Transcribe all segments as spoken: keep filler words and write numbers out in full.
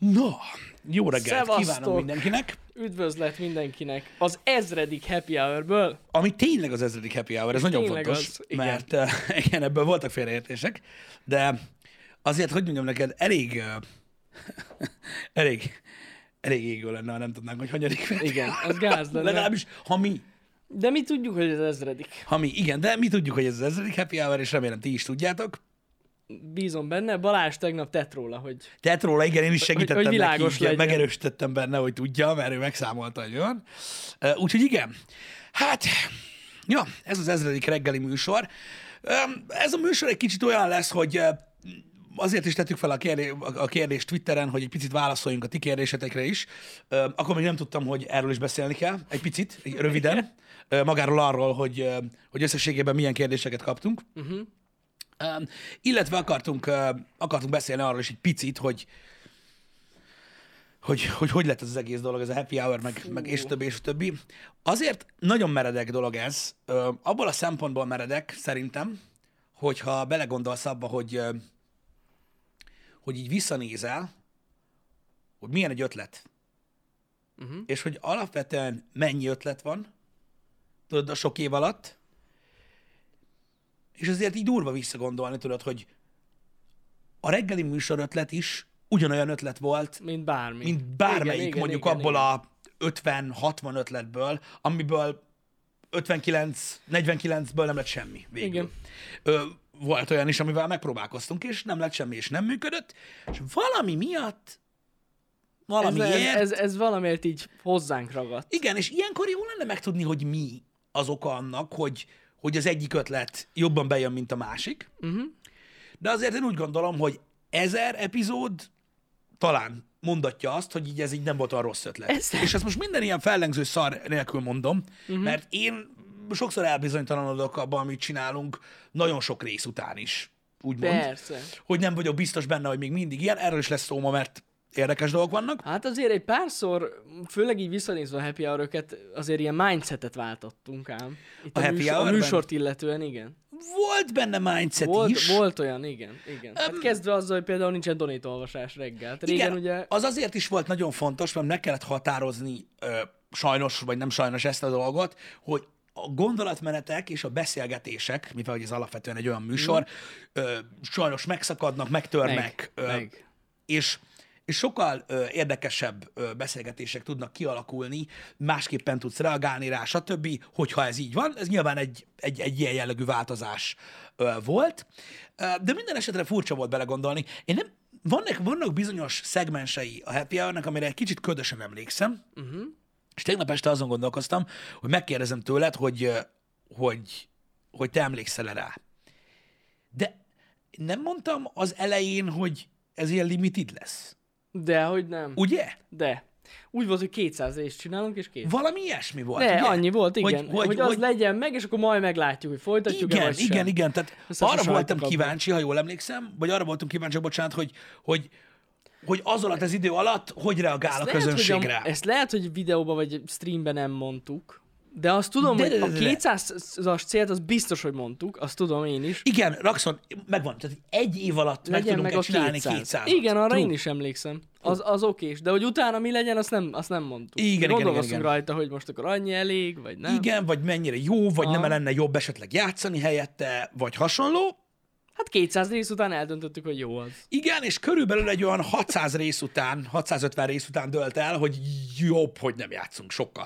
Na, jó reggelt Szevasztok! kívánom mindenkinek. Üdvözlet mindenkinek az ezredik happy hourből. Ami tényleg az ezredik happy hour, ez nagyon Tényleg fontos, az, igen. mert uh, igen, ebből voltak félreértések, de azért, hogy mondjam neked, elég, uh, elég, elég égő lenne, ha nem tudnánk, hogy hanyadik. Igen, az gáz lenne. Legalábbis, ha mi, De mi tudjuk, hogy ez ezredik. ha mi, igen, de mi tudjuk, hogy ez az ezredik happy hour, és remélem ti is tudjátok. Bízom benne. Balázs tegnap tett róla, hogy Tehát róla, igen, én is segítettem hogy neki, világos igen, legyen. megerősítettem benne, hogy tudja, mert ő megszámolta, hogy van. Uh, Úgyhogy igen, hát, ja, ez az ezredik reggeli műsor. Um, Ez a műsor egy kicsit olyan lesz, hogy uh, azért is tettük fel a, kérdé- a kérdést Twitteren, hogy egy picit válaszoljunk a ti kérdésetekre is. Uh, Akkor még nem tudtam, hogy erről is beszélni kell, egy picit, egy röviden, uh, magáról arról, hogy, uh, hogy összességében milyen kérdéseket kaptunk. uh-huh. Um, illetve akartunk, uh, akartunk beszélni arról is egy picit, hogy hogy, hogy hogy lett ez az egész dolog, ez a happy hour, meg, meg és többi, és többi. Azért nagyon meredek dolog ez. Uh, abból a szempontból meredek, szerintem, hogyha belegondolsz abba, hogy, uh, hogy így visszanézel, hogy milyen egy ötlet, Uh-huh. és hogy alapvetően mennyi ötlet van, tudod, a sok év alatt, és azért így durva visszagondolni, tudod, hogy a reggeli műsor ötlet is ugyanolyan ötlet volt, Mint bármi. mint bármelyik Igen, igen, mondjuk igen, abból igen. a ötven-hatvan ötletből, amiből ötvenkilenc negyvenkilencből nem lett semmi végül. Igen. Ö, volt olyan is, amivel megpróbálkoztunk, és nem lett semmi, és nem működött, és valami miatt, Ez, valamiért, ez, ez, ez valamiért így hozzánk ragadt. igen, és ilyenkor jó lenne megtudni, hogy mi az oka annak, hogy, hogy az egyik ötlet jobban bejön, mint a másik. Uh-huh. De azért én úgy gondolom, hogy ezer epizód talán mondatja azt, hogy így ez így nem volt a rossz ötlet. Ez- És ezt most minden ilyen fellengző szar nélkül mondom, uh-huh. mert én sokszor elbizonytalanodok abban, amit csinálunk, nagyon sok rész után is, úgymond. Persze. Hogy nem vagyok biztos benne, hogy még mindig ilyen. Erről is lesz szó ma, mert érdekes dolgok vannak. Hát azért egy párszor, főleg így visszanézve a happy hour-öket, azért ilyen mindsetet váltottunk ám. Itt A a, happy műsor, a hour-ben? műsort illetően, igen. Volt benne mindset Volt, is. volt olyan, igen. igen. Hát kezdve azzal, hogy például nincsen donate-olvasás reggel. Régen Igen, ugye... az azért is volt nagyon fontos, mert meg kellett határozni ö, sajnos, vagy nem sajnos ezt a dolgot, hogy a gondolatmenetek és a beszélgetések, mivel hogy ez alapvetően egy olyan műsor, ö, sajnos megszakadnak, megtörnek, Meg, ö, meg. és és sokkal ö, érdekesebb ö, beszélgetések tudnak kialakulni, másképpen tudsz reagálni rá, stb., hogyha ez így van. Ez nyilván egy, egy, egy ilyen jellegű változás ö, volt, ö, de minden esetre furcsa volt belegondolni. Én nem, vannak, vannak bizonyos szegmensei a happy hour-nak, amire egy kicsit ködösen emlékszem, Uh-huh. és tegnap este azon gondolkoztam, hogy megkérdezem tőled, hogy, ö, hogy, hogy te emlékszel rá. De nem mondtam az elején, hogy ez ilyen limited lesz. De, hogy nem. Ugye? De. Úgy volt, hogy kétszáz részt csinálunk, és kész. Valami ilyesmi volt, De, ugye? annyi volt, igen. Hogy, Hogy, hogy, hogy az hogy, legyen meg, és akkor majd meglátjuk, hogy folytatjuk-e, igen, vagy sem. igen, igen. Tehát Összes a arra voltam sajtókapban. kíváncsi, ha jól emlékszem, vagy arra voltam kíváncsi, bocsánat, hogy, hogy, hogy az alatt az idő alatt hogy reagál Ezt a lehet, közönség hogy rá. a, ezt lehet, hogy videóban vagy streamben nem mondtuk, de azt tudom, De, hogy de, de, a de. kétszázas célt az biztos, hogy mondtuk, azt tudom én is. Igen, Raxon, megvan. Tehát egy év alatt meg Legyen tudunk meg egy a csinálni kétszáz. kétszázat. Igen, arra True. én is emlékszem. Az, az okés. De hogy utána mi legyen, azt nem, azt nem mondtuk. Igen, igen, Gondolkoztunk igen, igen. rajta, hogy most akkor annyi elég, vagy nem. Igen, vagy mennyire jó, vagy Aha. nem lenne jobb esetleg játszani helyette, vagy hasonló. Hát kétszáz rész után eldöntöttük, hogy jó az. Igen, és körülbelül egy olyan hatszáz rész után, hatszázötven rész után dölt el, hogy jobb, hogy nem játszunk sokkal.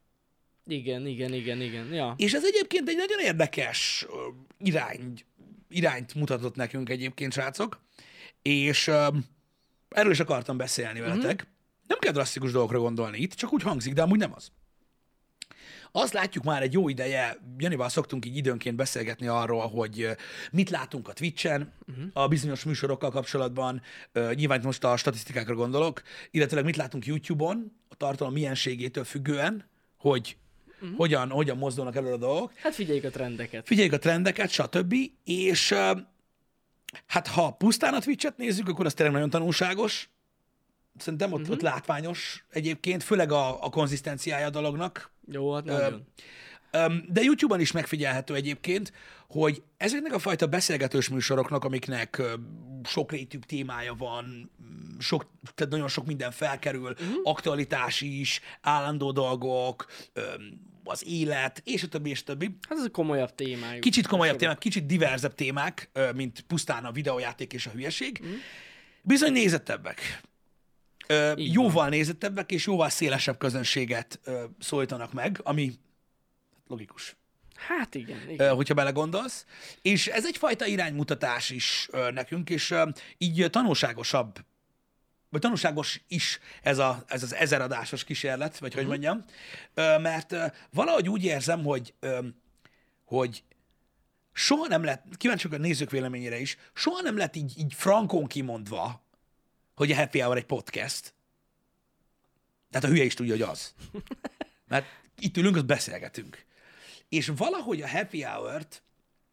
Igen, igen, igen, igen. Ja. És ez egyébként egy nagyon érdekes ö, irány, irányt mutatott nekünk egyébként, srácok, és ö, erről is akartam beszélni veletek. Mm-hmm. Nem kell drasztikus dolgokra gondolni itt, csak úgy hangzik, de amúgy nem az. Azt látjuk már egy jó ideje, Janival szoktunk így időnként beszélgetni arról, hogy ö, mit látunk a Twitchen, uh-huh. a bizonyos műsorokkal kapcsolatban, ö, nyilván itt most a statisztikákra gondolok, illetőleg mit látunk YouTube-on, a tartalom mienségétől függően, hogy uh-huh. hogyan, hogyan mozdulnak elő a dolgok. Hát figyeljük a trendeket. Figyeljük a trendeket, stb. És ö, hát ha pusztán a Twitch-et nézzük, akkor az tényleg nagyon tanulságos. Szerintem ott, uh-huh. ott látványos egyébként, főleg a, a konzisztenciája a dolognak. Jó, hát Ö, nagyon. De YouTube-on is megfigyelhető egyébként, hogy ezeknek a fajta beszélgetős műsoroknak, amiknek sokrétűbb témája van, sok, tehát nagyon sok minden felkerül, uh-huh. aktualitás is, állandó dolgok, az élet, és a többi, és a többi. Hát ez a komolyabb témájuk. Kicsit komolyabb témák, kicsit diverzebb témák, mint pusztán a videójáték és a hülyeség. Uh-huh. Bizony nézettebbek. Jóval van. nézettebbek, és jóval szélesebb közönséget szólítanak meg, ami logikus. Hát igen, igen. Hogyha belegondolsz. És ez egyfajta iránymutatás is nekünk, és így tanulságosabb, vagy tanulságos is ez, a, ez az ezeradásos kísérlet, vagy uh-huh. hogy mondjam. Mert valahogy úgy érzem, hogy, hogy soha nem lett, kíváncsiak a nézők véleményére is, soha nem lett így, így frankon kimondva, hogy a Happy Hour egy podcast. Tehát a hülye is tudja, hogy az. Mert itt ülünk, azt beszélgetünk. És valahogy a Happy Hour-t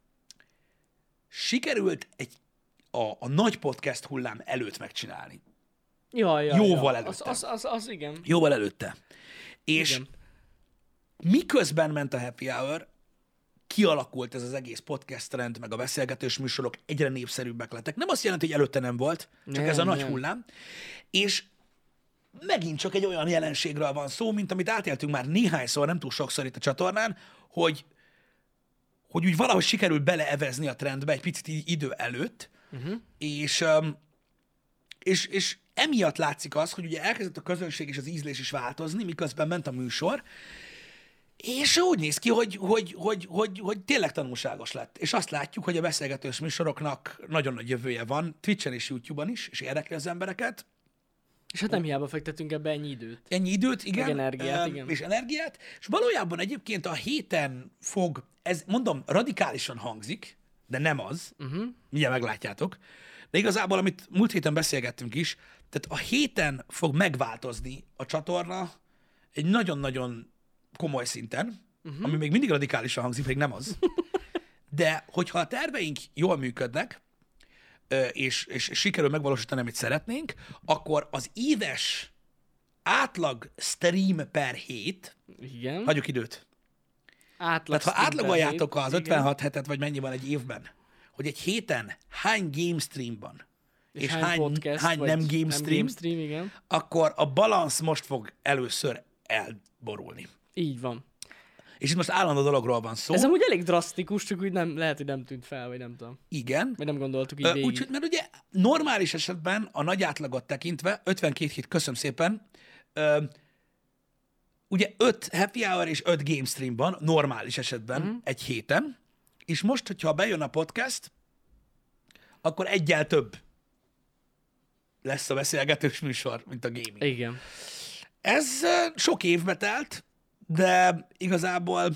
sikerült egy, a, a nagy podcast hullám előtt megcsinálni. Ja, ja, Jóval ja. előtte. Az, az, az, az igen. Jóval előtte. És igen. miközben ment a Happy Hour, kialakult ez az egész podcast trend, meg a beszélgetős műsorok egyre népszerűbbek lettek. Nem azt jelenti, hogy előtte nem volt, csak nem, ez a nagy nem. hullám. És megint csak egy olyan jelenségről van szó, mint amit átéltünk már néhányszor, nem túl sokszor itt a csatornán, hogy, hogy úgy valahogy sikerült beleevezni a trendbe egy picit idő előtt, uh-huh. és, és, és emiatt látszik az, hogy ugye elkezdett a közönség és az ízlés is változni, miközben ment a műsor, és úgy néz ki, hogy, hogy, hogy, hogy, hogy tényleg tanulságos lett. És azt látjuk, hogy a beszélgetős műsoroknak nagyon nagy jövője van, Twitchen és YouTube-on is, és érdekli az embereket. És hát nem hiába fektetünk ebbe ennyi időt. Ennyi időt, igen. Meg energiát, um, igen. És energiát. És valójában egyébként a héten fog, ez mondom, radikálisan hangzik, de nem az. Uh-huh. Mindjárt meglátjátok. De igazából, amit múlt héten beszélgettünk is, tehát a héten fog megváltozni a csatorna egy nagyon-nagyon komoly szinten, uh-huh. ami még mindig radikálisan hangzik, még nem az. De hogyha a terveink jól működnek, és, és sikerül megvalósítani, amit szeretnénk, akkor az éves átlag stream per hét, igen. hagyjuk időt. Átlag Tehát ha átlagoljátok az igen. ötvenhat hetet, vagy mennyi van egy évben, hogy egy héten hány game stream van, és, és hány, hány, podcast, hány nem game nem stream, game stream igen. akkor a balansz most fog először elborulni. Így van. És itt most állandó dologról van szó. Ez amúgy elég drasztikus, csak úgy nem, lehet, hogy nem tűnt fel, vagy nem tudom. Igen. Vagy nem gondoltuk így végig. Úgy, mert ugye normális esetben a nagy átlagot tekintve, ötvenkét hét, köszönöm szépen, ö, ugye öt happy hour és öt game stream van normális esetben uh-huh. egy héten, és most, hogyha bejön a podcast, akkor egyel több lesz a beszélgetős műsor, mint a gaming. Igen. Ez uh, sok évbe telt, de igazából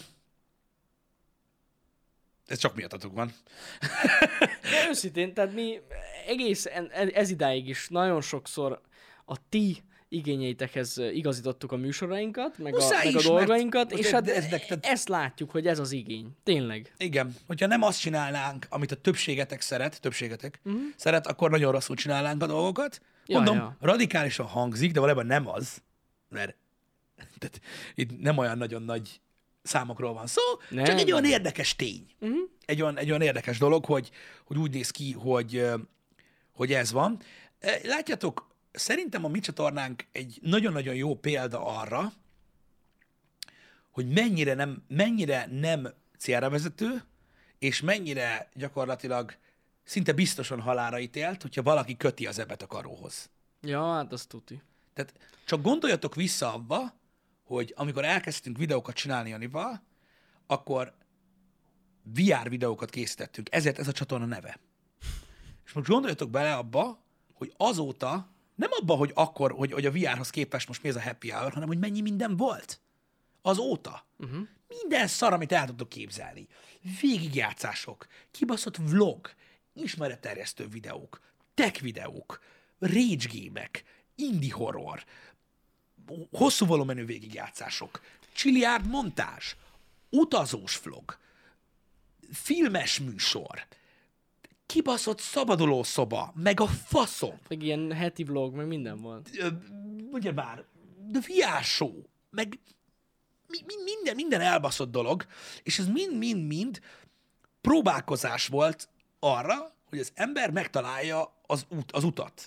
ez csak miattatok van. De őszintén, tehát mi egész ez idáig is nagyon sokszor a ti igényeitekhez igazítottuk a műsorainkat, meg a, meg a dolgainkat, és hát ez, ez, ez, ezt látjuk, hogy ez az igény. Tényleg. Igen. Hogyha nem azt csinálnánk, amit a többségetek szeret, többségetek uh-huh. szeret, akkor nagyon rosszul csinálnánk a dolgokat. Ja, Mondom, ja. radikálisan hangzik, de valójában nem az, mert tehát itt nem olyan nagyon nagy számokról van szó, nem, csak egy olyan érdekes tény. Uh-huh. Egy, olyan, egy olyan érdekes dolog, hogy, hogy úgy néz ki, hogy, hogy ez van. Látjátok, szerintem a mi csatornánk egy nagyon-nagyon jó példa arra, hogy mennyire nem, mennyire nem célra vezető, és mennyire gyakorlatilag szinte biztosan halálra ítélt, hogyha valaki köti az ebet a karóhoz. Ja, hát azt tuti. Tehát csak gondoljatok vissza abba, hogy amikor elkezdtünk videókat csinálni Janival, akkor vé er videókat készítettünk. Ezért ez a csatorna neve. És most gondoljatok bele abba, hogy azóta, nem abba, hogy akkor, hogy, hogy a vé erhez képest most mi ez a happy hour, hanem hogy mennyi minden volt. Azóta. Uh-huh. Minden szar, amit el tudtok képzelni. Végigjátszások, kibaszott vlog, ismeretterjesztő videók, tech videók, rage gémek, indie horror, hosszú volumenű végigjátszások, csiliárd montázs, utazós vlog, filmes műsor, kibaszott szabaduló szoba, meg a faszom. Meg ilyen heti vlog, meg minden volt. Ugye már, de vé er show, meg mi- mi- minden, minden elbaszott dolog, és ez mind-mind-mind próbálkozás volt arra, hogy az ember megtalálja az, út, az utat.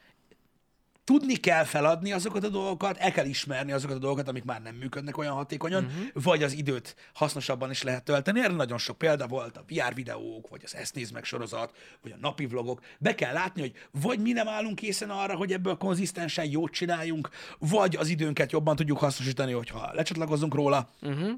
Tudni kell feladni azokat a dolgokat, el kell ismerni azokat a dolgokat, amik már nem működnek olyan hatékonyan, uh-huh. vagy az időt hasznosabban is lehet tölteni. Erre nagyon sok példa volt, a vé er videók, vagy az Ezt nézd meg sorozat, vagy a napi vlogok. Be kell látni, hogy vagy mi nem állunk készen arra, hogy ebből konzisztensen jót csináljunk, vagy az időnket jobban tudjuk hasznosítani, hogyha lecsatlakozunk róla. Uh-huh.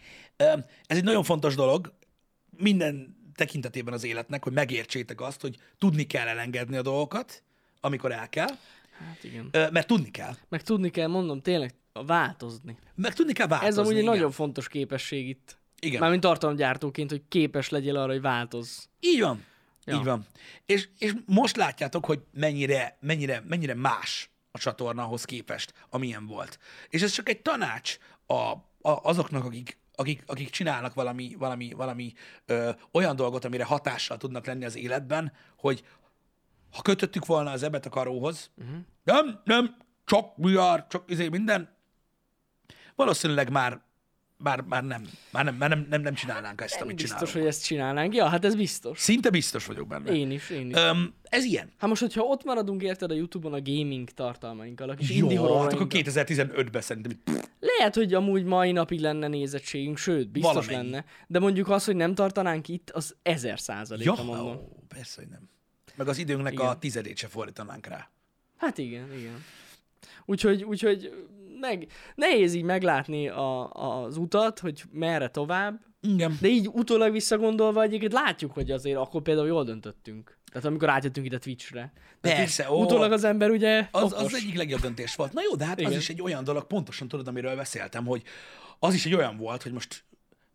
Ez egy nagyon fontos dolog minden tekintetében az életnek, hogy megértsétek azt, hogy tudni kell elengedni a dolgokat, amikor el kell. Hát igen. Mert tudni kell. Meg tudni kell, mondom, tényleg változni. Meg tudni kell változni. Ez amúgy egy igen. nagyon fontos képesség itt. Igen. Mármint tartalomgyártóként, hogy képes legyél arra, hogy változz. Így van. Ja. Így van. És, és most látjátok, hogy mennyire, mennyire, mennyire más a csatorna ahhoz képest, amilyen volt. És ez csak egy tanács a, a, azoknak, akik, akik, akik csinálnak valami, valami, valami ö, olyan dolgot, amire hatással tudnak lenni az életben, hogy ha kötöttük volna az ebet a karóhoz, uh-huh. nem, nem, csak vé er, csak izé minden, valószínűleg már, már, már, nem, már, nem, már nem, nem, nem csinálnánk ezt, Nem amit biztos, csinálunk. hogy ezt csinálnánk. Ja, hát ez biztos. Szinte biztos vagyok benne. Én is, én is. Öm, ez ilyen. Hát most, hogyha ott maradunk, érted, a YouTube-on a gaming tartalmainkkal, a kis Jó, indie hát akkor horrorainkkal. kétezer-tizenötben szerintem. Pff, Lehet, hogy amúgy mai napig lenne nézettségünk, sőt, biztos Valamennyi. lenne. De mondjuk az, hogy nem tartanánk itt, az ezer százaléka ja, mondom. ó, persze, hogy nem. Meg az időnknek Igen. a tizedét se fordítanánk rá. Hát igen, igen. Úgyhogy, úgyhogy meg, nehéz így meglátni a, az utat, hogy merre tovább, Igen. de így utólag visszagondolva egyébként látjuk, hogy azért akkor például jól döntöttünk. Tehát amikor átjöttünk ide Twitchre. Tehát Persze, így ó. utólag az ember ugye Az, okos. az egyik legjobb döntés volt. Na jó, de hát Igen. az is egy olyan dolog, pontosan tudod, amiről beszéltem, hogy az is egy olyan volt, hogy most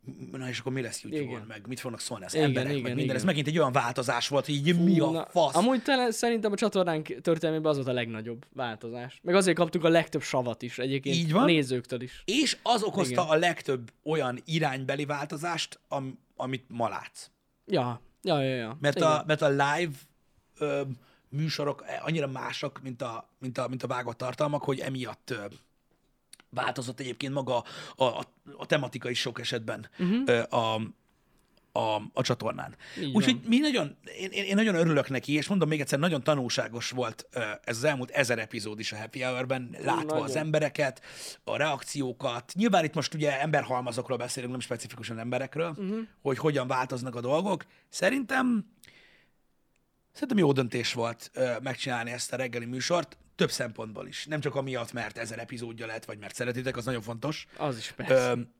na és akkor mi lesz YouTube-on, Igen. meg mit fognak szólni az Igen, emberek, igen, meg minden. igen. Ez megint egy olyan változás volt, hogy így mi Na, a fasz. Amúgy tele, szerintem a csatornánk történelmében az volt a legnagyobb változás. Meg azért kaptuk a legtöbb savat is egyébként. Így van. A nézőktől is. És az okozta Igen. a legtöbb olyan iránybeli változást, am, amit ma látsz. Ja, ja, ja. ja. Mert Igen. a, mert a live ö, műsorok annyira másak, mint a, mint a, mint a vágott tartalmak, hogy emiatt ö, változott egyébként maga a, a, a tematika is sok esetben uh-huh. ö, a, a, a csatornán. Így Úgyhogy mi nagyon, én, én nagyon örülök neki, és mondom még egyszer, nagyon tanulságos volt ö, ez az elmúlt ezer epizód is a Happy Hour-ben, látva nagyon. az embereket, a reakciókat. Nyilván itt most ugye emberhalmazokról beszélünk, nem specifikusan emberekről, uh-huh. hogy hogyan változnak a dolgok. Szerintem Szerintem jó döntés volt ö, megcsinálni ezt a reggeli műsort, több szempontból is. Nem csak amiatt, mert ezer epizódja lett, vagy mert szeretitek, az nagyon fontos. Az is persze. Ö,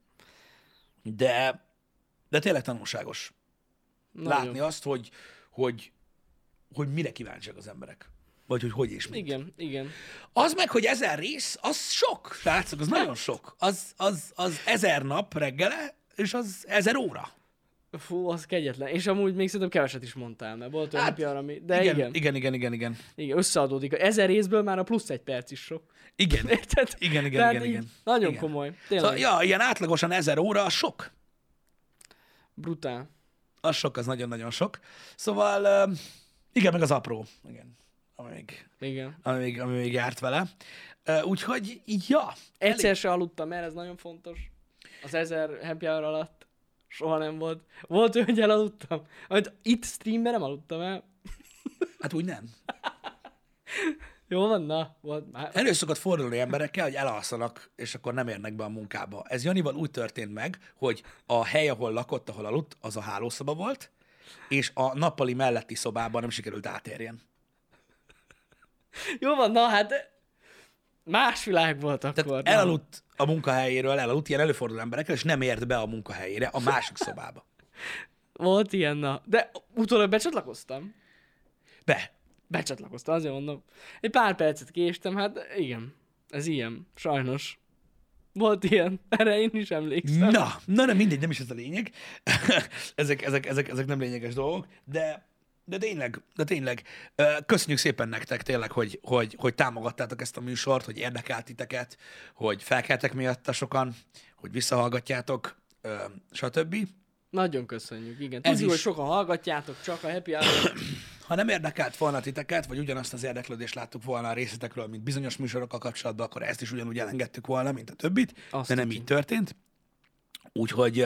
de, de tényleg tanulságos Nagyon. látni azt, hogy, hogy, hogy mire kíváncsiak az emberek. Vagy hogy hogy és mit. Igen, igen. Az meg, hogy ezer rész, az sok, srácok, az nagyon sok. Az, az, az ezer nap reggele, és az ezer óra. Fú, az kegyetlen. És amúgy még szerintem keveset is mondtál, mert volt olyan Hát, happy hour, ami... De igen, igen, igen. igen, igen, igen, igen. igen, összeadódik. Ezer részből már a plusz egy perc is sok. Igen, Érted? igen, igen, Tehát igen, így igen. Nagyon Igen. komoly. Tényleg. Szóval, ja, ilyen átlagosan ezer óra, az sok. Brutál. Az sok, az nagyon-nagyon sok. Szóval, uh, igen, meg az apró. Igen. Ami még, Igen. ami még, ami még járt vele. Uh, úgyhogy, ja. Egyszer se aludtam, mert ez nagyon fontos. Az ezer happy hour alatt soha nem volt. Volt olyan, hogy elaludtam. Amit itt streamben nem aludtam el. Hát úgy nem. Jó van, na, volt már. Elő szokott fordulni emberekkel, hogy elalszanak, és akkor nem érnek be a munkába. Ez Janival úgy történt meg, hogy a hely, ahol lakott, ahol aludt, az a hálószoba volt, és a nappali melletti szobában nem sikerült átérjen. Jó van, na hát más világ volt akkor. Tehát na. elaludt a munkahelyéről, elaludt ilyen előforduló emberekkel, és nem ért be a munkahelyére, a másik szobába. Volt ilyen, na. De utólag becsatlakoztam. Be. Becsatlakoztam, azért mondom. Egy pár percet késtem, hát igen. Ez ilyen, sajnos. Volt ilyen, erre én is emlékszem. Na, na nem mindegy, nem is ez a lényeg. ezek, ezek, ezek, ezek nem lényeges dolgok, de, de tényleg, de tényleg, ö, köszönjük szépen nektek tényleg, hogy, hogy, hogy támogattátok ezt a műsort, hogy érdekelt titeket, hogy felkeltek miatta sokan, hogy visszahallgatjátok, ö, stb. Nagyon köszönjük, igen. Ez Tudjuk, hogy is- sokan hallgatjátok, csak a happy hour ha nem érdekelt volna titeket, vagy ugyanazt az érdeklődést láttuk volna a részletekről, mint bizonyos műsorokkal kapcsolatban, akkor ezt is ugyanúgy elengedtük volna, mint a többit, Azt de nem így történt. Úgyhogy,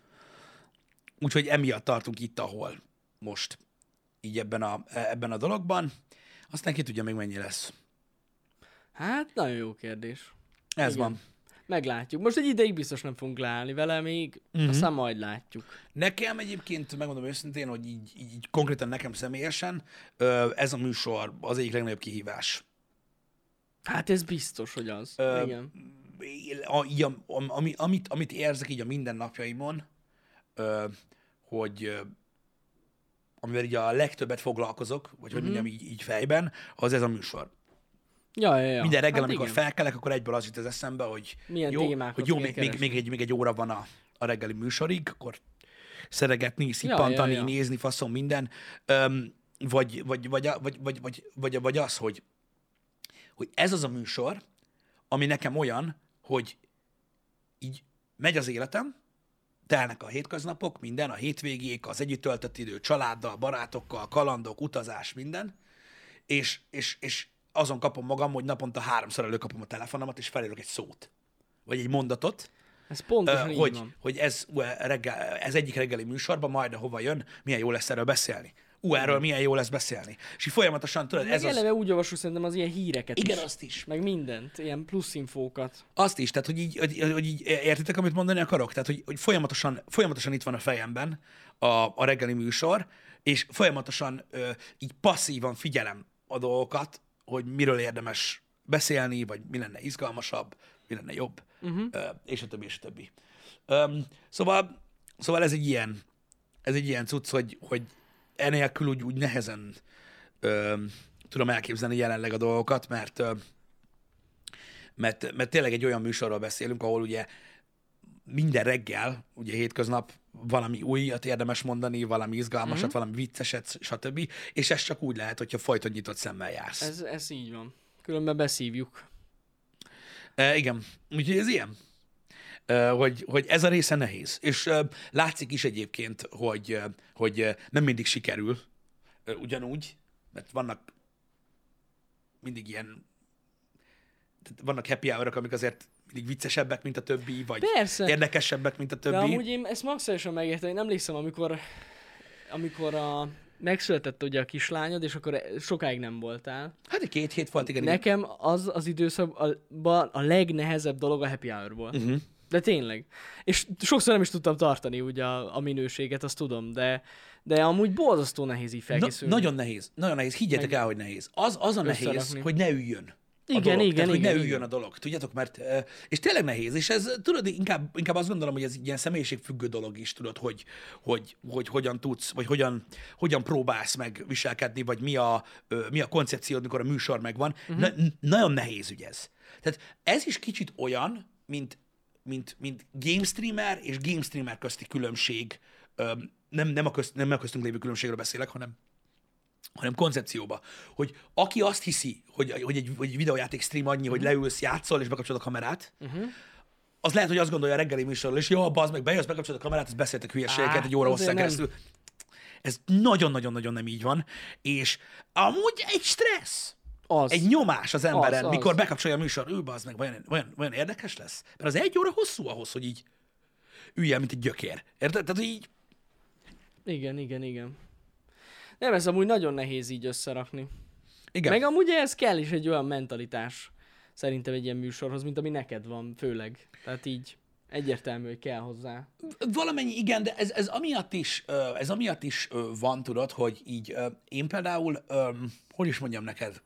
úgyhogy emiatt tartunk itt, ahol most, így ebben a, ebben a dologban. Aztán ki tudja még mennyi lesz. Hát, nagyon jó kérdés. Ez Igen. van. Meglátjuk. Most egy ideig biztos nem fogunk leállni vele még, uh-huh. aztán majd látjuk. Nekem egyébként, megmondom őszintén, hogy így, így, így konkrétan nekem személyesen ez a műsor az egyik legnagyobb kihívás. Hát ez biztos, hogy az. Ö, Igen. A, így a, ami, amit, amit érzek így a mindennapjaimon, ö, hogy amivel így a legtöbbet foglalkozok, vagy uh-huh. hogy mondjam így, így fejben, az ez a műsor. Ja, ja, ja. Minden reggel, hát amikor igen. felkelek, akkor egyből az jut az eszembe, hogy milyen jó, hogy jó még, még, még, egy, még egy óra van a, a reggeli műsorig, akkor szeregetni, szippantani, ja, ja, ja. nézni, faszom, minden. Öm, vagy, vagy, vagy, vagy, vagy, vagy, vagy, vagy az, hogy, hogy ez az a műsor, ami nekem olyan, hogy így megy az életem, telnek a hétköznapok, minden, a hétvégék, az együtt töltött idő, családdal, barátokkal, kalandok, utazás, minden, és, és, és azon kapom magam, hogy naponta háromszor előkapom a telefonomat, és felírok egy szót, vagy egy mondatot, ez pontosan uh, hogy, hogy ez, uh, reggel, ez egyik reggeli műsorban majd, hova jön, milyen jó lesz erről beszélni. Ú, erről milyen jó lesz beszélni. És így folyamatosan, tudod, meg ez eleve az... úgy olvasok szerintem az ilyen híreket Igen, is. azt is. Meg mindent, ilyen plusz infókat. Azt is, tehát hogy így, hogy, hogy így értitek, amit mondani akarok? Tehát, hogy, hogy folyamatosan, folyamatosan itt van a fejemben a, a reggeli műsor, és folyamatosan uh, így passzívan figyelem a dolgokat, hogy miről érdemes beszélni, vagy mi lenne izgalmasabb, mi lenne jobb, uh-huh. uh, és a többi, és a többi. Um, szóval, szóval ez egy ilyen, ez egy ilyen cucc, hogy, hogy enélkül úgy, úgy nehezen um, tudom elképzelni jelenleg a dolgokat, mert, uh, mert, mert tényleg egy olyan műsorról beszélünk, ahol ugye minden reggel, ugye hétköznap valami újat érdemes mondani, valami izgalmasat, uh-huh. valami vicceset, stb. És ez csak úgy lehet, hogyha folyton nyitott szemmel jársz. Ez, ez így van. Különben beszívjuk. E, igen. Úgyhogy ez ilyen. E, hogy, hogy ez a része nehéz. És e, látszik is egyébként, hogy, e, hogy e, nem mindig sikerül e, ugyanúgy, mert vannak mindig ilyen, vannak happy hour-ok, amik azért mindig viccesebbek, mint a többi, vagy Persze. érdekesebbek, mint a többi. De amúgy én ezt maximálisan megértem. Én emlékszem, amikor, amikor a, megszületett ugye a kislányod, és akkor sokáig nem voltál. Hát egy két hét volt, igen. Nekem az az időszakban a legnehezebb dolog a happy hour volt. Uh-huh. De tényleg. És sokszor nem is tudtam tartani ugye a, a minőséget, azt tudom, de, de amúgy borzasztó nehéz így felkészülni. Na, nagyon nehéz, nagyon nehéz. Higgyetek Meg el, hogy nehéz. Az, az a nehéz, hogy ne üljön. Igen, dolog. igen, Tehát, igen. hogy ne igen, üljön a dolog, tudjátok, mert, és tényleg nehéz, és ez, tudod, inkább, inkább azt gondolom, hogy ez ilyen személyiségfüggő dolog is, tudod, hogy, hogy, hogy hogyan tudsz, vagy hogyan, hogyan próbálsz meg viselkedni, vagy mi a, mi a koncepciód, mikor a műsor megvan. Uh-huh. Na, nagyon nehéz ügy ez. Tehát ez is kicsit olyan, mint, mint, mint game streamer és game streamer közti különbség, nem, nem, a közt, nem a köztünk lévő különbségről beszélek, hanem hanem koncepcióba, hogy aki azt hiszi, hogy, hogy, egy, hogy egy videójáték stream annyi, uh-huh. hogy leülsz, játszol, és bekapcsolod a kamerát, uh-huh. az lehet, hogy azt gondolja a reggeli műsorról, és jó, bazd meg, bejössz, bekapcsolod a kamerát, és beszéltek hülyeségeket egy óra hosszán keresztül. Ez nagyon-nagyon-nagyon nem így van, és amúgy egy stressz, az. Egy nyomás az emberen, az, az. mikor bekapcsolja a műsor, ő bazd meg, olyan, olyan, olyan érdekes lesz? Mert az egy óra hosszú ahhoz, hogy így ülj el, mint egy gyökér. Érted? Tehát így... Igen, igen, igen. Nem, ez amúgy nagyon nehéz így összerakni. Igen. Meg amúgy ez kell is egy olyan mentalitás szerintem egy ilyen műsorhoz, mint ami neked van, főleg. Tehát így egyértelmű, hogy kell hozzá. Valamennyi igen, de ez, ez, amiatt, is, ez amiatt is van, tudod, hogy így én például, hogy is mondjam neked,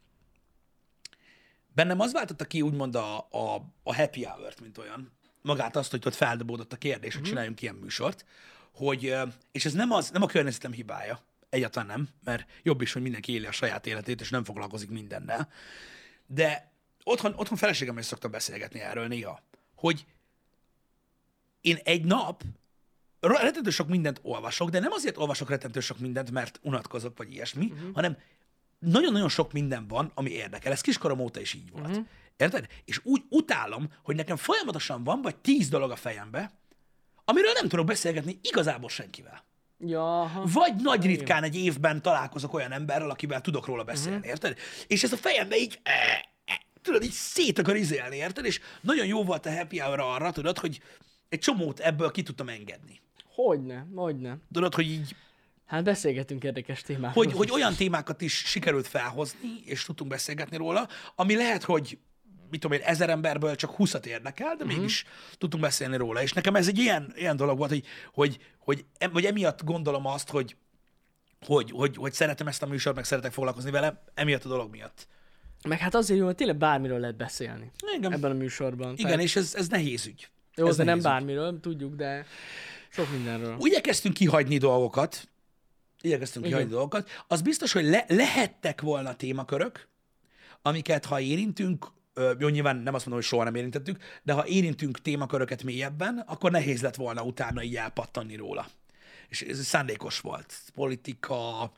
bennem az váltotta ki úgymond a, a, a happy hour-t, mint olyan. Magát azt, hogy ott feldobódott a kérdés, hogy mm-hmm. csináljunk ilyen műsort, hogy, és ez nem, az, nem a környezetem hibája, egyáltalán nem, mert jobb is, hogy mindenki éli a saját életét, és nem foglalkozik mindennel. De otthon, otthon feleségemmel is szoktam beszélgetni erről néha, hogy én egy nap rettentő sok mindent olvasok, de nem azért olvasok rettentő sok mindent, mert unatkozok, vagy ilyesmi, uh-huh. hanem nagyon-nagyon sok minden van, ami érdekel. Ez kiskorom óta is így volt. Uh-huh. Érted? És úgy utálom, hogy nekem folyamatosan van, vagy tíz dolog a fejembe, amiről nem tudok beszélgetni igazából senkivel. Ja, aha. Vagy nagy ritkán egy évben találkozok olyan emberrel, akivel tudok róla beszélni, uh-huh. érted? És ez a fejembe így, e, e, tudod, így szét akar izélni, érted? És nagyon jó volt a happy hour arra, tudod, hogy egy csomót ebből ki tudtam engedni. Hogyne, hogyne. Tudod, hogy így... Hát beszélgetünk érdekes témákról. Hogy, hogy olyan témákat is sikerült felhozni, és tudtunk beszélgetni róla, ami lehet, hogy mit tudom én, ezer emberből csak húszat érdekel, de uh-huh. mégis tudtunk beszélni róla. És nekem ez egy ilyen, ilyen dolog volt, hogy, hogy, hogy, em, hogy emiatt gondolom azt, hogy, hogy, hogy, hogy szeretem ezt a műsort, meg szeretek foglalkozni vele, emiatt a dolog miatt. Meg hát azért jó, hogy tényleg bármiről lehet beszélni. Igen. Ebben a műsorban. Igen, Tehát... és ez, ez nehéz ügy. Jó, ez de nem ügy. bármiről, tudjuk, de sok mindenről. Úgy igyekeztünk kihagyni dolgokat, igyekeztünk Igen. kihagyni dolgokat. Az biztos, hogy le, lehettek volna témakörök, amiket ha érintünk, jó, nyilván nem azt mondom, hogy soha nem érintettük, de ha érintünk témaköröket mélyebben, akkor nehéz lett volna utána így elpattanni róla. És ez szándékos volt. Politika,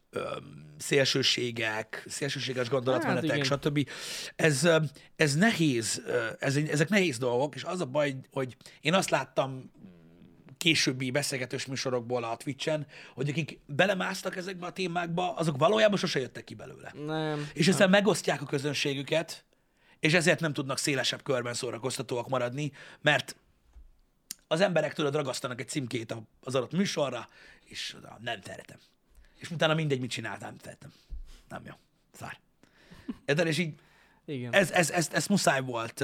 szélsőségek, szélsőséges gondolatmenetek, hát stb. Ez, ez nehéz, ez, ezek nehéz dolgok, és az a baj, hogy én azt láttam későbbi beszélgetős műsorokból a Twitchen, hogy akik belemásztak ezekbe a témákba, azok valójában sose jöttek ki belőle. Nem. És ezzel megosztják a közönségüket, és ezért nem tudnak szélesebb körben szórakoztatóak maradni, mert az emberek, tudod, ragasztanak egy címkét az adott műsorra, és nem szeretem. És utána mindegy, mit csináltam, nem szeretem. Nem jó. Szár. Érted? És így Igen. Ez, ez, ez, ez muszáj volt,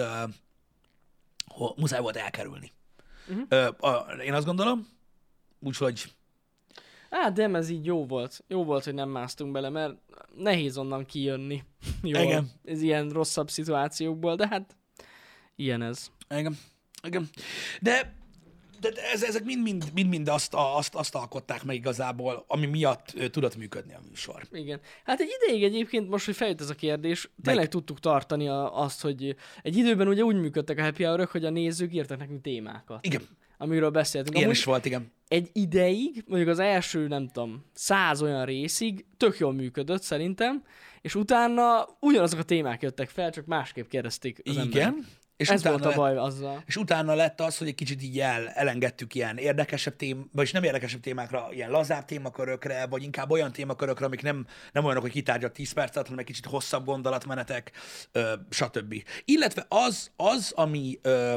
uh, muszáj volt elkerülni. Uh-huh. Uh, uh, én azt gondolom, úgyhogy... Hát, de ez így jó volt. Jó volt, hogy nem másztunk bele, mert nehéz onnan kijönni. Jól. Igen. Ez ilyen rosszabb szituációkból, de hát ilyen ez. Igen. Igen. De, de ez, ezek mind-mind, mind-mind azt, azt, azt alkották meg igazából, ami miatt uh, tudott működni a műsor. Igen. Hát egy ideig egyébként, most, hogy feljött ez a kérdés, tényleg Meg... tudtuk tartani a, azt, hogy egy időben ugye úgy működtek a happy hour-ök, hogy a nézők írtak nekünk témákat. Igen. Amiről beszéltünk. Ilyen Amúgy is volt, igen. Egy ideig, mondjuk az első, nem tudom, száz olyan részig tök jól működött szerintem, és utána ugyanazok a témák jöttek fel, csak másképp kérdezték az Igen. emberek. És Ez volt lett, a baj azzal. És utána lett az, hogy egy kicsit így el, elengedtük ilyen érdekesebb tém, vagyis nem érdekesebb témákra, ilyen lazább témakörökre, vagy inkább olyan témakörökre, amik nem, nem olyanok, hogy kitárgyal tíz percet, hanem egy kicsit hosszabb gondolatmenetek, ö, stb. Illetve az, az ami, ö,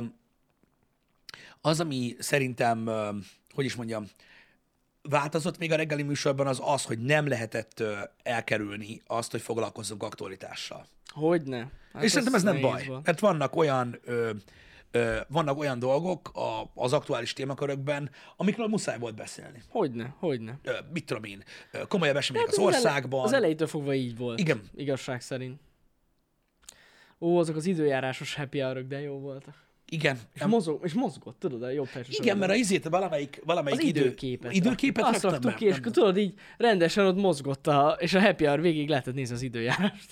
az, ami szerintem, ö, hogy is mondjam, változott még a reggeli műsorban, az az, hogy nem lehetett ö, elkerülni azt, hogy foglalkozzunk aktualitással. Hogyne. Hát és szerintem ez nem baj, volt. mert vannak olyan, ö, ö, vannak olyan dolgok a, az aktuális témakörökben, amikről muszáj volt beszélni. Hogyne, hogyne. Ö, mit tudom én, komolyabb események az az országban. Ele- az elejétől fogva így volt. Igen. Igazság szerint. Ó, azok az időjárásos happy hour-ök, de jó voltak. Igen. És, mozog, és mozgott, tudod, a jobb felső Igen, mert a izét, valamelyik, valamelyik az idő, időképet. időképet azt raktuk ki, és nem. tudod, így rendesen ott mozgott, a, és a happy hour végig lehetett nézni az időjárást.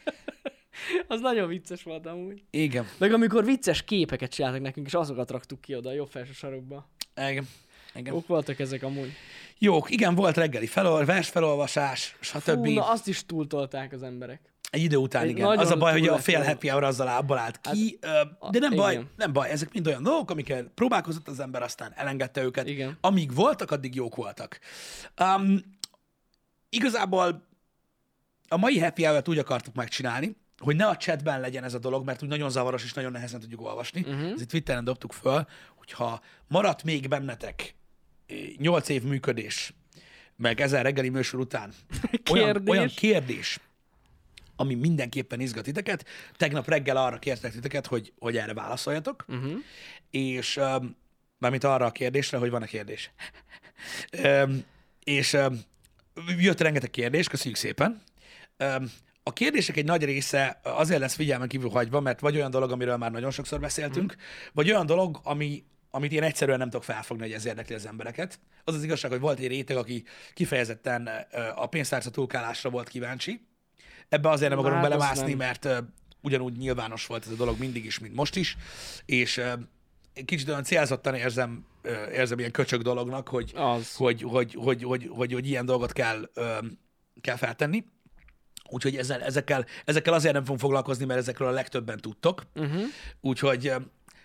Az nagyon vicces volt amúgy. Igen. Meg amikor vicces képeket csináltak nekünk, és azokat raktuk ki oda a jobb felső sarokba. Igen. Igen. Jók voltak ezek amúgy. Jók, igen, volt reggeli felol, versfelolvasás, stb. Fú, na azt is túltolták az emberek. Egy idő után, Egy igen. Az a baj, hogy a fél túl- happy hour azzal abból állt ki, Hát, de nem igen. baj, nem baj, ezek mind olyan dolgok, amikkel próbálkozott az ember, aztán elengedte őket. Igen. Amíg voltak, addig jók voltak. Um, igazából a mai happy hour-t úgy akartuk megcsinálni, hogy ne a chatben legyen ez a dolog, mert úgy nagyon zavaros és nagyon nehezen tudjuk olvasni. Uh-huh. Ezért Twitteren dobtuk föl, hogyha maradt még bennetek nyolc év működés, meg ezer reggeli műsor után olyan, Kérdés. olyan kérdés, ami mindenképpen izgat titeket. Tegnap reggel arra kértek titeket, hogy, hogy erre válaszoljatok, uh-huh. és um, mármint arra a kérdésre, hogy van-e kérdés. um, és um, jött rengeteg kérdés, köszönjük szépen. Um, a kérdések egy nagy része azért lesz figyelmen kívül hagyva, mert vagy olyan dolog, amiről már nagyon sokszor beszéltünk, uh-huh. vagy olyan dolog, ami, amit én egyszerűen nem tudok felfogni, hogy ez érdekli az embereket. Az az igazság, hogy volt egy réteg, aki kifejezetten a pénztárca túlkálásra volt kíváncsi. Ebbe azért nem akarunk Hát, belemászni, nem. mert uh, ugyanúgy nyilvános volt ez a dolog mindig is, mint most is, és uh, kicsit olyan célzottan érzem, uh, érzem ilyen köcsög dolognak, hogy, Az. hogy, hogy, hogy, hogy, hogy, hogy ilyen dolgot kell, uh, kell feltenni. Úgyhogy ezzel, ezekkel, ezekkel azért nem fogunk foglalkozni, mert ezekről a legtöbben tudtok. Uh-huh. Úgyhogy uh,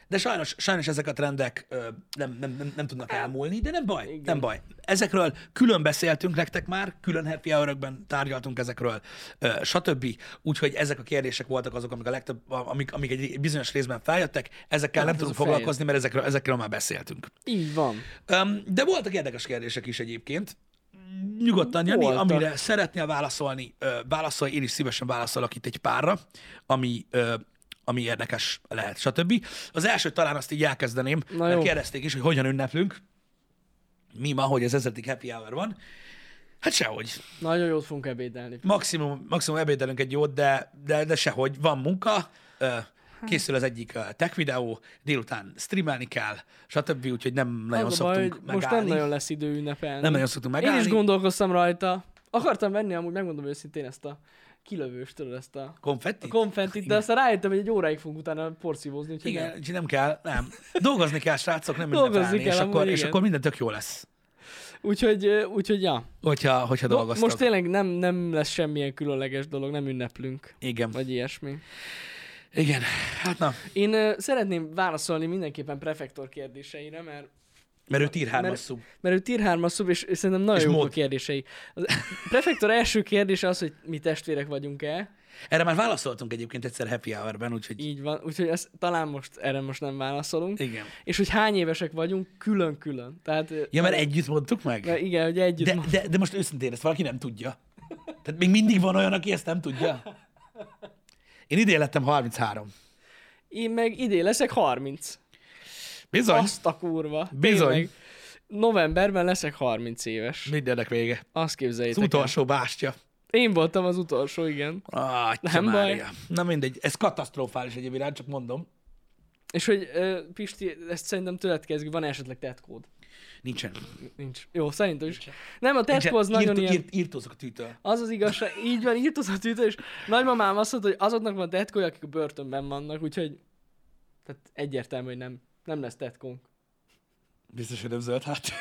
de sajnos, sajnos ezek a trendek ö, nem, nem, nem, nem tudnak elmúlni, de nem baj, Igen. nem baj. Ezekről külön beszéltünk nektek már, külön happy hour-ökben tárgyaltunk ezekről, ö, stb. Úgyhogy ezek a kérdések voltak azok, amik a legtöbb, amik, amik egy bizonyos részben feljöttek, ezekkel nem, nem tudunk foglalkozni, mert ezekről, ezekről már beszéltünk. Így van. Um, de voltak érdekes kérdések is egyébként. Nyugodtan, Jani, voltak. Amire szeretnél válaszolni, ö, válaszolj, én is szívesen válaszolok itt egy párra, ami... Ö, ami érdekes lehet, stb. Az első talán azt így elkezdeném, Na mert jó. kérdezték is, hogy hogyan ünneplünk. Mi ma, hogy az ezredik happy hour van. Hát sehogy. Nagyon jót fogunk ebédelni. Maximum, maximum ebédelünk egy jót, de, de, de sehogy. Van munka, készül az egyik tech videó, délután streamelni kell, stb. Úgyhogy nem nagyon az szoktunk baj, megállni. Most nem nagyon lesz idő ünnepelni. Nem nagyon szoktunk megállni. Én is gondolkoztam rajta. Akartam venni, amúgy megmondom őszintén ezt a kilövős, tudod, ezt a... Konfettit? A konfettit, de aztán rájöttem, hogy egy óráig fogunk utána porszívózni. Igen, úgyhogy nem kell, nem. Dolgozni kell, srácok, nem ünnepelni, és, akkor, és akkor minden tök jó lesz. Úgyhogy, úgyhogy ja. Hogyha, hogyha Do- dolgoztok. Most tényleg nem, nem lesz semmilyen különleges dolog, nem ünneplünk. Igen. Vagy ilyesmi. Igen, hát na. Én uh, szeretném válaszolni mindenképpen prefektor kérdéseire, mert Mert ő tier hármas szub. Mert, mert ő tier hármas szub, és, és szerintem nagyon jók a kérdései. A prefektor első kérdése az, hogy mi testvérek vagyunk-e. Erre már válaszoltunk egyébként egyszer happy hour-ben, úgyhogy... Így van, úgyhogy ezt, talán most erre most nem válaszolunk. Igen. És hogy hány évesek vagyunk, külön-külön. Tehát, ja, mert együtt mondtuk meg? Mert igen, hogy együtt de, mondtuk. De, de most őszintén, ezt valaki nem tudja. Tehát még mindig van olyan, aki ezt nem tudja. Én idén lettem harminchárom. Én meg idén leszek harminc. Bizony. Azt a kurva. Bizony. Meg novemberben leszek harminc éves. Mindennek vége. Azt képzeljétek. Az utolsó bástya. Én voltam az utolsó, igen. Ah, nem baj. Na mindegy, ez katasztrofális egyébként, csak mondom. És hogy uh, Pisti, ezt szerintem tőled kezdjük, van esetleg tetkód? Nincsen. Nincs. Jó, szerintem is. Nem, a tetkó az nagyon Írt, ilyen... Írt, írtózok a tűtől. Az az igazság, így van, írtózok a tűtől, és nagymamám azt mondta, hogy azoknak van tetkója, akik a börtönben vannak, úgyhogy tehát egyértelmű, hogy nem, nem lesz tetkónk. Biztos, hogy nem zöld hát.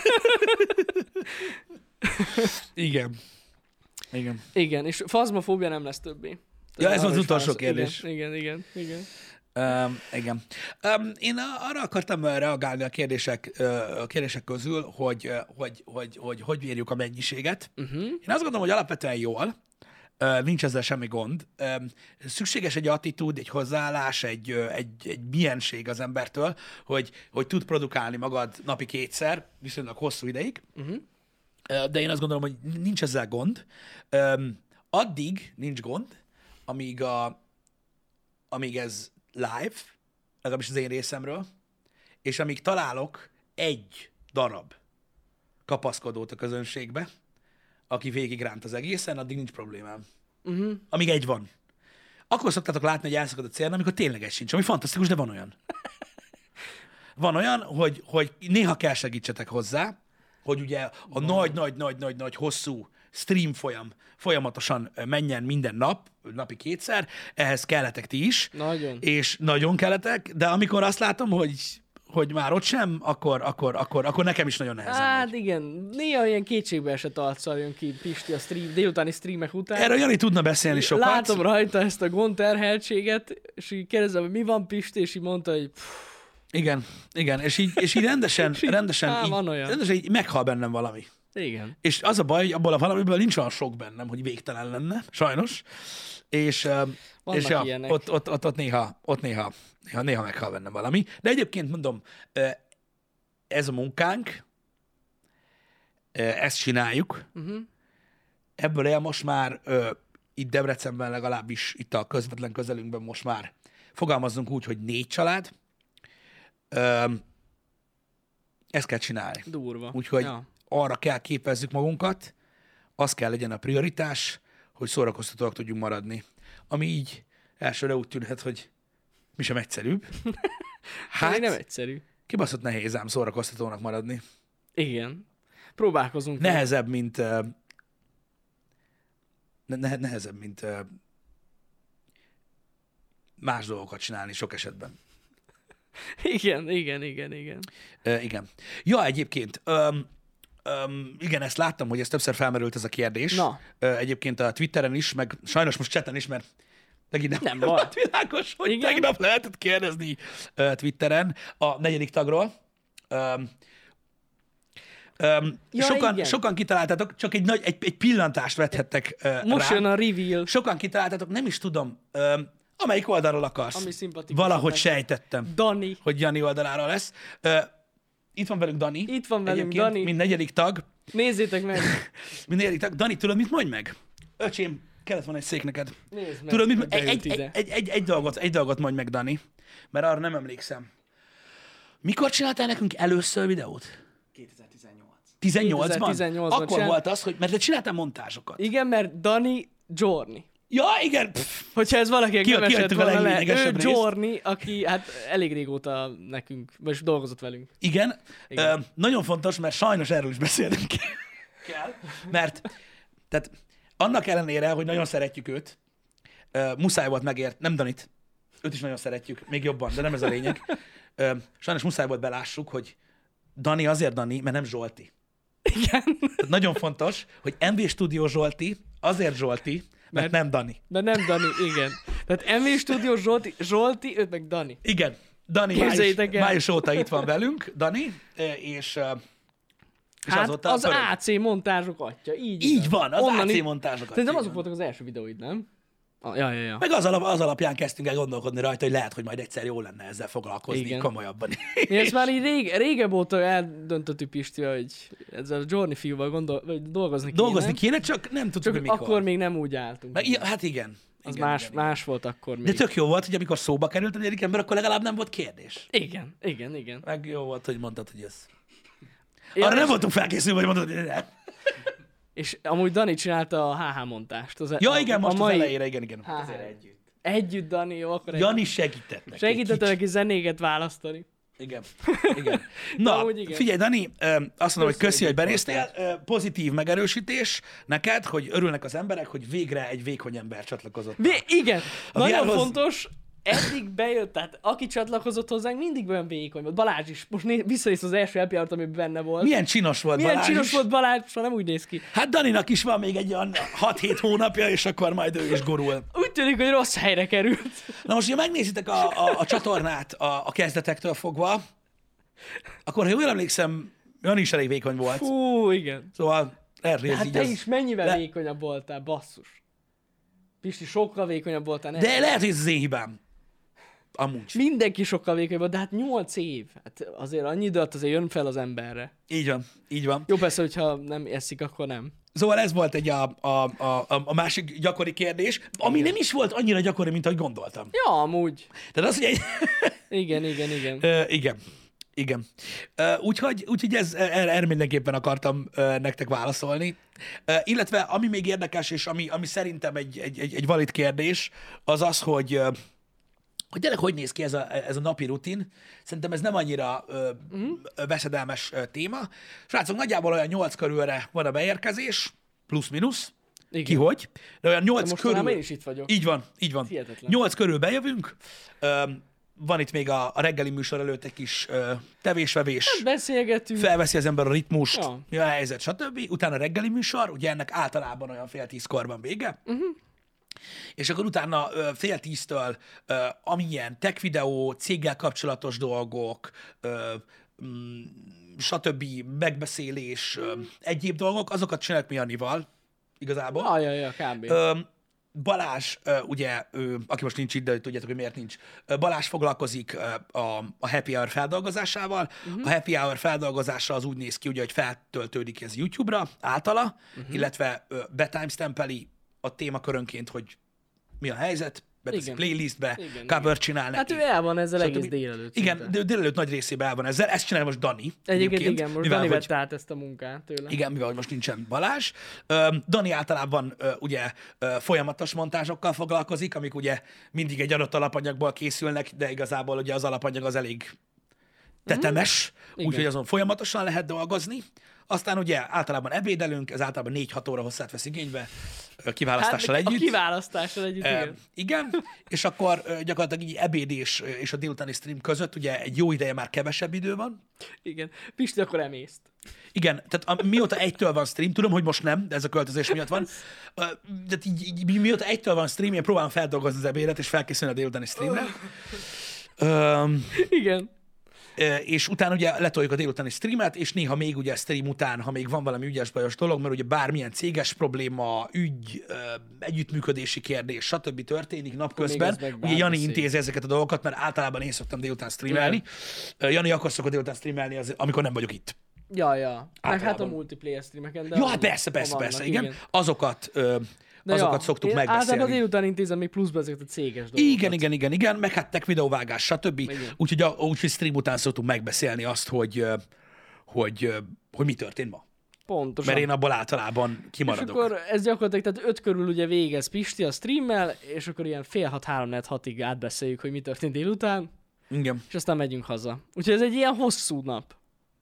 Igen. Igen. Igen, és fazmafóbia nem lesz többé. Ja, ez az utolsó kérdés. Igen, igen, igen. igen. Um, igen. Um, én arra akartam reagálni a kérdések, a kérdések közül, hogy hogy, hogy, hogy, hogy mérjük a mennyiséget. Uh-huh. Én azt gondolom, hogy alapvetően jól, nincs ezzel semmi gond. Szükséges egy attitúd, egy hozzáállás, egy, egy, egy milyenség az embertől, hogy, hogy tud produkálni magad napi kétszer, viszonylag hosszú ideig. Uh-huh. De én azt gondolom, hogy nincs ezzel gond. Addig nincs gond, amíg, a, amíg ez live, legalábbis az én részemről, és amíg találok egy darab kapaszkodót a közönségbe, aki végigránt az egészen, addig nincs problémám. Uh-huh. Amíg egy van. Akkor szoktátok látni, hogy elszakad a cél, amikor tényleg egy sincs, ami fantasztikus, de van olyan. Van olyan, hogy, hogy néha kell segítsetek hozzá, hogy ugye a nagy-nagy-nagy-nagy-nagy hosszú stream folyam folyamatosan menjen minden nap, napi kétszer, ehhez kelletek ti is. Nagyon. És nagyon kelletek, de amikor azt látom, hogy hogy már ott sem, akkor, akkor, akkor, akkor nekem is nagyon nehezen Hát megy. igen, néha ilyen kétségbe esett arccal jön ki Pisti a stream, délutáni streamek után. Erről Jani tudna beszélni sokat. Látom rajta ezt a gondterheltséget, és így kérdezem, hogy mi van Pisti, és így mondta, hogy pff. Igen, igen, és így, és így rendesen, és így, rendesen, á, így, rendesen így meghal bennem valami. Igen. És az a baj, hogy abból a valamiből nincs olyan sok bennem, hogy végtelen lenne, sajnos. És, és ja, ott, ott, ott, ott, néha, ott néha, néha, néha meghal bennem valami. De egyébként mondom, ez a munkánk, ezt csináljuk. Uh-huh. Ebből él most már itt Debrecenben legalábbis, itt a közvetlen közelünkben most már fogalmazzunk úgy, hogy négy család. Ezt kell csinálni. Durva. Úgyhogy ja. arra kell képezzük magunkat, az kell legyen a prioritás, hogy szórakoztatóak tudjunk maradni. Ami így elsőre úgy tűnhet, hogy mi sem egyszerűbb. Hát nem egyszerű. Kibaszott nehéz ám szórakoztatónak maradni. Igen. Próbálkozunk. Nehezebb, mint uh, ne- nehezebb, mint uh, más dolgokat csinálni sok esetben. Igen, igen, igen, igen. Uh, igen. Ja, egyébként, um, um, igen, ezt láttam, hogy ez többször felmerült ez a kérdés. Na. Uh, egyébként a Twitteren is, meg sajnos most chaten is, mert Megint nem, Nem nem volt. volt világos, hogy Igen. tegnap lehetett kérdezni uh, Twitteren a negyedik tagról. Um, um, Ja, sokan, igen. sokan kitaláltátok, csak egy, nagy, egy, egy pillantást vethettek uh, Most rám. jön a reveal, Sokan kitaláltátok, nem is tudom, um, amelyik oldalról akarsz. ami szimpatikus. Valahogy neki. sejtettem, Dani. hogy Jani oldalára lesz. Uh, itt van velünk Dani. Itt van velünk Egyébként, Dani. mint negyedik tag. Nézzétek meg. Mint negyedik tag. Dani, tudod, mit mondj meg? Öcsém, kellett volna egy szék neked. Nézd meg. Tudod, mit, hogy egy, beült egy, ide. egy, egy, egy, dolgot, egy dolgot mondj meg, Dani, mert arra nem emlékszem. Mikor csináltál nekünk először videót? kétezer-tizennyolc. tizennyolcban? kétezer-tizennyolcban Akkor csinál- volt az, hogy, mert te csináltál montázsokat. Igen, mert Dani Giorni. Ja, igen. Pff, Hogyha ez valakinek Ki- nem esett kihagytuk a volna le, ő leglényegesebb részt. Giorni, aki hát elég régóta nekünk, vagy dolgozott velünk. igen. Igen. Ö, nagyon fontos, mert sajnos erről is beszélnünk kell. Mert tehát annak ellenére, hogy nagyon szeretjük őt, ö, muszáj volt megért, nem Danit, őt is nagyon szeretjük, még jobban, de nem ez a lényeg. Ö, sajnos muszáj volt belássuk, hogy Dani azért Dani, mert nem Zsolti. Igen. Tehát nagyon fontos, hogy em vé Studio Zsolti azért Zsolti, mert, mert nem Dani. De nem Dani, igen. Tehát em vé Studio Zsolti, Zsolti, őt meg Dani. Igen, Dani május, Képzeljétek el. május óta itt van velünk, Dani, és, ö, és Hát azóta az pörög. á cé montázsok atya, így Így van, az Onnan á cé így- montázsokat. Szerintem így azok van. voltak az első videóid, nem? Ah, ja, ja, ja. Meg az, alap, az alapján kezdtünk el gondolkodni rajta, hogy lehet, hogy majd egyszer jó lenne ezzel foglalkozni Igen. komolyabban. Mi ezt már így rég, régebb óta eldöntöttük Pistivel, hogy ezzel a Giorni fiúval gondol, vagy dolgozni kéne. Dolgozni kéne, csak nem tudtuk, Csak hogy mikor. akkor még nem úgy álltunk. Meg, ja, hát igen. Az igen, más, igen, igen. más volt akkor még. De tök jó volt, hogy amikor szóba került a negyedik ember, akkor legalább nem volt kérdés. Igen, igen, igen. Meg jó volt, hogy mondtad, hogy ez. Ja, Arra nem és- voltunk felkészülve, hogy mondtad, hogy nem. És amúgy Dani csinálta a há há montást. Az, Ja, a, igen, most a mai... az elejére, igen, igen. há há. Azért együtt. Együtt, Dani, jó, akkor Jani segített neki. segítette egy neki zenéket választani. Igen. Igen. Na, amúgy igen. figyelj, Dani, ö, azt mondom, hogy Köszi, köszi, hogy hogy itt benéztél. Ö, Pozitív megerősítés neked, hogy örülnek az emberek, hogy végre egy vékony ember csatlakozott. Vé- igen, A nagyon viárhoz- fontos, eddig bejött, tehát aki csatlakozott hozzánk, mindig olyan vékony volt. Balázs is, most né- visszanéz az első epjart, ami benne volt. Milyen csinos volt Milyen Balázs csinos is. volt Balázs, most már nem úgy néz ki. Hát Daninak is van még egy olyan hat-hét hónapja, és akkor majd ő is gurul. Úgy tűnik, hogy rossz helyre került. Na most, ha megnézitek a, a, a csatornát a, a kezdetektől fogva, akkor, ha jól emlékszem, Jani is elég vékony volt. Fú, igen. Szóval erről ez Hát így te az... is mennyivel Le- vékonyabb voltál, basszus. Pisti, sokkal vékonyabb voltál. Ne? De lehet, hogy ez az én hibám. Amúgy. Mindenki sokkal vékonyabb volt, de hát nyolc év. Hát azért annyi idő alatt azért jön fel az emberre. Így van, így van. Jó, persze, hogyha nem eszik, akkor nem. Szóval ez volt egy a, a, a, a másik gyakori kérdés, ami nem is volt annyira gyakori, mint ahogy gondoltam. Ja, amúgy. Tehát az, hogy egy... Igen, igen, igen. Ö, igen. Igen. Ö, Úgyhogy, úgyhogy ez, erre, erre mindenképpen akartam ö, nektek válaszolni. Ö, Illetve ami még érdekes, és ami, ami szerintem egy, egy, egy, egy valid kérdés, az az, hogy ö, hogy tényleg hogy néz ki ez a, ez a napi rutin. Szerintem ez nem annyira ö, uh-huh. veszedelmes ö, téma. Srácok, nagyjából olyan nyolc körülre van a beérkezés, plusz-minusz, Igen. ki hogy, de olyan nyolc Mostanában körül... én is itt vagyok. Így van, így van. Hihetetlen. Nyolc körül bejövünk, ö, van itt még a, a reggeli műsor előtt egy kis ö, tevés-vevés, Beszélgetünk. felveszi az ember a ritmust, Ja. mi a helyzet, stb. Utána reggeli műsor, ugye ennek általában olyan fél tízkor van vége, uh-huh. és akkor utána ö, fél tíztől ö, amilyen tech videó, céggel kapcsolatos dolgok, ö, mm, stb. Megbeszélés, ö, egyéb dolgok, azokat csináljuk mi Janival, igazából. Ah, ja, ja, kb. Ö, Balázs, ö, ugye, ő, aki most nincs itt, de tudjátok, hogy miért nincs. Ö, Balázs foglalkozik ö, a, a Happy Hour feldolgozásával. Uh-huh. A Happy Hour feldolgozása az úgy néz ki, ugye, hogy feltöltődik ez YouTube-ra általa, uh-huh. illetve ö, betimestampeli a témakörönként, hogy mi a helyzet, beteszi Igen. playlistbe, Igen, cover csinál neki. Hát ő el van ezzel Stb. egész délelőtt. Igen, szinte. de délelőtt nagy részében el van ezzel. Ezt csinálja most Dani. Egyébként igen, most mivel, Dani hogy- vette át ezt a munkát tőle. igen, mivel hogy most nincsen Balázs. Ö, Dani általában ö, ugye ö, folyamatos montázsokkal foglalkozik, amik ugye mindig egy adott alapanyagból készülnek, de igazából ugye az alapanyag az elég tetemes, Igen. úgyhogy azon folyamatosan lehet dolgozni. Aztán ugye általában ebédelünk, ez általában négy-hat óra hosszát vesz igénybe, ö, kiválasztással Hát, együtt. a kiválasztással együtt, Ö, igen. igen, és akkor ö, gyakorlatilag így ebéd és, és a délutáni stream között ugye egy jó ideje már kevesebb idő van. Igen. Pisti, akkor emészt. Igen, tehát a, mióta egytől van stream, tudom, hogy most nem, de ez a költözés miatt van, ö, de így, így, mi- mióta egytől van stream, én próbálom feldolgozni az ebédet, és felkészülni a délutáni streamre. Ö, Igen. Ö, és utána ugye letoljuk a délutáni streamet, és néha még ugye stream után, ha még van valami ügyes bajos dolog, mert ugye bármilyen céges probléma, ügy, ö, együttműködési kérdés, stb. Történik napközben, az meg ugye Jani bárbeszéd. intézi ezeket a dolgokat, mert általában én szoktam délután streamelni. Ö, Jani akkor szokott délután streamelni, az, amikor nem vagyok itt. Ja, ja. Meg hát a Általában. multiplayer streameken. De Ja, van- hát persze, ha persze, vannak, persze, igen. Azokat, ö, De azokat ja, szoktuk én általában megbeszélni. délután intézem még pluszba ezeket a céges dolgokat. Igen, igen, igen, igen, meg hát tech videóvágás, stb. Igen. Úgyhogy, a- úgyhogy stream után szoktunk megbeszélni azt, hogy, ö, hogy, ö, hogy mi történt ma. Pontosan. Mert én abból általában És kimaradok. akkor ez gyakorlatilag, tehát öt körül ugye végez Pisti a streammel, és akkor ilyen fél hat, három, négy, hatig átbeszéljük, hogy mi történt délután, Igen. és aztán megyünk haza. Úgyhogy ez egy ilyen hosszú nap.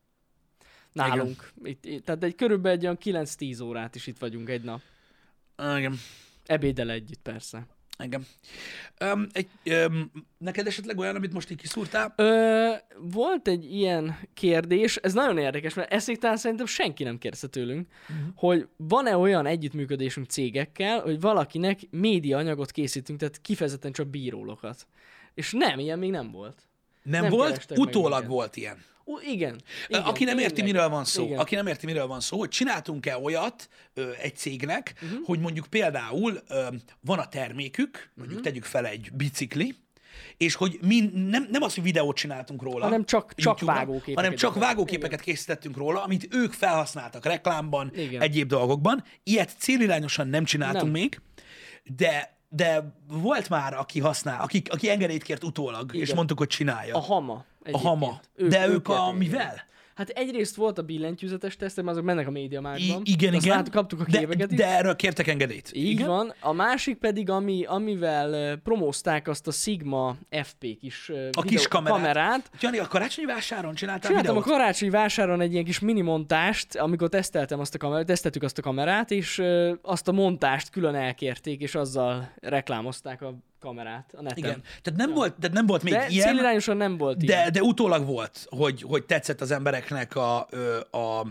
Nálunk. Itt, itt, tehát egy körülbelül egy olyan kilenc-tíz órát is itt vagyunk egy nap. Igen. Ebéddel együtt persze. Igen. Um, egy, um, neked esetleg olyan, amit most így kiszúrtál? Ö, volt egy ilyen kérdés, ez nagyon érdekes, mert ezt még talán szerintem senki nem kérdezte tőlünk, uh-huh. hogy van-e olyan együttműködésünk cégekkel, hogy valakinek média anyagot készítünk, tehát kifejezetten csak bírólokat. És nem, ilyen még nem volt. Nem, nem volt, kerestek meg utólag minket. volt ilyen. Ú, igen, igen. Aki nem érti, tényleg. miről van szó, Igen. aki nem érti, miről van szó, hogy csináltunk-e olyat ö, egy cégnek, uh-huh. hogy mondjuk például ö, van a termékük, mondjuk uh-huh. tegyük fel egy bicikli, és hogy mi nem, nem az, hogy videót csináltunk róla, Hanem csak- csak YouTube-ra, vágóképeket hanem csak gyártottunk. vágóképeket készítettünk róla, amit ők felhasználtak reklámban, Igen. egyéb dolgokban. Ilyet célirányosan nem csináltunk Nem. még, de, de volt már, aki használ, aki, aki engedélyt kért utólag, Igen. és mondtuk, hogy csinálja. A Hama. A egyébként. Hama. De ők a nyerték, igen. mivel? Hát egyrészt volt a billentyűzetes tesztek, mert azok mennek a médiamágban. I- igen, Azt igen. Lát, kaptuk a de, képeket is. de erről kértek engedélyt. Így igen? van. A másik pedig, ami, amivel ö, promózták azt a Sigma ef pé kis, ö, A videó- kis kamerát. kamerát. Jani, a karácsonyi vásáron csináltál Csináltam a videót? karácsonyi vásáron egy ilyen kis mini montást, amikor teszteltem azt a kamerát, teszteltük azt a kamerát, és ö, azt a montást külön elkérték, és azzal reklámozták a kamerát a neten. Igen. Tehát nem, volt, tehát nem volt még De ilyen, célirányosan nem volt ilyen. de, de utólag volt, hogy, hogy tetszett az embereknek a, ö, a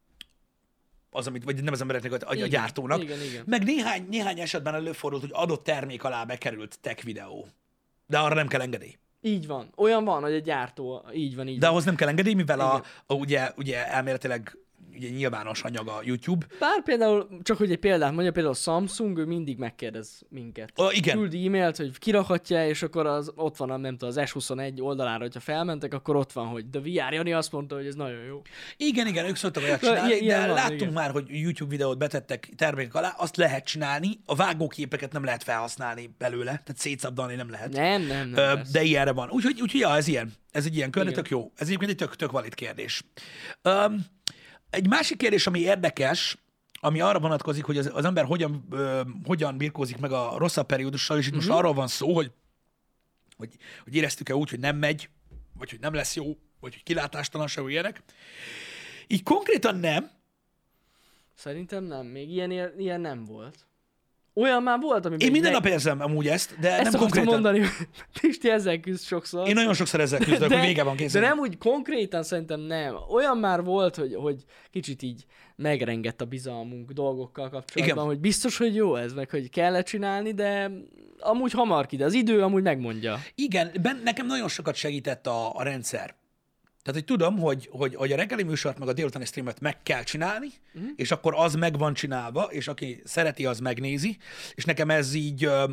az, amit, vagy nem az embereknek, a, a Igen, gyártónak. igen, igen. Meg néhány, néhány esetben előfordult, hogy adott termék alá bekerült tech videó. De arra nem kell engedély. Így van. Olyan van, hogy egy gyártó, így van, így De van. ahhoz nem kell engedély, mivel a, Igen. a, ugye, ugye elméletileg ugye nyilvános anyag a YouTube. Bár például, csak hogy egy példát mondja, például a Samsung, ő mindig megkérdez minket. Ó, igen. Küldi e-mailt, hogy kirakhatja, és akkor az, ott van, a, nem tudom, az es huszonegy oldalára, hogyha felmentek, akkor ott van, hogy de vé er Jani azt mondta, hogy ez nagyon jó. Igen, igen, ők szoktak olyat Na, csinálni, ilyen- ilyen de van, láttunk igen. már, hogy YouTube videót betettek termékek alá, azt lehet csinálni, a vágóképeket nem lehet felhasználni belőle, tehát szétszabdalni nem lehet. Nem, nem, nem. Ö, lesz. de ilyenre van. Úgyhogy, úgyhogy ja, ez ilyen. Ez egy ilyen kör, de Igen. tök jó. Ez egyébként egy tök, tök valid kérdés. Um, egy másik kérdés, ami érdekes, ami arra vonatkozik, hogy az, az ember hogyan, ö, hogyan birkózik meg a rosszabb periódussal, és itt most arról van szó, hogy, hogy, hogy éreztük-e úgy, hogy nem megy, vagy hogy nem lesz jó, vagy hogy kilátástalanság, ilyenek. Így konkrétan nem. Szerintem nem, még ilyen, ilyen nem volt. Olyan már volt, amiben... Én minden meg... nap érzem amúgy ezt, de Ezt nem akartam konkrétan. mondani, hogy Pisti ezzel küzd sokszor. Én nagyon sokszor ezzel küzdök, hogy vége van de készen. nem úgy konkrétan szerintem nem. Olyan már volt, hogy, hogy kicsit így megrengett a bizalmunk dolgokkal kapcsolatban, Igen. hogy biztos, hogy jó ez, meg hogy kellett csinálni, de amúgy hamar ki, de az idő amúgy megmondja. Igen, ben, nekem nagyon sokat segített a, a rendszer. Tehát, hogy tudom, hogy, hogy, hogy a reggeli műsort meg a délutáni streamet meg kell csinálni, uh-huh. és akkor az meg van csinálva, és aki szereti, az megnézi, és nekem ez így ö,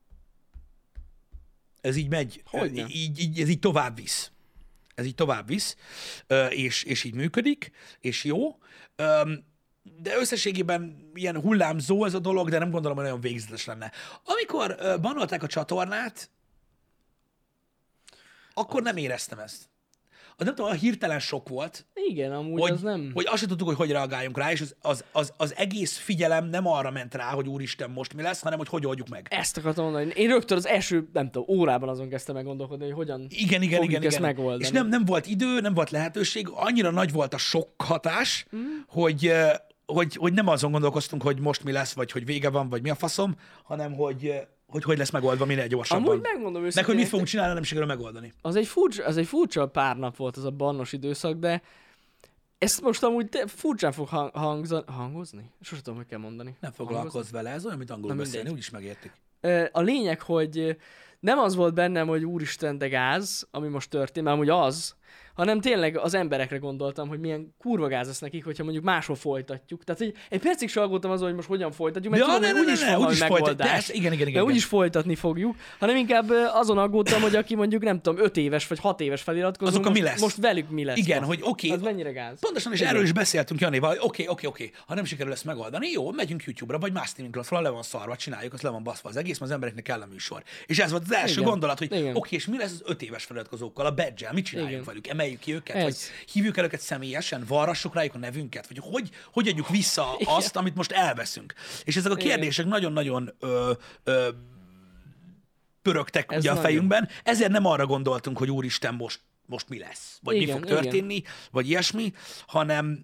ez így megy, Hogyne. így, így, ez így tovább visz. Ez így tovább visz, ö, és, és így működik, és jó. Ö, de összességében ilyen hullámzó ez a dolog, de nem gondolom, hogy nagyon végzetes lenne. Amikor ö, banolták a csatornát, akkor nem éreztem ezt. nem tudom, a hirtelen sok volt, Igen, amúgy hogy, az nem... hogy azt sem tudtuk, hogy hogy reagáljunk rá, és az, az, az, az egész figyelem nem arra ment rá, hogy úristen, most mi lesz, hanem hogy hogy oldjuk meg. Ezt akartam mondani. Én rögtön az első, nem tudom, órában azon kezdtem meg gondolkodni, hogy hogyan igen, igen, fogjuk igen, ezt igen. megoldani. És nem, nem volt idő, nem volt lehetőség, annyira nagy volt a sok hatás, mm. hogy, hogy, hogy nem azon gondolkoztunk, hogy most mi lesz, vagy hogy vége van, vagy mi a faszom, hanem hogy hogy, hogy lesz megoldva minél gyorsabban. Amúgy megmondom őszintén. Meg hogy mit fogunk csinálni, nem sikerül megoldani. Az egy, furcsa, az egy furcsa pár nap volt az a bannos időszak, de ezt most amúgy te furcsán fog hang, hangzani, hangozni? Sosem tudom, hogy kell mondani. Nem foglalkozz vele, ez olyan, mint angolul beszélni, úgyis megértik. A lényeg, hogy nem az volt bennem, hogy úristen, de gáz, ami most történt, mert amúgy az, hanem tényleg az emberekre gondoltam, hogy milyen kurva gáz lesz nekik, hogyha mondjuk máshol folytatjuk. Tehát hogy egy percig se aggódtam azon, hogy most hogyan folytatjuk, mert ja, tudom, ne, hogy úgyis van valami megoldás. Igen, igen, igen. úgyis folytatni fogjuk, hanem inkább azon aggódtam, hogy aki mondjuk nem tudom, öt éves vagy hat éves feliratkozó, azok most, mi lesz? most velük mi lesz. Igen, most. hogy oké. Okay, az mennyire gáz. Pontosan, és igen. erről is beszéltünk Janival, hogy oké, oké, oké, ha nem sikerül ezt megoldani, jó, megyünk YouTube-ra, vagy más streaming platformra, le van szarva, csináljuk, azt le van baszva az egész, mert az embereknek kell a műsor. És ez volt az első igen. gondolat, hogy oké, okay, és mi lesz az öt éves feliratkozókkal, a badge-el, mit csináljunk igen. velük, emeljük ki őket, ez. vagy hívjuk el őket személyesen, varrassuk rájuk a nevünket, vagy hogy, hogy adjuk vissza azt, igen. amit most elveszünk. És ezek a kérdések igen. nagyon-nagyon ö, ö, pörögtek ugye a fejünkben, nagyon. Ezért nem arra gondoltunk, hogy úristen, most, most mi lesz, vagy igen, mi fog történni, igen. vagy ilyesmi, hanem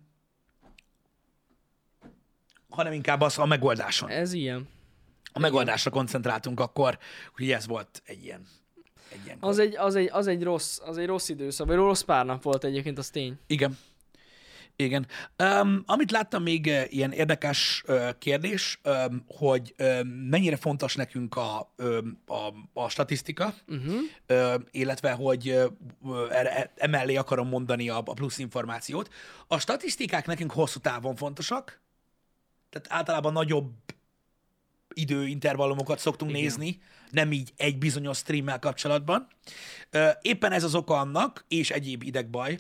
hanem inkább az a megoldáson. Ez ilyen. A megoldásra igen. koncentráltunk akkor, hogy ez volt egy ilyen Egy az, egy, az, egy, az, egy rossz, az egy rossz időszak, vagy rossz pár nap volt egyébként, az tény. Igen. Igen. Um, amit láttam még uh, ilyen érdekes uh, kérdés, um, hogy um, mennyire fontos nekünk a, um, a, a statisztika, uh-huh. uh, illetve hogy uh, erre, emellé akarom mondani a, a plusz információt. A statisztikák nekünk hosszú távon fontosak, tehát általában nagyobb időintervallumokat szoktunk igen. nézni, nem így egy bizonyos streammel kapcsolatban. Éppen ez az oka annak, és egyéb idegbaj,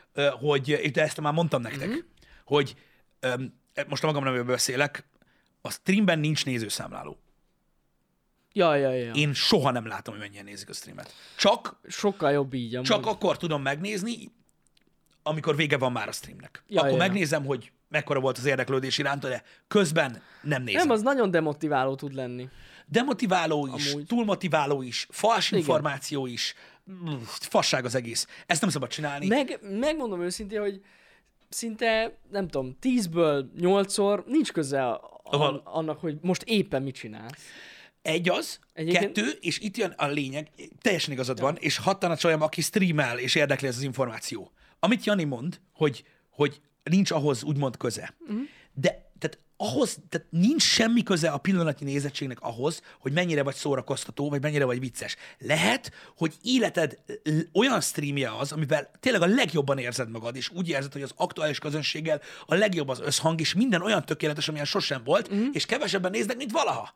hogy, de ezt már mondtam nektek, mm-hmm. hogy most a magam nem beszélek, a streamben nincs nézőszámláló. Ja, ja, ja. Én soha nem látom, hogy mennyien nézik a streamet. Csak, sokkal jobb így. Amúgy. Csak akkor tudom megnézni, amikor vége van már a streamnek. Ja, akkor ja, megnézem, hogy mekkora volt az érdeklődés iránta, de közben nem nézem. Nem, az nagyon demotiváló tud lenni. Demotiváló is, amúgy. Túlmotiváló is, fals igen. információ is, fasság az egész. Ezt nem szabad csinálni. Meg, megmondom őszintén, hogy szinte, nem tudom, tízből nyolcszor nincs köze a, a, annak, hogy most éppen mit csinálsz. Egy az, egyébként... kettő, és itt jön a lényeg, teljesen igazad ja. van, és hat tanácsoljam, aki streamel, és érdekli ez az információ. Amit Jani mond, hogy, hogy nincs ahhoz úgymond köze. Uh-huh. De tehát ahhoz, tehát nincs semmi köze a pillanatnyi nézettségnek ahhoz, hogy mennyire vagy szórakoztató, vagy mennyire vagy vicces. Lehet, hogy életed olyan streamje az, amivel tényleg a legjobban érzed magad, és úgy érzed, hogy az aktuális közönséggel a legjobb az összhang, és minden olyan tökéletes, amilyen sosem volt, uh-huh. és kevesebben néznek, mint valaha.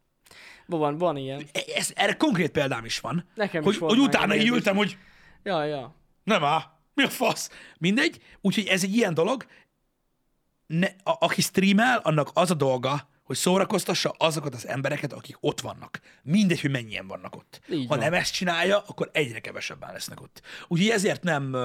Van, van ilyen. Ez, erre konkrét példám is van. Nekem hogy, is volt. Hogy utána így ültem, hogy ja, ja. nem áll, mi a fasz? Mindegy. Úgyhogy ez egy ilyen dolog. Ne, a, aki streamel, annak az a dolga, hogy szórakoztassa azokat az embereket, akik ott vannak. Mindegy, hogy mennyien vannak ott. Így ha van. Nem ezt csinálja, akkor egyre kevesebben lesznek ott. Úgyhogy ezért nem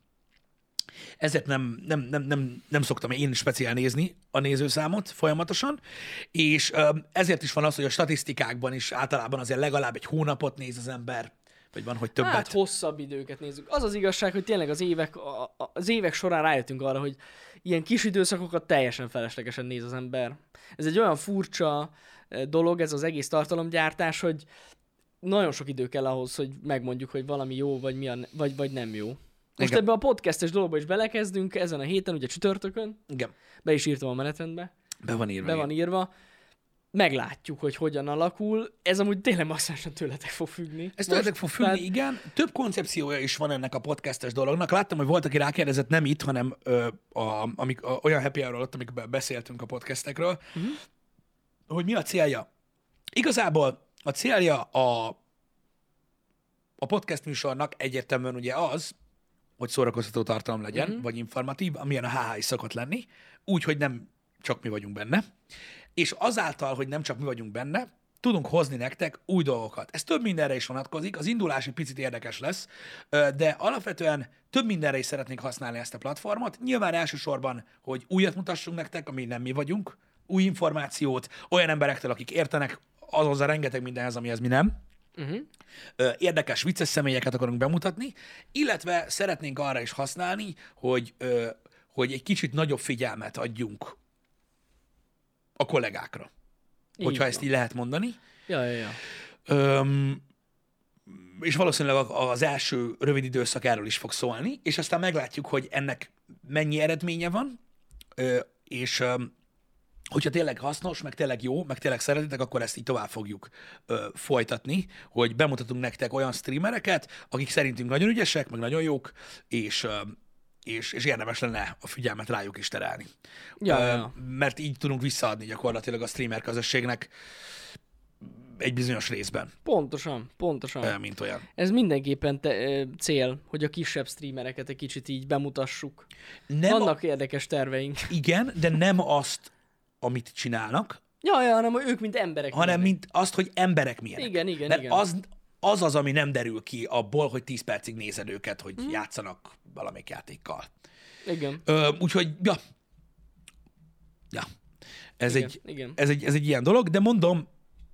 ezért nem, nem, nem, nem, nem szoktam én speciál nézni a nézőszámot folyamatosan, és ezért is van az, hogy a statisztikákban is általában azért legalább egy hónapot néz az ember, vagy van, hogy többet. Hát hosszabb időket nézzük. Az az igazság, hogy tényleg az évek, az évek során rájöttünk arra, hogy ilyen kis időszakokat teljesen feleslegesen néz az ember. Ez egy olyan furcsa dolog, ez az egész tartalomgyártás, hogy nagyon sok idő kell ahhoz, hogy megmondjuk, hogy valami jó, vagy, mi a, vagy, vagy nem jó. Most igen. ebbe a podcastes dologba is belekezdünk ezen a héten, ugye csütörtökön. Igen. Be is írtam a menetrendbe. Be van írva. Be van írva. Meglátjuk, hogy hogyan alakul. Ez amúgy tényleg masszánsan tőletek fog függni. Ez tőletek fog függni, tehát... igen. Több koncepciója is van ennek a podcastes dolognak. Láttam, hogy volt, aki rákérdezett, nem itt, hanem ö, a, amik, a, olyan happy hour alatt, amikor beszéltünk a podcastekről, uh-huh. hogy mi a célja. Igazából a célja a, a podcast műsornak egyértelműen ugye az, hogy szórakoztató tartalom legyen, uh-huh. vagy informatív, amilyen a há há is szokott lenni, úgy, hogy nem csak mi vagyunk benne. És azáltal, hogy nem csak mi vagyunk benne, tudunk hozni nektek új dolgokat. Ez több mindenre is vonatkozik, az indulás egy picit érdekes lesz, de alapvetően több mindenre is szeretnénk használni ezt a platformot. Nyilván elsősorban, hogy újat mutassunk nektek, ami nem mi vagyunk, új információt, olyan emberektől, akik értenek azhoz a rengeteg mindenhez, amihez mi nem. Uh-huh. Érdekes, vicces személyeket akarunk bemutatni, illetve szeretnénk arra is használni, hogy, hogy egy kicsit nagyobb figyelmet adjunk a kollégákra. Így hogyha van. Ezt így lehet mondani. Ja, ja, ja. Öm, és valószínűleg az első rövid időszak erről is fog szólni, és aztán meglátjuk, hogy ennek mennyi eredménye van, és hogyha tényleg hasznos, meg tényleg jó, meg tényleg szeretitek, akkor ezt így tovább fogjuk ö, folytatni, hogy bemutatunk nektek olyan streamereket, akik szerintünk nagyon ügyesek, meg nagyon jók, és, ö, és, és érdemes lenne a figyelmet rájuk is terelni. Ja, ö, ja. Mert így tudunk visszaadni gyakorlatilag a streamer közösségnek egy bizonyos részben. Pontosan, pontosan. Ö, mint olyan. Ez mindenképpen te, ö, cél, hogy a kisebb streamereket egy kicsit így bemutassuk. Nem Vannak a... érdekes terveink. Igen, de nem azt, amit csinálnak. Ja, ja, hanem ők, mint emberek. Hanem milyenek. Mint azt, hogy emberek milyenek. Igen, igen, Mert igen. Az, az az, ami nem derül ki abból, hogy tíz percig nézed őket, hogy hmm. játszanak valamelyik játékkal. Igen. Ö, úgyhogy, ja. Ja. Ez, igen, egy, igen. Ez, egy, ez egy ilyen dolog, de mondom,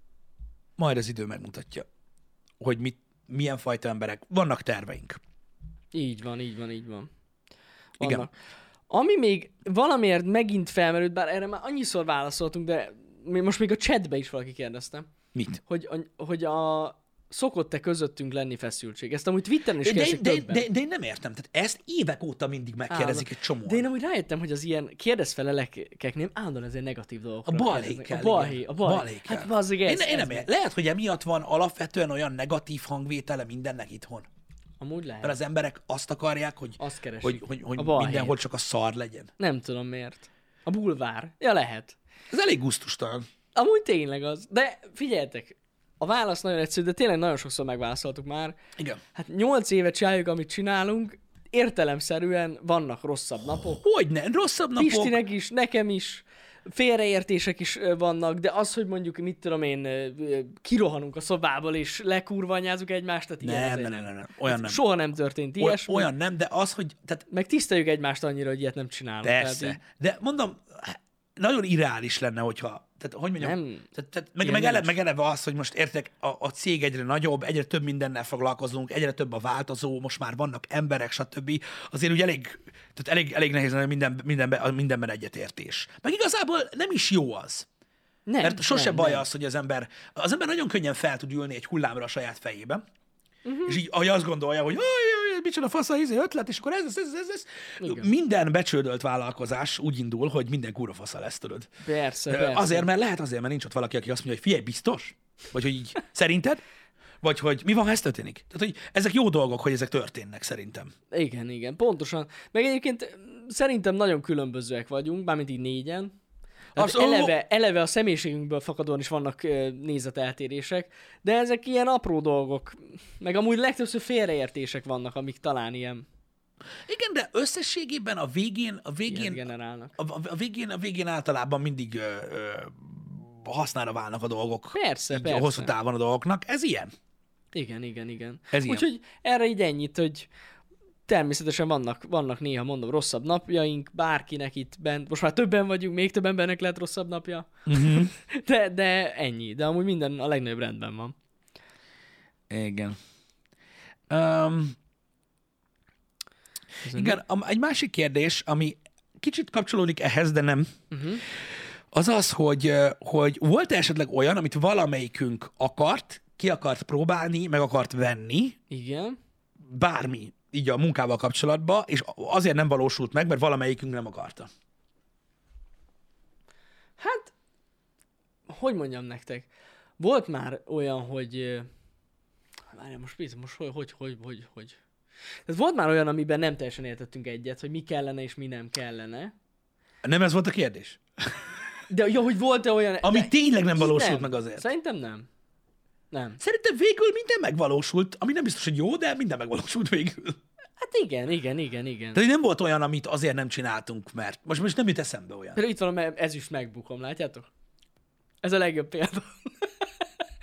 majd az idő megmutatja, hogy mit, milyen fajta emberek. Vannak terveink. Így van, így van, így van. Vannak. Igen. Ami még valamiért megint felmerült, bár erre már annyiszor válaszoltunk, de most még a chatbe is valaki kérdezte. Mit? Hogy a, hogy a szokott-e közöttünk lenni feszültség. Ezt amúgy Twitteren is kérdezik de, többen. De, de, de én nem értem. Tehát ezt évek óta mindig megkérdezik egy csomóan. De én amúgy rájöttem, hogy az ilyen kérdezfelelekeknél állandóan ezért negatív dolgokra A balhékkel. A balhé, a balhé. Hát bazzeg ez. Én, én nem ér. Lehet, hogy emiatt van alapvetően olyan negatív hangvétele mindennek itthon. Amúgy lehet. Mert az emberek azt akarják, hogy, azt hogy, hogy, hogy mindenhol csak a szar legyen. Nem tudom miért. A bulvár. Ja, lehet. Ez elég gusztustalan. Amúgy tényleg az. De figyeljetek, a válasz nagyon egyszerű, de tényleg nagyon sokszor megválaszoltuk már. Igen. Hát nyolc éve csináljuk, amit csinálunk, értelemszerűen vannak rosszabb napok. Hogyne, rosszabb napok. Pistinek is, nekem is. Félreértések is vannak, de az, hogy mondjuk, mit tudom én, kirohanunk a szobából, és lekurvanyázunk egymást, tehát nem, nem, nem, nem, nem, olyan nem. Soha nem történt ilyesmi. Olyan nem, de az, hogy... Tehát... Meg tiszteljük egymást annyira, hogy ilyet nem csinálunk. Persze, így... de mondom, nagyon irreális lenne, hogyha... Tehát, hogy mondjam, nem. Tehát, tehát, meg, meg, eleve, meg eleve az, hogy most értek, a, a cég egyre nagyobb, egyre több mindennel foglalkozunk, egyre több a változó, most már vannak emberek, stb. Azért úgy elég, tehát elég, elég nehéz lenne minden, mindenben, mindenben egyetértés. Meg igazából nem is jó az. Nem, Mert sose nem, baj nem. az, hogy az ember, az ember nagyon könnyen fel tud ülni egy hullámra a saját fejében, uh-huh. és így, ahogy azt gondolja, hogy micsoda fasz a izé ötlet, és akkor ez, ez, ez, ez, ez. Minden becsődölt vállalkozás úgy indul, hogy minden kurva fasza lesz, tudod. Persze, persze. Azért, mert lehet azért, mert nincs ott valaki, aki azt mondja, hogy figyelj, biztos? Vagy hogy így, szerinted? Vagy hogy mi van, ha ez történik? Tehát, hogy ezek jó dolgok, hogy ezek történnek, szerintem. Igen, igen, pontosan. Meg egyébként szerintem nagyon különbözőek vagyunk, mármint így négyen. Az, eleve, eleve a személyiségünkből fakadóan is vannak nézeteltérések, de ezek ilyen apró dolgok, meg amúgy legtöbbször félreértések vannak, amik talán ilyen. Igen, de összességében a végén, a végén, generálnak. A, a, végén, a végén általában mindig ö, ö, hasznára válnak a dolgok. Persze, így, persze. A hosszú távon a dolgoknak. Ez ilyen. Igen, igen, igen. Ez Úgyhogy ilyen. erre így ennyit, hogy természetesen vannak, vannak néha, mondom, rosszabb napjaink, bárkinek itt bent, most már többen vagyunk, még több embernek lehet rosszabb napja, uh-huh. de, de ennyi, de amúgy minden a legnagyobb rendben van. Igen. Um, igen, egy másik kérdés, ami kicsit kapcsolódik ehhez, de nem, uh-huh. az az, hogy, hogy volt esetleg olyan, amit valamelyikünk akart, ki akart próbálni, meg akart venni. Igen. Bármi. Így a munkával kapcsolatban, és azért nem valósult meg, mert valamelyikünk nem akarta. Hát, hogy mondjam nektek, volt már olyan, hogy... Várjál, most bízom, most hogy, hogy, hogy, hogy, hogy... Tehát volt már olyan, amiben nem teljesen értettünk egyet, hogy mi kellene és mi nem kellene. Nem ez volt a kérdés? De jó, hogy volt-e olyan... Ami de... tényleg nem valósult nem. meg azért. Szerintem nem. Nem. Szerintem végül minden megvalósult, ami nem biztos, hogy jó, de minden megvalósult végül. Hát igen, igen, igen, igen. Tehát nem volt olyan, amit azért nem csináltunk, mert most, most nem jut eszembe olyan. Például itt van, ez is megbukom, látjátok? Ez a legjobb példa.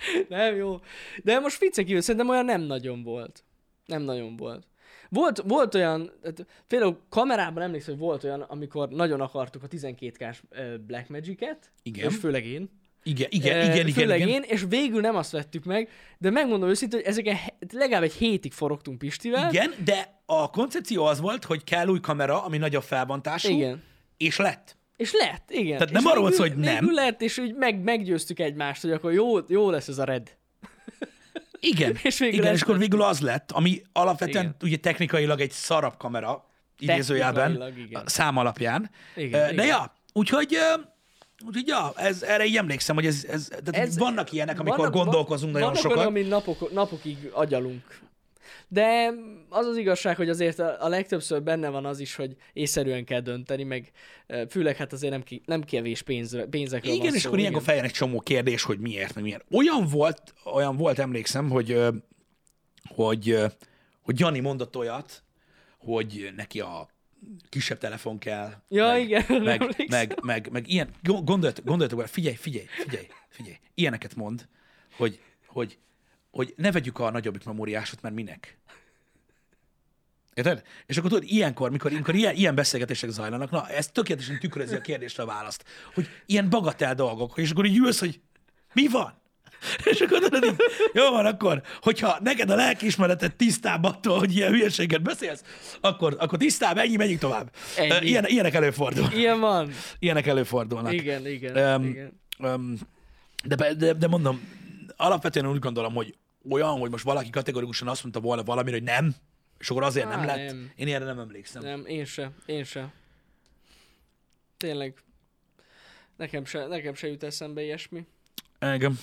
Nem jó. De most vicce kívül, szerintem olyan nem nagyon volt. Nem nagyon volt. Volt, volt olyan, tehát például kamerában emlékszem, hogy volt olyan, amikor nagyon akartuk a tizenkét kás Blackmagic-et, Igen. és főleg én. Igen, igen, igen, igen. Főleg igen. én, és végül nem azt vettük meg, de megmondom őszintén, hogy ezeken legalább egy hétig forogtunk Pistivel. Igen, de a koncepció az volt, hogy kell új kamera, ami nagyobb felbontású, Igen. és lett. És lett, igen. Tehát nem és arról végül, volt, hogy nem. Végül lett, és úgy meg, meggyőztük egymást, hogy akkor jó, jó lesz ez a Red. Igen, és végül igen, ez és akkor végül az lett, ami alapvetően igen. ugye technikailag egy szarabb kamera, idézőjelben, a szám alapján. Igen, De igen. ja, úgyhogy, úgyhogy ja, ez, erre így emlékszem, hogy ez, ez, tehát Ez- vannak ilyenek, amikor vannak- gondolkozunk nagyon vannak sokat. Vannak olyan, amit napok, napokig agyalunk. De az az igazság, hogy azért a, a legtöbbször benne van az is, hogy észszerűen kell dönteni, meg e, főleg hát azért nem, ki, nem kevés pénz, pénzekről Igen, van és szó. akkor ilyenkor feljön egy csomó kérdés, hogy miért, meg miért. Olyan volt, olyan volt, emlékszem, hogy, ö, hogy, ö, hogy Jani mondott olyat, hogy neki a kisebb telefon kell. Ja, meg, igen, meg, emlékszem. meg, meg, meg ilyen, gondoljatok, gondoljatok bele, figyelj, figyelj, figyelj, figyelj, ilyeneket mond, hogy, hogy, hogy ne vegyük a nagyobbik memóriásot, mert minek. Érted? És akkor tudod, ilyenkor, mikor, mikor ilyen, ilyen beszélgetések zajlanak, na, ez tökéletesen tükrözi a kérdésre a választ, hogy ilyen bagatel dolgok, és akkor így ülsz, hogy mi van? És akkor tudod, így, jó van, akkor, hogyha neked a lelkiismereted tisztább attól, hogy ilyen hülyeséget beszélsz, akkor, akkor tisztább, ennyi, menjünk tovább. Ennyi. Ilyen, ilyenek előfordul. Ilyen van. Ilyenek előfordulnak. Igen, igen, Öm, igen. öm, de, de, de mondom, alapvetően úgy gondolom, hogy olyan, hogy most valaki kategorikusan azt mondta volna valamire, hogy nem, és akkor azért Á, nem lett. nem. Én ilyenre nem emlékszem. Nem, én se, én se. Tényleg. Nekem se, nekem se jut eszembe ilyesmi. Igen.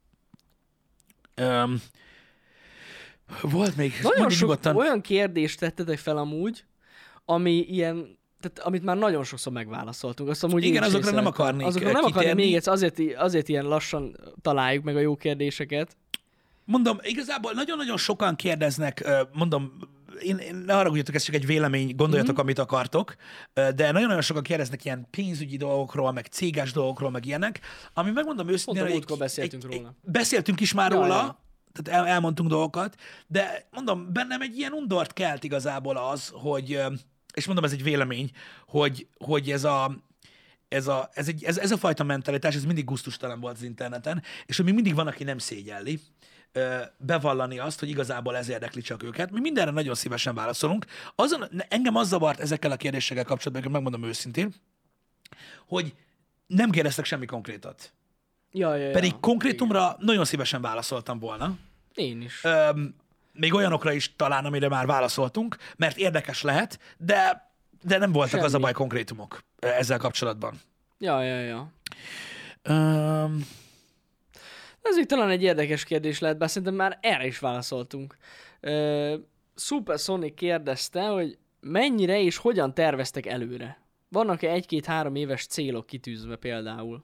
Um, volt még, Nagyon mondjuk sok nyugodtan. olyan kérdést tettetek fel amúgy, ami ilyen, tehát amit már nagyon sokszor megválaszoltunk. Azt amúgy Igen, én is azokra nem észrevettem. akarnék, Azokra eh, nem akarnék kitérni. még egyszer, azért, azért ilyen lassan találjuk meg a jó kérdéseket. Mondom, igazából nagyon-nagyon sokan kérdeznek, ö, mondom, én, én ne haragudjatok, ez csak egy vélemény, gondoljatok, mm-hmm. amit akartok, ö, de nagyon-nagyon sokan kérdeznek ilyen pénzügyi dolgokról, meg céges dolgokról, meg ilyenek, ami megmondom őszintén, Pont a hogy múltkor beszéltünk egy, róla. Egy, beszéltünk is már Ja, róla, ja. tehát el, elmondtunk dolgokat, de mondom, bennem egy ilyen undort kelt igazából az, hogy, ö, és mondom, ez egy vélemény, hogy, hogy ez a Ez a, ez, egy, ez, ez a fajta mentalitás, ez mindig gusztustalan volt az interneten, és hogy még mindig van, aki nem szégyelli ö, bevallani azt, hogy igazából ez érdekli csak őket. Mi mindenre nagyon szívesen válaszolunk. Azon, engem az zavart ezekkel a kérdésekkel kapcsolatban, megmondom őszintén, hogy nem kérdeztek semmi konkrétat. Ja, ja, ja. Pedig konkrétumra nagyon szívesen válaszoltam volna. Én is. Öm, még olyanokra is talán, amire már válaszoltunk, mert érdekes lehet, de, de nem voltak Semmi. az a baj konkrétumok ö, ezzel kapcsolatban. Ja, ja, ja. Öm, Ez még talán egy érdekes kérdés lehet, bár szerintem már erre is válaszoltunk. Uh, Super Sonic kérdezte, hogy mennyire és hogyan terveztek előre? Vannak-e egy-két-három éves célok kitűzve például?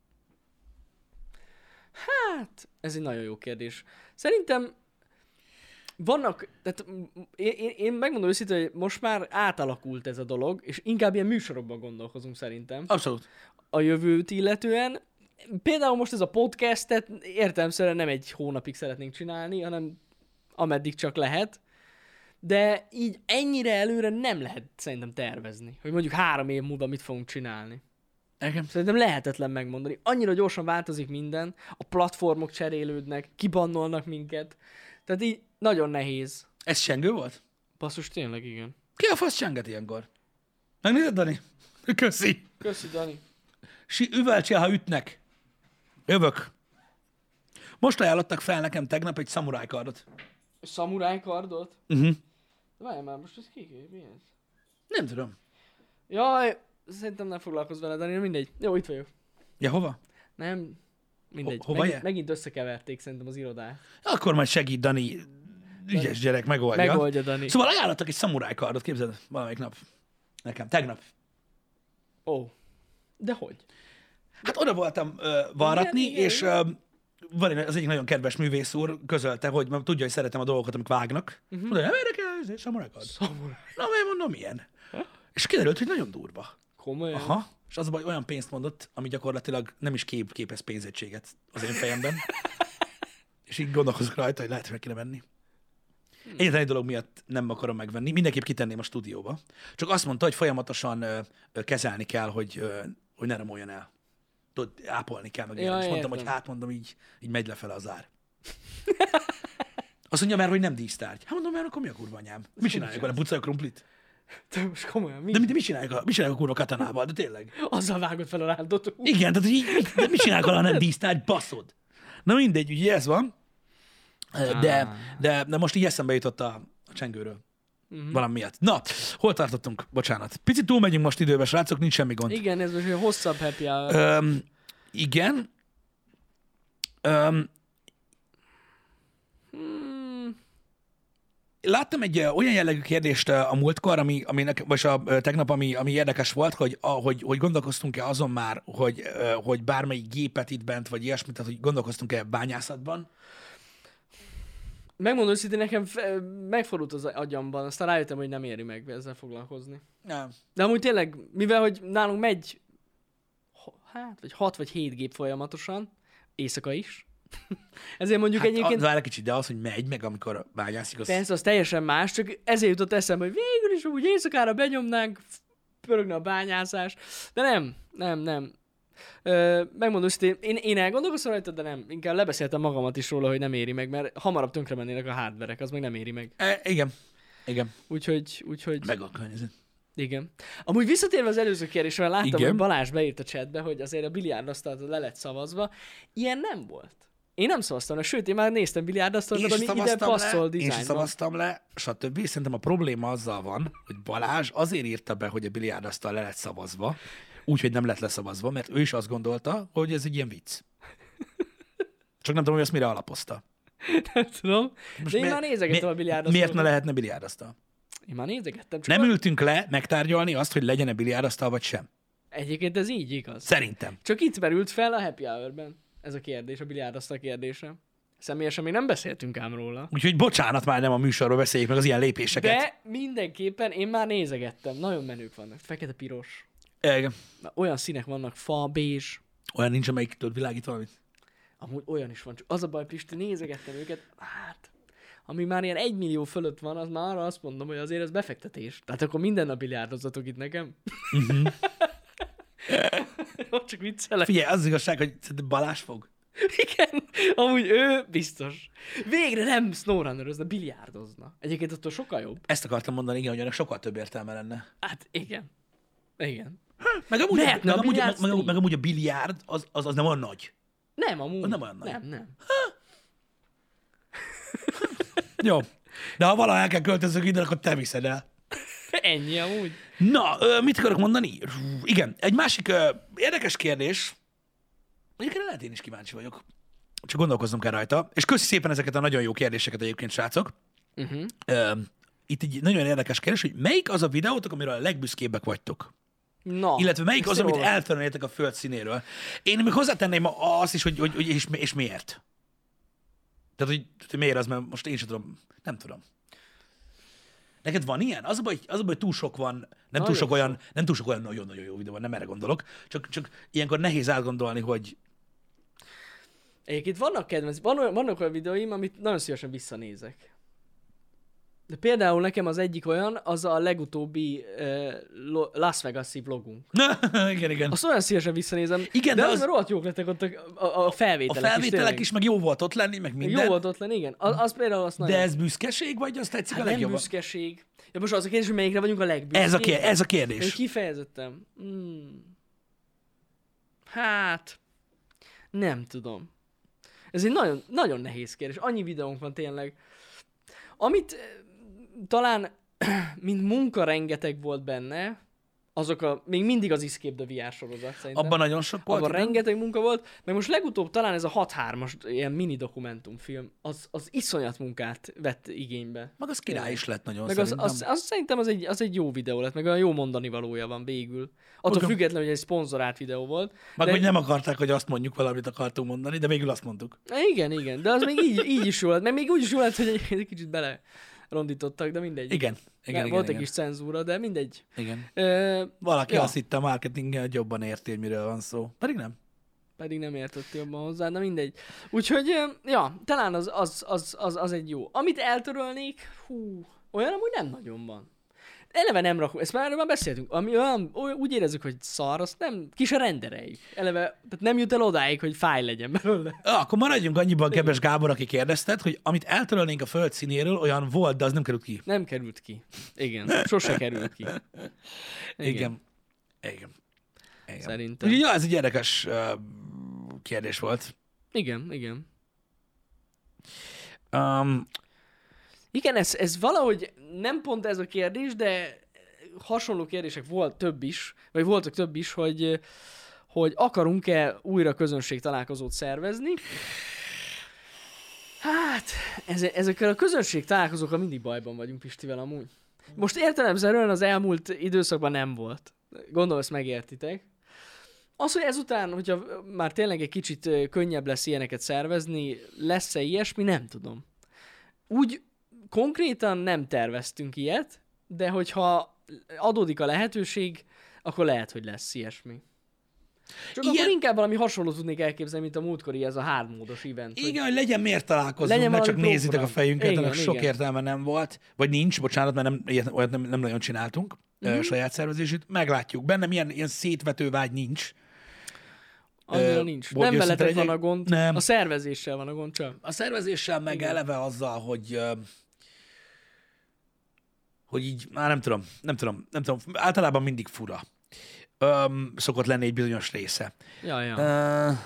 Hát, ez egy nagyon jó kérdés. Szerintem vannak, tehát én, én, én megmondom őszintén, hogy most már átalakult ez a dolog, és inkább ilyen műsorokban gondolkozunk szerintem abszolút. a jövőt illetően. Például most ez a podcastet értelemszerűen nem egy hónapig szeretnénk csinálni, hanem ameddig csak lehet. De így ennyire előre nem lehet szerintem tervezni, hogy mondjuk három év múlva mit fogunk csinálni. Igen. Szerintem lehetetlen megmondani. Annyira gyorsan változik minden, a platformok cserélődnek, kibannolnak minket. Tehát így nagyon nehéz. Ez csengő volt? Basszus, tényleg igen. Ki a fasz csenget ilyenkor? Megnézed, Dani? Köszi. Köszi, Dani. Si üvöltsél, ha ütnek. Jövök. Most ajánlottak fel nekem tegnap egy szamurájkardot. Szamuráj kardot? Uh-huh. Várj már, most ez ki? Mi ez? Nem tudom. Jaj, szerintem nem foglalkozz vele, Dani, mindegy. Jó, itt vagyok. Ja, hova? Nem, mindegy. Ho- hova megint, je? megint összekeverték szerintem az irodát. Akkor majd segít, Dani. Ügyes gyerek, megoldja. Megoldja, Dani. Szóval ajánlottak egy szamurájkardot, képzeld, valamelyik nap. Nekem, tegnap. Ó. De hogy? Hát oda voltam uh, varratni, Igen, igen, és uh, van egy- az egyik nagyon kedves művész úr közölte, hogy mert tudja, hogy szeretem a dolgokat, amik vágnak. Uh-huh. Mondja, nem érdekel, ez egy szamurájkard. Szamuráj. Na, miért mondom, milyen? És kiderült, hogy nagyon durva. Komolyan? Aha. És az a baj, olyan pénzt mondott, ami gyakorlatilag nem is kép, képez pénzegységet az én fejemben. És így gondolkozok rajta, hogy lehet, hogy meg kéne venni. Egyetlen egy dolog miatt nem akarom megvenni, mindenképp kitenném a stúdióba. Csak azt mondta, hogy folyamatosan ö, ö, kezelni kell, hogy, ö, hogy ne romoljon el. Tudod, ápolni kell meg. Ja, és mondtam, hogy hát mondom, így, így megy lefele az ár. Azt mondja már, hogy nem dísztárgy. Hát mondom, mert akkor mi a kurva anyám? Mi csináljuk vele? Pucoljuk krumplit? Te most komolyan, mi? De mit, mit csináljuk a, mit csináljuk a kurva katanával? De tényleg. Azzal vágod fel a rántott. Igen, tehát így, de mit csináljuk, ha nem dísztárgy? Baszod. Na mindegy, ugye ez van. De, de, de most így eszembe jutott a, a csengőről. Uh-huh. Valami miatt. Na, hol tartottunk? Bocsánat. Picit túlmegyünk most időbe, srácok, nincs semmi gond. Igen, ez most egy hosszabb happy hour. Öm, igen. Öm, hmm. Láttam egy uh, olyan jellegű kérdést uh, a múltkor, ami, ami nekem, vagy a uh, tegnap, ami, ami érdekes volt, hogy, a, hogy, hogy gondolkoztunk-e azon már, hogy, uh, hogy bármelyik gépet itt bent, vagy ilyesmit, tehát hogy gondolkoztunk-e bányászatban. Megmondom őszintén, nekem fe, megfordult az agyamban, aztán rájöttem, hogy nem éri meg ezzel foglalkozni. Nem. De amúgy tényleg, mivel hogy nálunk megy hát, vagy hat vagy hét gép folyamatosan, éjszaka is, ezért mondjuk hát, egyébként... Várj egy kicsit, de az, hogy megy meg, amikor bányászik, az... Persze, az teljesen más, csak ezért jutott eszembe, hogy végül is úgy éjszakára benyomnánk, pörögne a bányászás, de nem, nem, nem. Ö, megmondom, hogy én, én elgondolkozom rajta, de nem. Inkább lebeszéltem magamat is róla, hogy nem éri meg, mert hamarabb tönkre mennének a hardverek, az meg nem éri meg. E, igen. Igen. Úgyhogy, úgyhogy... Meg a környezet. Igen. Amúgy visszatérve az előző kérdésre, láttam, igen. hogy Balázs beírt a chatbe, hogy azért a biliárdasztalt le lett szavazva. Ilyen nem volt. Én nem szavaztam le, sőt, én már néztem biliárdasztalt, ami ide passzol dizájnban. Én is szavaztam le, stb. Szerintem a probléma azzal van, hogy Balázs azért írta be, hogy a biliárdasztal le lett szavazva, úgyhogy nem lett leszavazva, mert ő is azt gondolta, hogy ez egy ilyen vicc. Csak nem tudom, hogy ezt mire alapozta. Nem tudom. Most de én mi, már nézegettem mi, a biliárdasztal. Miért ne lehetne biliárdasztal? Én már nézegettem. Nem a... ültünk le megtárgyalni azt, hogy legyen-e biliárdasztal, vagy sem. Egyébként ez így igaz. Szerintem. Csak itt merült fel a happy hour-ben ez a kérdés, a biliárdasztal kérdése. Személyesen még nem beszéltünk ám róla. Úgyhogy bocsánat, már nem a műsorról beszéljük meg az ilyen lépéseket. De mindenképpen én már nézegettem. Nagyon menők vannak. Fekete-piros. Igen. Olyan színek vannak, fa, bézs. Olyan nincs, amelyik tudod világít valamit? Amúgy olyan is van. Csak az a baj, Pisti, nézegettem őket. Hát, ami már ilyen egy millió fölött van, az már arra azt mondom, hogy azért ez befektetés. Tehát akkor minden nap biliárdozzatok itt nekem. Uh-huh. Csak viccelek. Figyelj, az, az igazság, hogy Balázs fog. Igen, amúgy ő biztos. Végre nem snowrunnerözne, biliárdozna. Egyébként attól sokkal jobb. Ezt akartam mondani, igen, hogy ennek sokkal több értelme lenne. Hát igen. Igen. Meg amúgy, meg, meg, amúgy, meg, meg, meg amúgy a biliárd, az, az, az nem olyan nagy. Nem, amúgy. Az nem olyan nagy. Nem, nem. Jó. De ha valaha el kell költözök ide, akkor te viszed el. Ennyi amúgy. Na, mit akarok mondani? Igen, egy másik ö, érdekes kérdés. Egyébként lehet én is kíváncsi vagyok. Csak gondolkoznom kell rajta. És köszi szépen ezeket a nagyon jó kérdéseket egyébként, srácok. Uh-huh. Ö, itt egy nagyon érdekes kérdés, hogy melyik az a videótok, amiről a legbüszkébbek vagytok? Na, illetve melyik az, amit eltörölnétek a föld színéről? Én még hozzátenném azt is, hogy, hogy, hogy és, és miért. Tehát, hogy, hogy miért az, mert most én sem tudom, nem tudom. Neked van ilyen? Az a baj, az a baj túl sok van, nem nagyon túl sok olyan, nem túl sok olyan nagyon-nagyon jó videó van, nem erre gondolok, csak, csak ilyenkor nehéz átgondolni, hogy... Egyébként vannak kedvenc, van, vannak olyan videóim, amit nagyon szívesen visszanézek. De például nekem az egyik olyan, az a legutóbbi uh, Las Vegas-i vlogunk. igen, igen. Azt olyan szívesen visszanézem, igen, de, de az, az... rohadt jók lettek ott a, a, a felvételek. A felvételek is, is, meg jó volt ott lenni, meg minden. Jó volt ott lenni, igen. Az, az például azt nagyon... De ez büszkeség, vagy azt tetszik hát a legjobban? Nem büszkeség. Ja, most az a kérdés, hogy melyikre vagyunk a legbüszkébb. Ez a, kér, ez a kérdés. Én kifejezettem. Hmm. Hát... Nem tudom. Ez egy nagyon, nagyon nehéz kérdés. Annyi videónk van tényleg. Amit talán, mint munka rengeteg volt benne, azok a, még mindig az Escape the vé er sorozat szerintem. Abban nagyon sok volt. Abban rengeteg munka volt, meg most legutóbb talán ez a hat hármas ilyen mini dokumentumfilm, az, az iszonyat munkát vett igénybe. Meg az király is lett nagyon meg szerintem. Az, az, az, szerintem az egy, az egy jó videó lett, meg olyan jó mondani valója van végül. Attól Maga... függetlenül, hogy egy szponzorált videó volt. Meg de... hogy nem akarták, hogy azt mondjuk valamit akartunk mondani, de végül azt mondtuk. Igen, igen, de az még így, így is jó lett, meg még úgy is jó lett, hogy egy kicsit bele rondítottak, de mindegy. Igen. Igen, igen, igen, volt igen. egy kis cenzúra, de mindegy. Igen. Ö, Valaki ja. azt hitte a marketinggel, hogy jobban érti, hogy miről van szó. Pedig nem. Pedig nem értettél jobban hozzá, de mindegy. Úgyhogy, ja, talán az, az, az, az, az egy jó. Amit eltörölnék, hú, olyan amúgy nem nagyon van. Eleve nem rakunk, ezt már erről már beszéltünk, ami olyan, úgy érezzük, hogy szar, azt nem, ki se rendereljük. Eleve, tehát nem jut el odáig, hogy fáj legyen belőle. Ja, akkor maradjunk annyiban, kedves Gábor, aki kérdezted, hogy amit eltörölnénk a föld színéről, olyan volt, de az nem került ki. Nem került ki. Igen, sose került ki. Igen. Igen. Igen. Igen. Szerintem. Úgyhogy ja, ez egy érdekes uh, kérdés volt. Igen, igen. Um, Igen, ez, ez valahogy nem pont ez a kérdés, de hasonló kérdések volt több is, vagy voltak több is, hogy, hogy akarunk-e újra közönség találkozót szervezni. Hát, ez, ezekkel a közönség találkozókkal mindig bajban vagyunk Pistivel amúgy. Most értelemszerűen az elmúlt időszakban nem volt. Gondolom, ezt megértitek. Az, hogy ezután, hogyha már tényleg egy kicsit könnyebb lesz ilyeneket szervezni, lesz-e ilyesmi, nem tudom. Úgy konkrétan nem terveztünk ilyet, de hogyha adódik a lehetőség, akkor lehet, hogy lesz ilyesmi. Csak ilyen... akkor inkább valami hasonló tudnék elképzelni, mint a múltkori ez a hármódos event. Igen, hogy, hogy legyen miért találkozunk, ne csak nézitek a fejünket, igen, annak sok értelme nem volt, vagy nincs, bocsánat, mert nem, ilyet, olyat nem, nem nagyon csináltunk, uh-huh. saját szervezését. Meglátjuk. Bennem ilyen, ilyen szétvető vágy nincs. Annyira nincs. Nem veletek van a gond, nem. A szervezéssel van a gond csak. A szervezéssel meg igen. eleve azzal, hogy hogy így, már nem tudom, nem tudom, nem tudom, általában mindig fura. Öm, szokott lenni egy bizonyos része. Ja, ja. Uh,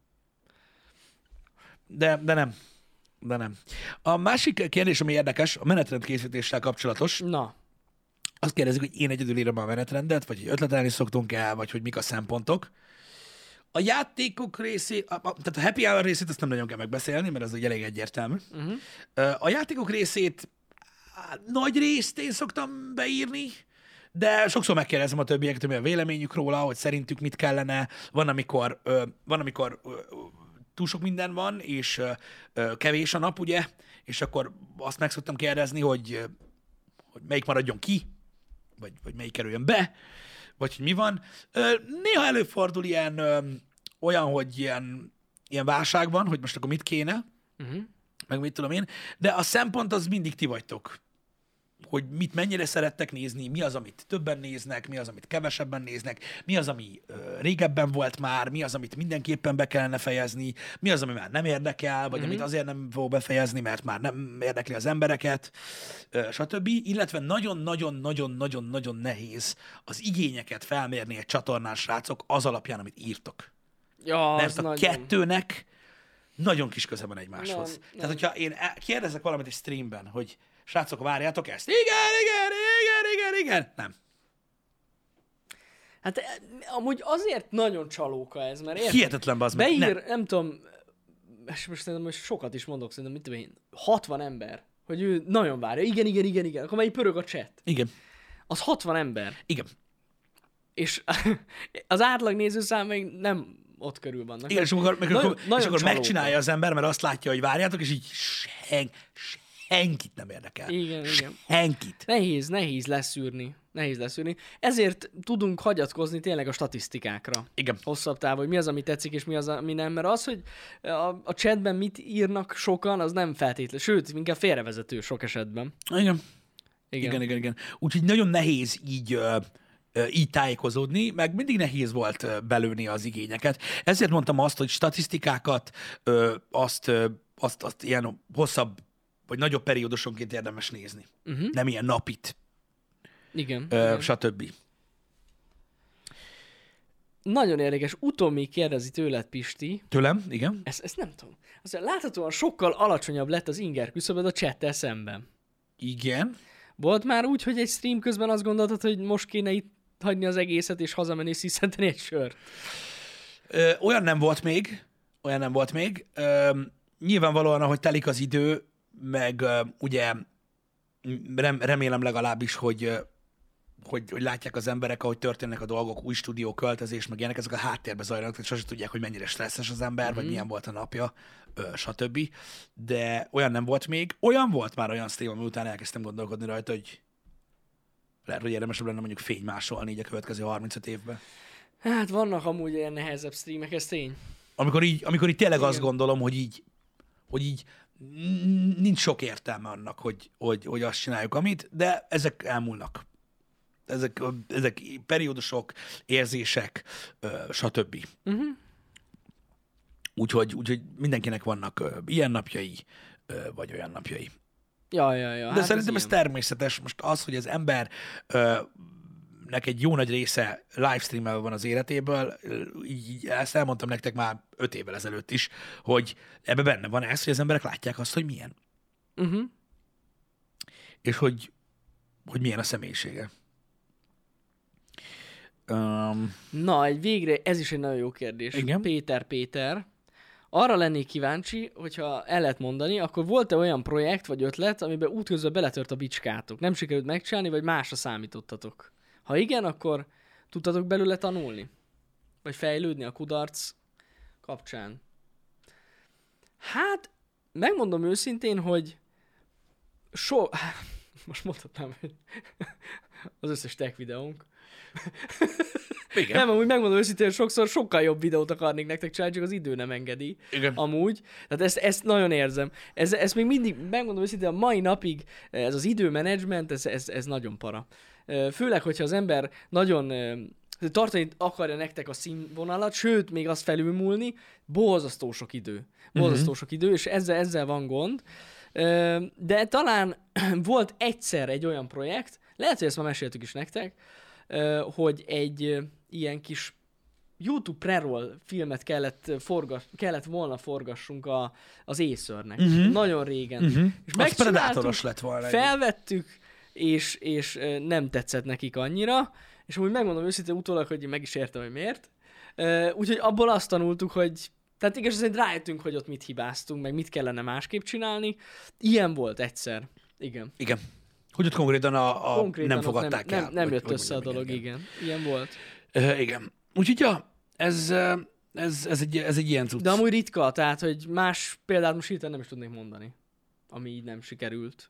de, de nem. De nem. A másik kérdés, ami érdekes, a menetrend készítéssel kapcsolatos. Na. Azt kérdezik, hogy én egyedül írom a menetrendet, vagy hogy ötletelni szoktunk el, vagy hogy mik a szempontok. A játékok részét, a, tehát a happy hour részét azt nem nagyon kell megbeszélni, mert az egy elég egyértelmű. Uh-huh. A játékok részét nagy részt én szoktam beírni, de sokszor megkérdezem a többieket, hogy mi a véleményük róla, hogy szerintük mit kellene. Van, amikor, ö, van, amikor ö, túl sok minden van, és ö, ö, kevés a nap, ugye? És akkor azt meg szoktam kérdezni, hogy, hogy melyik maradjon ki, vagy, vagy melyik kerüljön be, vagy hogy mi van. Ö, néha előfordul ilyen ö, olyan, hogy ilyen, ilyen válság van, hogy most akkor mit kéne, uh-huh. meg mit tudom én, de a szempont az mindig ti vagytok. Hogy mit mennyire szerettek nézni, mi az, amit többen néznek, mi az, amit kevesebben néznek, mi az, ami ö, régebben volt már, mi az, amit mindenképpen be kellene fejezni, mi az, ami már nem érdekel, vagy mm-hmm. amit azért nem fog befejezni, mert már nem érdekli az embereket, ö, stb. Illetve nagyon-nagyon-nagyon-nagyon-nagyon nehéz az igényeket felmérni egy csatornán, srácok, az alapján, amit írtok. Ja, mert a nagyon... kettőnek nagyon kis köze van egymáshoz. Nem, Tehát, nem. hogyha én kérdezek valamit egy streamben, hogy srácok, várjátok ezt? Igen, igen, igen, igen, igen. Nem. Hát amúgy azért nagyon csalóka ez, mert érted? Hihetetlen, bazd meg. Beír, nem. nem tudom, és most szerintem most sokat is mondok, szerintem, mit tudom én, hatvan ember, hogy ő nagyon várja. Igen, igen, igen, igen. Akkor már így pörög a chat. Igen. Az hatvan ember. Igen. És az átlag nézőszám még nem ott körül vannak. Igen, és akkor, meg, nagyon, akkor, és akkor megcsinálja az ember, mert azt látja, hogy várjátok, és így sen, senkit nem érdekel. Igen, igen. Senkit. Nehéz, nehéz leszűrni. Nehéz leszűrni. Ezért tudunk hagyatkozni tényleg a statisztikákra. Igen. Hosszabb távon, hogy mi az, ami tetszik, és mi az, ami nem. Mert az, hogy a, a chatben mit írnak sokan, az nem feltétlenül. Sőt, inkább félrevezető sok esetben. Igen. Igen, igen, igen. igen. Úgyhogy nagyon nehéz így... Uh, így tájékozódni, meg mindig nehéz volt belőni az igényeket. Ezért mondtam azt, hogy statisztikákat, azt, azt, azt ilyen hosszabb, vagy nagyobb periódusonként érdemes nézni. Uh-huh. Nem ilyen napit. Igen. Ö, igen. Stb. Nagyon érdekes. Utómi kérdezi tőled, Pisti. Tőlem? Igen. Ezt, ezt nem tudom. Azért láthatóan sokkal alacsonyabb lett az inger küszöböd a chattel szemben. Igen. Volt már úgy, hogy egy stream közben azt gondoltad, hogy most kéne itt hagyni az egészet, és hazamenni és sziszenteni egy sört? Ö, olyan nem volt még. Olyan nem volt még. Ö, nyilvánvalóan, ahogy telik az idő, meg ö, ugye rem, remélem legalábbis, hogy, hogy, hogy látják az emberek, ahogy történnek a dolgok, új stúdió, költözés, meg ilyenek, ezek a háttérbe zajlanak, tehát sosem tudják, hogy mennyire stresszes az ember, mm-hmm. vagy milyen volt a napja, ö, stb. De olyan nem volt még. Olyan volt már olyan stream, ami után elkezdtem gondolkodni rajta, hogy lehet, hogy érdemesebb lenne mondjuk fénymásolni így a következő harmincöt évben. Hát vannak amúgy ilyen nehezebb streamek, ez tény. Amikor így, amikor így tényleg Igen. azt gondolom, hogy így, hogy így nincs sok értelme annak, hogy, hogy, hogy azt csináljuk, amit, de ezek elmúlnak. Ezek, ezek periódusok, érzések, stb. Uh-huh. Úgyhogy, úgyhogy mindenkinek vannak ilyen napjai, vagy olyan napjai. Ja, ja, ja. De hát szerintem ez, ez természetes. Most az, hogy az ember ö, nek egy jó nagy része livestreamel van az életéből, így, így ezt elmondtam nektek már öt évvel ezelőtt is, hogy ebbe benne van ez, hogy az emberek látják azt, hogy milyen. Uh-huh. És hogy, hogy milyen a személyisége. Um, Na, egy végre, ez is egy nagyon jó kérdés. Igen? Péter Péter. Arra lennék kíváncsi, hogyha el lehet mondani, akkor volt-e olyan projekt vagy ötlet, amiben útközben beletört a bicskátok? Nem sikerült megcsinálni, vagy másra számítottatok? Ha igen, akkor tudtatok belőle tanulni? Vagy fejlődni a kudarc kapcsán? Hát, megmondom őszintén, hogy so... Most mondhatnám, hogy az összes tech videónk. Igen. Nem, amúgy megmondom őszintén, hogy sokszor sokkal jobb videót akarnék nektek csinálni, csak az idő nem engedi. Igen. Amúgy. Tehát ezt, ezt nagyon érzem. Ez, ezt még mindig, megmondom őszintén, a mai napig ez az időmenedzsment, ez, ez, ez nagyon para. Főleg, hogyha az ember nagyon tartani akarja nektek a színvonalat, sőt, még azt felülmúlni, borzasztó sok idő. Borzasztó uh-huh. sok idő, és ezzel, ezzel van gond. De talán volt egyszer egy olyan projekt, lehet, hogy ezt már meséltük is nektek, hogy egy ilyen kis YouTube pre-roll filmet kellett, forgas, kellett volna forgassunk a, az Acernek. Uh-huh. Nagyon régen. Uh-huh. És az predátoros lett volna. Felvettük, és, és nem tetszett nekik annyira, és úgy megmondom őszintén utólag, hogy meg is értem, hogy miért. Úgyhogy abból azt tanultuk, hogy tehát igaz, szerint rájöttünk, hogy ott mit hibáztunk, meg mit kellene másképp csinálni. Ilyen volt egyszer. Igen. Igen. Hogy ott konkrétan, a, a konkrétan nem fogadták nem, el. Nem, nem hogy, jött hogy össze a dolog, igen. igen. Ilyen volt. Uh, igen. Úgyhogy ja, ez, ez, ez, egy, ez egy ilyen cucc. De amúgy ritka, tehát, hogy más példát most hirtelen nem is tudnék mondani, ami így nem sikerült.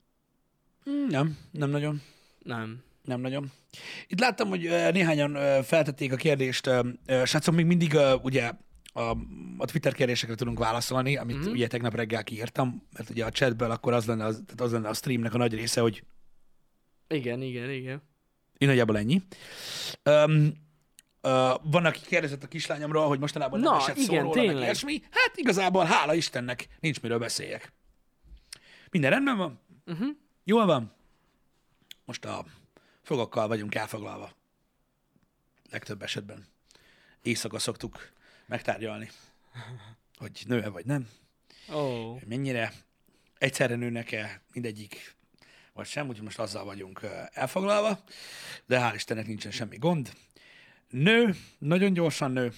Nem, nem nagyon. Nem. Nem nagyon. Itt láttam, hogy néhányan feltették a kérdést. Srácok, még mindig ugye a, a Twitter kérdésekre tudunk válaszolni, amit mm-hmm. ugye tegnap reggel kiírtam, mert ugye a chatből akkor az lenne, az, tehát az lenne a streamnek a nagy része, hogy igen, igen, igen. Én nagyjából ennyi. Um, uh, van, aki kérdezett a kislányomról, hogy mostanában nem Na, esett igen, szó róla, meg ilyesmi. Hát igazából, hála Istennek, nincs miről beszéljek. Minden rendben van? Uh-huh. Jól van? Most a fogakkal vagyunk elfoglalva. Legtöbb esetben. Éjszaka szoktuk megtárgyalni, hogy nő-e vagy nem. Oh. Mennyire egyszerre nőnek-e mindegyik, vagy sem, úgyhogy most azzal vagyunk elfoglalva, de hál' Istennek nincsen semmi gond. Nő, nagyon gyorsan nő,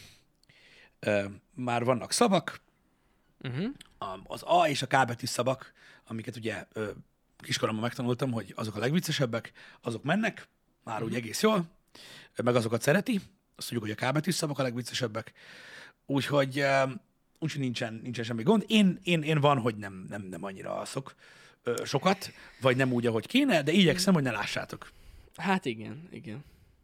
már vannak szavak, uh-huh. az A és a K betű szavak, amiket ugye kiskoromban megtanultam, hogy azok a legviccesebbek, azok mennek, már uh-huh. úgy egész jól, meg azokat szereti, azt tudjuk, hogy a K betű szavak a legviccesebbek, úgyhogy, úgyhogy nincsen, nincsen semmi gond. Én, én, én van, hogy nem, nem, nem annyira alszok sokat, vagy nem úgy, ahogy kéne, de igyekszem, hogy ne lássátok. Hát igen, igen.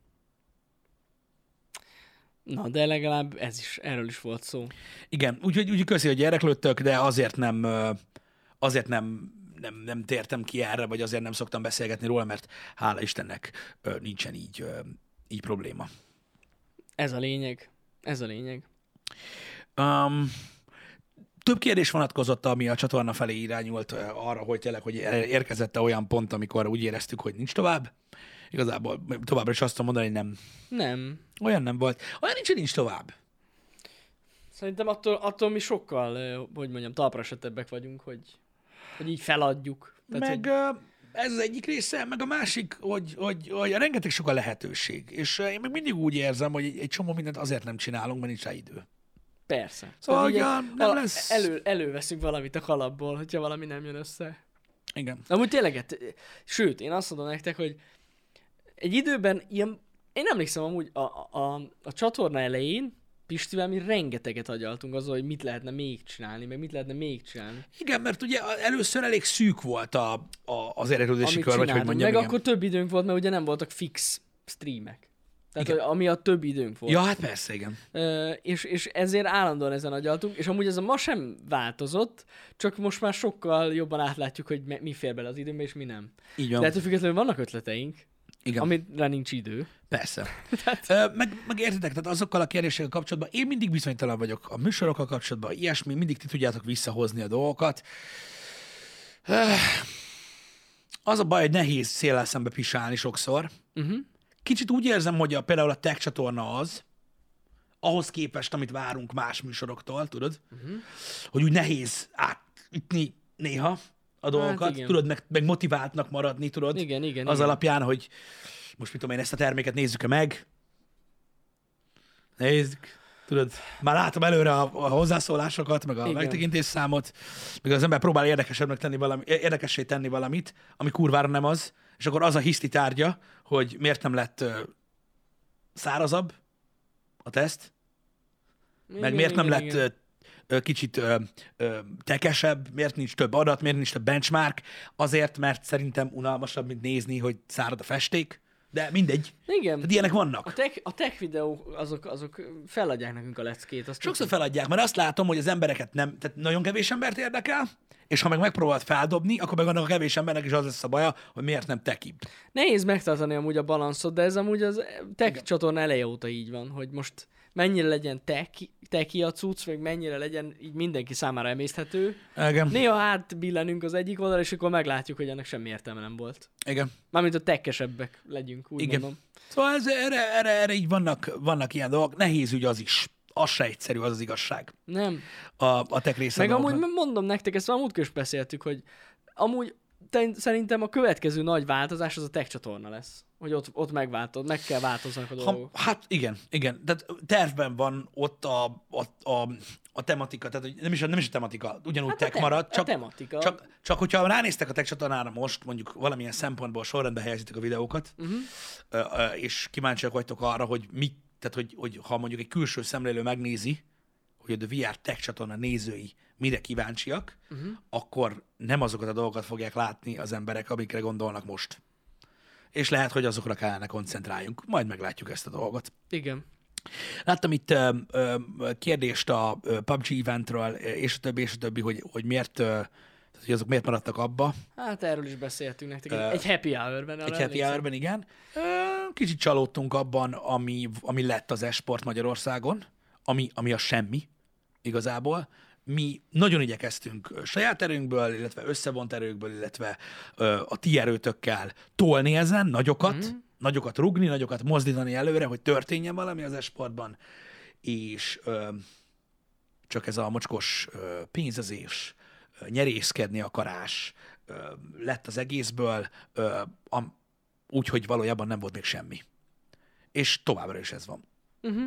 Na, de legalább ez is, erről is volt szó. Igen, úgyhogy úgy, köszi, hogy érdeklődtök, de azért nem, azért nem, nem, nem tértem ki erre, vagy azért nem szoktam beszélgetni róla, mert hála Istennek nincsen így, így probléma. Ez a lényeg. Ez a lényeg. Um, több kérdés vonatkozott, ami a csatorna felé irányult arra, hogy tényleg, hogy érkezett-e olyan pont, amikor úgy éreztük, hogy nincs tovább. Igazából továbbra is azt tudom mondani, hogy nem. Nem. Olyan nem volt. Olyan nincs, hogy nincs tovább. Szerintem attól, attól mi sokkal, hogy mondjam, talpra esettebbek vagyunk, hogy, hogy így feladjuk. Tehát, meg hogy... ez az egyik része, meg a másik, hogy, hogy, hogy rengeteg sok a lehetőség. És én még mindig úgy érzem, hogy egy, egy csomó mindent azért nem csinálunk, mert nincs rá idő. Persze. Szóval ugye, nem lesz... elő, előveszünk valamit a kalapból, hogyha valami nem jön össze. Igen. Amúgy tényleg, sőt, én azt mondom nektek, hogy egy időben ilyen, én emlékszem amúgy a, a, a, a csatorna elején Pistivel mi rengeteget agyaltunk azzal, hogy mit lehetne még csinálni, meg mit lehetne még csinálni. Igen, mert ugye először elég szűk volt a, a, az érdeklődési kör, vagy hogy mondjam. Meg igen. akkor több időnk volt, mert ugye nem voltak fix streamek. Tehát, hogy amiatt több időnk volt. Ja, hát persze, igen. Ö, és, és ezért állandóan ezen agyaltunk, és amúgy ez a ma sem változott, csak most már sokkal jobban átlátjuk, hogy mi fér bele az időmbe, és mi nem. Így van. De ettől függetlenül vannak ötleteink, Igen. amire nincs idő. Persze. tehát... Ö, meg, meg értitek, tehát azokkal a kérdésekkel kapcsolatban én mindig bizonytalan vagyok a műsorokkal kapcsolatban, ilyesmi, mindig ti tudjátok visszahozni a dolgokat. Az a baj, hogy nehéz széllel szembe pisálni sokszor. Uh-huh. Kicsit úgy érzem, hogy a, például a tech csatorna az, ahhoz képest, amit várunk más műsoroktól, tudod, uh-huh. hogy úgy nehéz átütni néha a dolgokat, hát tudod, meg, meg motiváltnak maradni, tudod, igen, igen, az igen. alapján, hogy most mit tudom én, ezt a terméket nézzük-e meg, nézzük, tudod, már látom előre a, a hozzászólásokat, meg a megtekintés számot, meg az ember próbál érdekesebbnek tenni valami, érdekessé tenni valamit, ami kurvára nem az, és akkor az a hiszti tárgya, hogy miért nem lett ö, szárazabb a teszt, igen, meg miért igen, nem igen, lett ö, kicsit ö, ö, tekesebb, miért nincs több adat, miért nincs több benchmark, azért, mert szerintem unalmasabb, mint nézni, hogy szárad a festék, de mindegy. Igen. Tehát ilyenek vannak. A tech, a tech videó, azok, azok feladják nekünk a leckét. Azt Sokszor tudom. feladják, mert azt látom, hogy az embereket nem, tehát nagyon kevés embert érdekel, és ha meg megpróbálod feldobni, akkor meg annak a kevés embernek is az lesz a baja, hogy miért nem techibb. Nehéz megtartani amúgy a balanszot, de ez amúgy az tech Igen. csatorna eleje óta így van, hogy most mennyire legyen tech, techi a cucc, meg mennyire legyen így mindenki számára emészthető. Igen. Néha átbillenünk az egyik oldal, és akkor meglátjuk, hogy ennek semmi értelme nem volt. Igen. Mármint a techesebbek legyünk, úgy Igen. mondom. Szóval ez, erre, erre, erre így vannak, vannak ilyen dolgok. Nehéz ügy az is. Az se egyszerű, az az igazság. Nem. A, a tech része. Meg amúgy mondom nektek, ezt már múltkor is beszéltük, hogy amúgy te, szerintem a következő nagy változás az a tech csatorna lesz. Hogy ott, ott megváltoz, meg kell változnak a dolgok. Ha, hát igen, igen. Tehát tervben van ott a, a, a, a tematika, tehát nem is, nem is a tematika, ugyanúgy hát tech te, marad. Csak, a tematika. Csak, csak hogyha ránéztek a tech csatornára most, mondjuk valamilyen szempontból sorrendbe helyezitek a videókat, uh-huh. és kíváncsiak vagytok arra, hogy mi, tehát hogy, hogy ha mondjuk egy külső szemlélő megnézi, hogy a vé er Tech csatorna nézői mire kíváncsiak, uh-huh. akkor nem azokat a dolgokat fogják látni az emberek, amikre gondolnak most. És lehet, hogy azokra kellene koncentráljunk. Majd meglátjuk ezt a dolgot. Igen. Láttam itt ö, ö, kérdést a ö, pé u bé gé eventről, és a többi, és a többi, hogy, hogy miért, ö, hogy azok miért maradtak abba. Hát erről is beszéltünk nektek. Ö, egy happy hour-ben. Egy happy hour-ben, igen. Ö, kicsit csalódtunk abban, ami, ami lett az esport Magyarországon, ami, ami a semmi igazából. Mi nagyon igyekeztünk saját erőnkből, illetve összevont erőkből, illetve ö, a ti erőtökkel tolni ezen nagyokat, mm-hmm. nagyokat rugni, nagyokat mozdítani előre, hogy történjen valami az esportban, és ö, csak ez a mocskos ö, pénzezés, ö, nyerészkedni akarás ö, lett az egészből, ö, úgy, hogy valójában nem volt még semmi. És továbbra is ez van. Mm-hmm.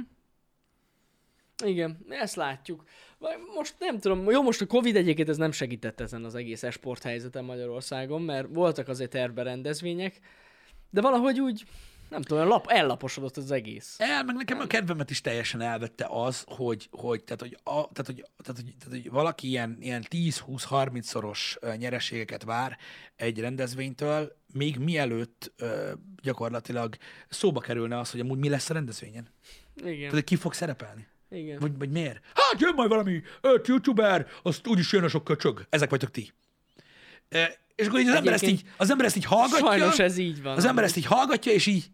Igen, ezt látjuk. Most nem tudom, jó, most a Covid egyébként ez nem segített ezen az egész esport helyzeten Magyarországon, mert voltak azért tervbe rendezvények, de valahogy úgy, nem tudom, lap, ellaposodott az egész. El, meg nekem a kedvemet is teljesen elvette az, hogy, hogy, tehát, hogy, a, tehát, hogy, tehát, hogy, tehát, hogy valaki ilyen, ilyen tíz-húsz-harminc szoros nyereségeket vár egy rendezvénytől, még mielőtt uh, gyakorlatilag szóba kerülne az, hogy amúgy mi lesz a rendezvényen. Igen. Tehát, hogy ki fog szerepelni. Igen. Vagy, vagy miért? Hát jön majd valami öt youtuber, azt úgyis jön a sok köcsög. Ezek vagytok ti. E, és akkor így az, ember ezt így, az ember ezt így hallgatja. Sajnos ez így van. Az ember ezt így hallgatja, és így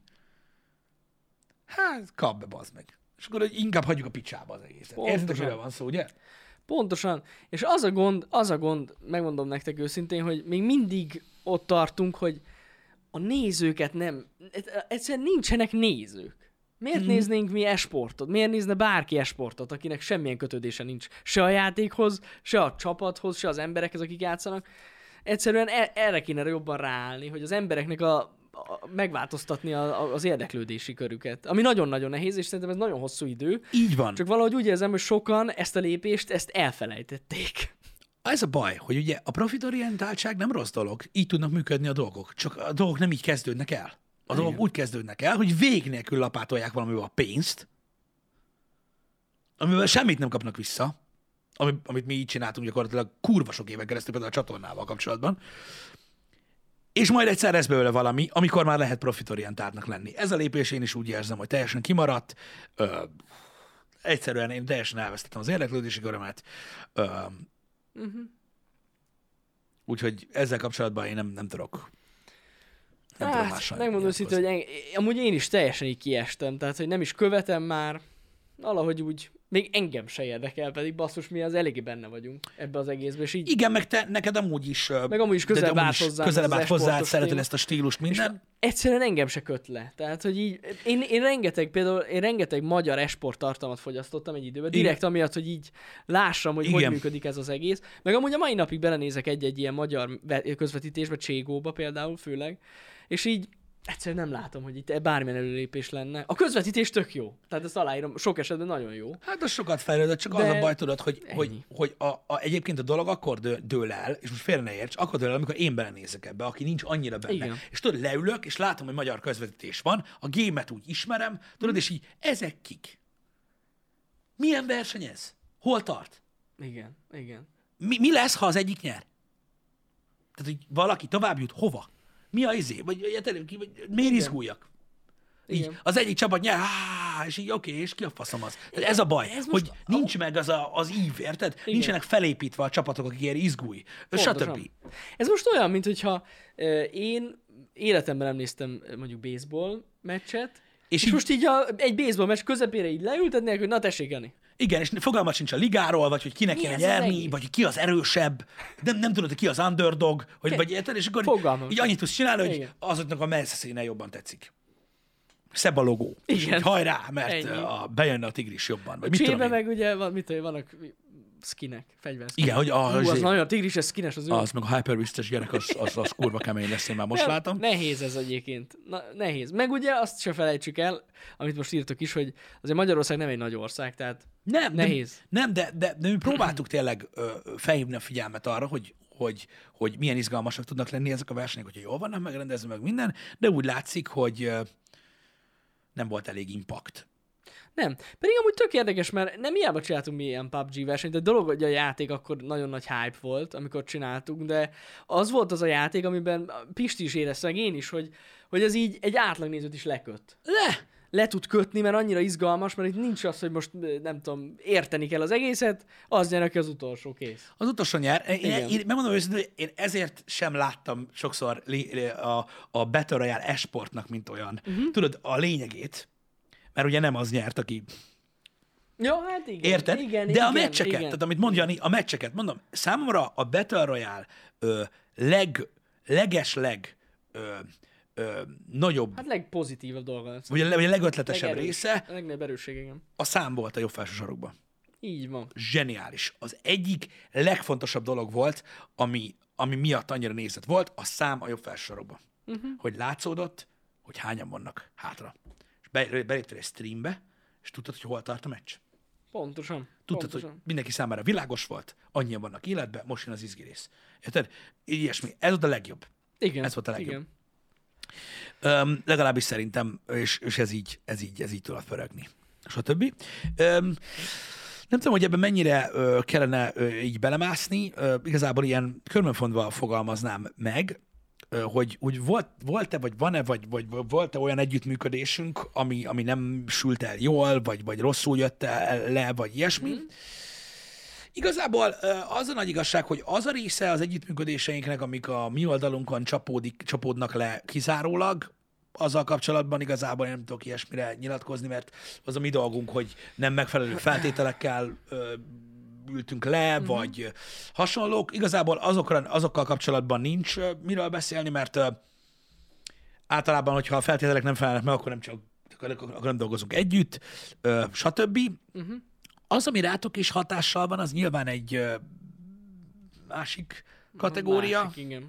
hát kap be, bazd meg. És akkor inkább hagyjuk a picsába az egészet. Értitek, miről van szó, ugye? Pontosan. És az a gond, az a gond, megmondom nektek őszintén, hogy még mindig ott tartunk, hogy a nézőket nem, egyszerűen nincsenek nézők. Miért mm-hmm. néznénk mi esportot? Miért nézne bárki esportot, akinek semmilyen kötődése nincs? Se a játékhoz, se a csapathoz, se az emberekhez, akik játszanak. Egyszerűen e- erre kéne jobban ráállni, hogy az embereknek a, a, megváltoztatni a, a, az érdeklődési körüket. Ami nagyon-nagyon nehéz, és szerintem ez nagyon hosszú idő. Így van. Csak valahogy úgy érzem, hogy sokan ezt a lépést, ezt elfelejtették. Ez a baj, hogy ugye a profitorientáltság nem rossz dolog, így tudnak működni a dolgok, csak a dolgok nem így kezdődnek el. A dolgok úgy kezdődnek el, hogy vég nélkül lapátolják valamivel a pénzt, amivel semmit nem kapnak vissza, amit, amit mi így csináltunk gyakorlatilag kurva sok éven keresztül például a csatornával kapcsolatban, És majd egyszer lesz belőle valami, amikor már lehet profitorientáltnak lenni. Ez a lépés én is úgy érzem, hogy teljesen kimaradt. Ö, egyszerűen én teljesen elvesztettem az érdeklődési körömet. Ö, uh-huh. Úgyhogy ezzel kapcsolatban én nem, nem tudok. Nem hát, tudom mással. Megmondom őszintén, hogy en, amúgy én is teljesen így kiestem, tehát hogy nem is követem már, valahogy úgy, még engem se érdekel, pedig basszus, mi az eléggé benne vagyunk ebbe az egészbe, és így... Igen, meg te, neked amúgy is... Meg amúgy is közelebb állt hozzá. Közelebb állt hozzá, szereted ezt a stílust, minden. És egyszerűen engem se köt le. Tehát, hogy így... Én, én rengeteg, például én rengeteg magyar esport tartalmat fogyasztottam egy időben, direkt igen. Amiatt, hogy így lássam, hogy igen. Hogy működik ez az egész. Meg amúgy a mai napig belenézek egy-egy ilyen magyar közvetítésbe, Cségóba például főleg, és így egyszerűen nem látom, hogy itt bármilyen előlépés lenne. A közvetítés tök jó. Tehát ezt aláírom, sok esetben nagyon jó. Hát az sokat fejlődött, csak de... az a baj, tudod, hogy, hogy, hogy a, a, egyébként a dolog akkor dől, dől el, és most félre ne érts, akkor dől el, amikor én belenézek ebbe, aki nincs annyira benne. Igen. És tudod, leülök, és látom, hogy magyar közvetítés van, a gémet úgy ismerem, tudod, hmm. és így, ezek kik? Milyen verseny ez? Hol tart? Igen, igen. Mi, mi lesz, ha az egyik nyer? Tehát, hogy valaki tovább jut, hova? Mi a izé? Vagy, vagy, vagy miért izguljak? Így, az egyik csapat nyer, á, és így oké, okay, és ki a faszom az? Tehát ez a baj, ez hogy nincs a... meg az, a, az ív, érted? Igen. Nincsenek felépítve a csapatok, akik ilyen izgulj, stb. Ez most olyan, mint hogyha uh, én életemben nem néztem mondjuk baseball meccset, és, és így... most így a, egy baseball meccs közepére így leültetnék, hogy na tessék, Jani. Igen, és fogalmat sincs a ligáról, vagy hogy kinek kéne nyerni, vagy hogy ki az erősebb, nem, nem tudod, hogy ki az underdog, hogy, vagy érted, és akkor fogalmat így annyit tudsz csinálni, hogy igen. Azoknak a messzeszéne jobban tetszik. Szebb a logó. És így hajrá, mert a, bejönne a tigris jobban. Vagy mit tudom meg ugye van, mit tudom, vannak skinek, fegyverszkinek. Igen, hogy a, Hú, az nagyon a tigris, ez skines az ő. Az, meg a hypervistes gyerek, az, az, az kurva kemény lesz, én már most látom. Nehéz ez egyébként. Na, nehéz. Meg ugye azt se felejtsük el, amit most írtok is, hogy azért Magyarország nem egy nagy ország, tehát nem, nehéz. Nem, de, de, de mi próbáltuk tényleg ö, felhívni a figyelmet arra, hogy, hogy, hogy milyen izgalmasak tudnak lenni ezek a versenyek, hogyha jól vannak megrendezve meg minden, de úgy látszik, hogy ö, nem volt elég impact. Nem. Pedig amúgy tök érdekes, mert nem hiába csináltunk mi ilyen pé u bé gé versenyt, de dolog, hogy a játék akkor nagyon nagy hype volt, amikor csináltuk, de az volt az a játék, amiben Pisti is érezte, meg én is, hogy, hogy ez így egy átlagnézőt is leköt. Le! Le tud kötni, mert annyira izgalmas, mert itt nincs az, hogy most nem tudom, érteni kell az egészet, az nyer, aki az utolsó, kész. Az utolsó nyer. Én, én, én megmondom őszintén, hogy én ezért sem láttam sokszor a, a Battle Royale esportnak, mint olyan. Uh-huh. Tudod, a lényegét, mert ugye nem az nyert, aki... Jó, hát igen. Érted? Igen, de igen, a meccseket, igen. tehát amit mond Jani, a meccseket, mondom, számomra a Battle Royale ö, leg, leges-leg ö, ö, nagyobb... Hát legpozitívabb dolga. Vagy a, vagy a legötletesebb legerős, része. A legnagyobb erősség, igen. A szám volt a jobb felső sarokban. Így van. Zseniális. Az egyik legfontosabb dolog volt, ami, ami miatt annyira nézett volt, a szám a jobb felső sarokban. Uh-huh. Hogy látszódott, hogy hányan vannak hátra. És be, beléptél egy streambe, és tudtad, hogy hol tart a meccs. Pontosan. Tudtad, pontosan. hogy mindenki számára világos volt, annyian vannak életben, most jön az izgi rész. Érted? Ilyesmi. Ez volt a legjobb. Igen. Ez volt a legjobb. Igen. Um, legalábbis szerintem, és, és ez így, ez így, ez így tudott pörögni. Stb. Um, nem tudom, hogy ebben mennyire uh, kellene uh, így belemászni. Uh, igazából ilyen körmönfondva fogalmaznám meg, uh, hogy úgy volt, volt-e, vagy van-e, vagy, vagy volt-e olyan együttműködésünk, ami, ami nem sült el jól, vagy, vagy rosszul jött el le, vagy ilyesmi. Mm. Igazából az a nagy igazság, hogy az a része az együttműködéseinknek, amik a mi oldalunkon csapódik, csapódnak le kizárólag, azzal kapcsolatban igazából én nem tudok ilyesmire nyilatkozni, mert az a mi dolgunk, hogy nem megfelelő feltételekkel ö, ültünk le, mm-hmm. vagy hasonlók. Igazából azokra, azokkal kapcsolatban nincs ö, miről beszélni, mert ö, általában, hogyha a feltételek nem felelnek meg, akkor nem csak akkor, akkor nem dolgozunk együtt, ö, stb. Mm-hmm. Az, ami rátok is hatással van, az nyilván egy ö, másik kategória. Másik, igen.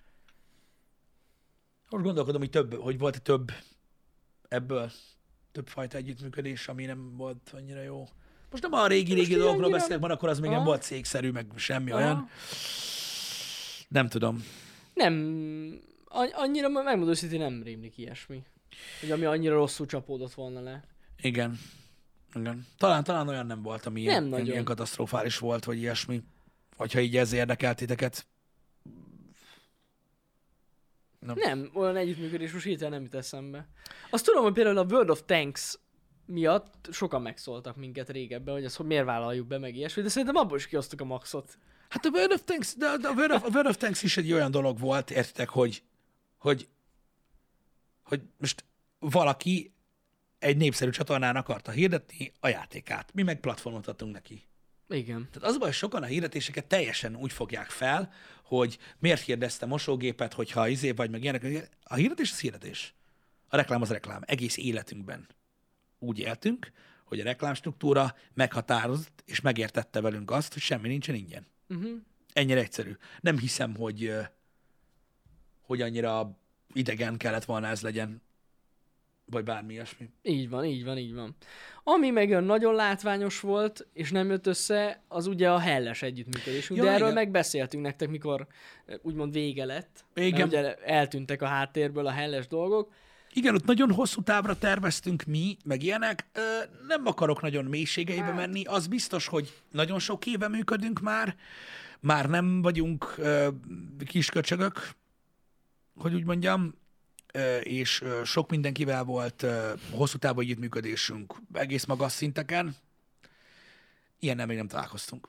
Most gondolkodom, hogy, több, hogy volt-e több ebből, több fajta együttműködés, ami nem volt annyira jó. Most nem a régi-régi dolgokról beszélek, van, akkor az még Aha. nem volt cégszerű, meg semmi Aha. olyan. Nem tudom. Nem, annyira, megmondom őszintén, nem rémlik ilyesmi. Hogy ami annyira rosszul csapódott volna le. Igen. Igen. Talán, talán olyan nem volt, ami nem ilyen, ilyen katasztrofális volt, vagy ilyesmi. Hogyha így ez érdekelt titeket. Nem. nem, olyan együttműködés most hirtelen nem jut eszembe. Azt tudom, hogy például a World of Tanks miatt sokan megszóltak minket régebben, hogy ezt hogy miért vállaljuk be, meg ilyesmi, de szerintem abból is kiosztuk a maxot. Hát a World of Tanks, de a World of, a World of Tanks is egy olyan dolog volt, értitek, hogy, hogy, hogy most valaki egy népszerű csatornán akarta hirdetni a játékát. Mi meg platformot adtunk neki. Igen. Tehát az a baj, hogy sokan a hirdetéseket teljesen úgy fogják fel, hogy miért hirdezte mosógépet, hogyha izé vagy, meg ilyenek. A hirdetés az hirdetés. A reklám az reklám. Egész életünkben úgy éltünk, hogy a reklámstruktúra meghatározott és megértette velünk azt, hogy semmi nincsen ingyen. Uh-huh. Ennyire egyszerű. Nem hiszem, hogy, hogy annyira idegen kellett volna ez legyen, vagy bármi ilyesmi. Így van, így van, így van. Ami meg olyan nagyon látványos volt, és nem jött össze, az ugye a helles együttműködésünk. Ja, de erről igen. megbeszéltünk nektek, mikor úgymond vége lett. Igen. Ugye eltűntek a háttérből a helles dolgok. Igen, ott nagyon hosszú távra terveztünk mi, meg ilyenek. Nem akarok nagyon mélységeibe hát. menni. Az biztos, hogy nagyon sok éve működünk már. Már nem vagyunk kisköcsögök, hogy úgy mondjam. És sok mindenkivel volt hosszú távú együttműködésünk egész magas szinteken. Ilyennel még nem találkoztunk.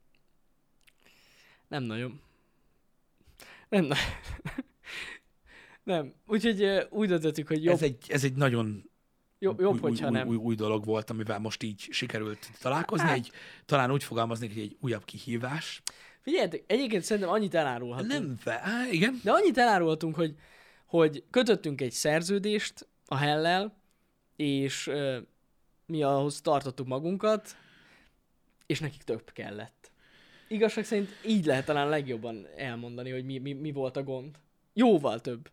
Nem nagyon. Nem nagyon. Nem. Úgyhogy úgy döntöttük, hogy jobb. Ez egy, ez egy nagyon jobb, jobb új, hogyha új, nem. Új, új dolog volt, amivel most így sikerült találkozni. Hát. Egy, talán úgy fogalmaznék, hogy egy újabb kihívás. Figyeljetek, egyébként szerintem annyit elárulhatunk. Nem, fe, á, igen. De annyit elárulhatunk, hogy hogy kötöttünk egy szerződést a Hell-lel, és uh, mi ahhoz tartottuk magunkat, és nekik több kellett. Igazság szerint így lehet talán legjobban elmondani, hogy mi, mi, mi volt a gond. Jóval több.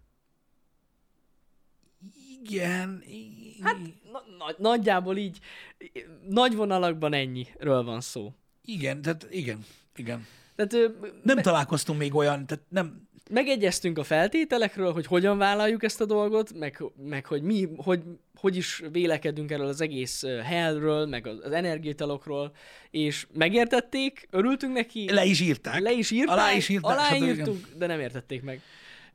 Igen. Hát na- na- nagyjából így, nagy vonalakban ennyiről van szó. Igen, tehát igen, igen. Tehát, uh, nem me- találkoztunk még olyan, tehát nem... Megegyeztünk a feltételekről, hogy hogyan vállaljuk ezt a dolgot, meg, meg hogy mi, hogy, hogy is vélekedünk erről az egész hellről, meg az, az energiaitalokról, és megértették, örültünk neki. Le is írták. Le is írták. Alá is írták. Aláírtuk, de nem értették meg.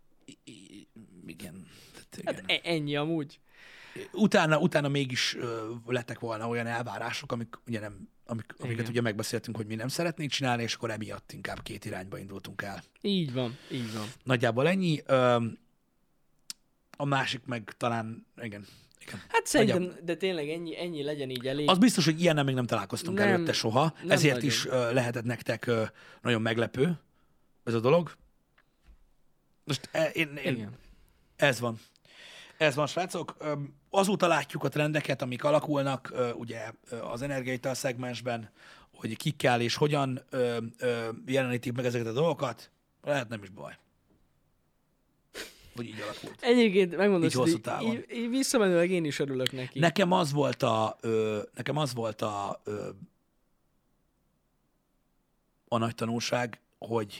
Igen. Hát ennyi amúgy. Utána, utána mégis uh, lettek volna olyan elvárások, amik ugye nem, amik, amiket Igen. ugye megbeszéltünk, hogy mi nem szeretnénk csinálni, és akkor emiatt inkább két irányba indultunk el. Így van, így van. Nagyjából ennyi. Uh, a másik meg talán, igen. igen. Hát szerintem, Nagyjából. De tényleg ennyi, ennyi legyen így elég. Az biztos, hogy ilyennel még nem találkoztunk nem, előtte soha, ezért nagyon. is uh, lehetett nektek uh, nagyon meglepő ez a dolog. Most uh, én, én, igen. ez van. Ez van, srácok. Azóta látjuk a trendeket, amik alakulnak ugye az energiaital szegmensben, hogy kikkel és hogyan jelenítik meg ezeket a dolgokat. Lehet nem is baj. Hogy így alakult. Egyébként megmondod, így hosszú távon. Így, így visszamenőleg én is örülök neki. Nekem az volt a ö, nekem az volt a ö, a nagy tanulság, hogy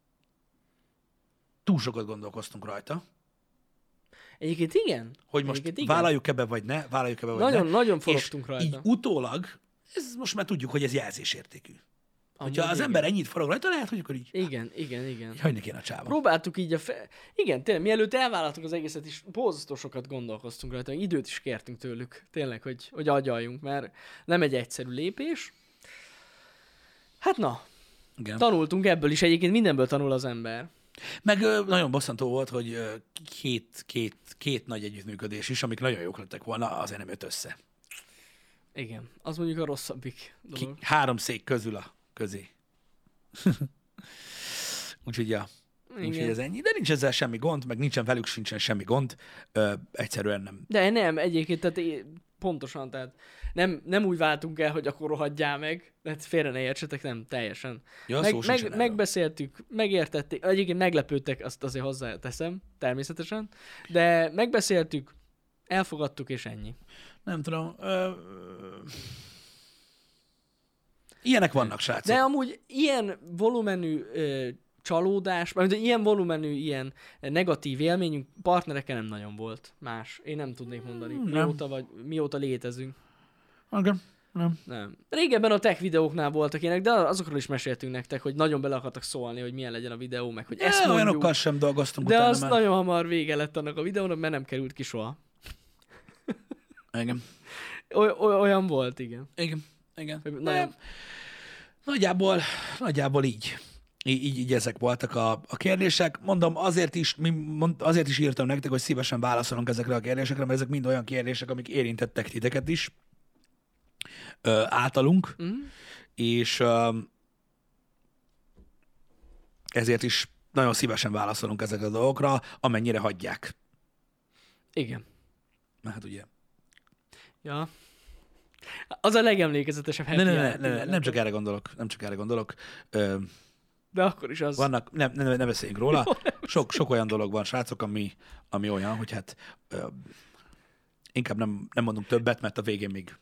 túl sokat gondolkoztunk rajta. Egyébként igen. Hogy most igen. vállaljuk ebbe, vagy ne, vállaljuk ebbe, vagy nagyon, ne. Nagyon forogtunk rajta. Így utólag, ez most már tudjuk, hogy ez jelzésértékű. Amúgy hogyha az igen. ember ennyit forog rajta, lehet, hogy akkor így... Igen, igen, igen. Hagyni kéne a csába. Próbáltuk így a... Fe... Igen, tényleg, mielőtt elvállaltuk az egészet is, borzasztó sokat gondolkoztunk rajta, időt is kértünk tőlük, tényleg, hogy, hogy agyaljunk, mert nem egy egyszerű lépés. Hát na, igen. Tanultunk ebből is, egyébként mindenből tanul az ember. Meg ö, nagyon bosszantó volt, hogy ö, két, két, két nagy együttműködés is, amik nagyon jók lettek volna, azért nem jött össze. Igen, az mondjuk a rosszabbik dolog. Ki, három szék közül a közé. Úgyhogy ja, úgyhogy ez ennyi. De nincs ezzel semmi gond, meg nincsen velük sincsen semmi gond. Ö, egyszerűen nem. De nem, egyébként, tehát pontosan, tehát nem, nem úgy váltunk el, hogy akkor rohadjál meg, tehát félre ne értsetek, nem, teljesen. Ja, meg, meg, megbeszéltük, megértették, egyébként meglepődtek, azt azért hozzáteszem, természetesen, de megbeszéltük, elfogadtuk, és ennyi. Nem tudom. Ö... Ilyenek vannak, srácok. De amúgy ilyen volumenű ö, csalódás, mert ilyen volumenű, ilyen negatív élményünk partnerekkel nem nagyon volt más. Én nem tudnék mondani, nem. mióta, vagy, mióta létezünk. Okay. Nem. Nem. Régebben a tech videóknál voltak ilyenek, de azokról is meséltünk nektek, hogy nagyon bele akartak szólni, hogy milyen legyen a videó, meg hogy ezt mondjuk. Olyanokkal sem dolgoztunk de utána az már. nagyon hamar vége lett annak a videónak, mert nem került ki soha. Igen. Oly- oly- olyan volt, igen. Igen. Igen. Nagyon... Nem. Nagyjából, nagyjából így. Így, így, így ezek voltak a, a kérdések. Mondom, azért is, mi, mond, azért is írtam nektek, hogy szívesen válaszolunk ezekre a kérdésekre, mert ezek mind olyan kérdések, amik érintettek titeket is ö, általunk, Mm. és ö, ezért is nagyon szívesen válaszolunk ezekre a dolgokra, amennyire hagyják. Igen. Mert hát ugye... Ja. Az a legemlékezetesebb happy Ne, ne, ne, hour ne, ne, pillanat. nem csak erre gondolok, nem csak erre gondolok. Ö, De akkor is az. vannak, nem, ne, ne beszéljünk róla. Sok, sok olyan dolog van, srácok, ami, ami olyan, hogy hát ö, inkább nem, nem mondunk többet, mert a végén még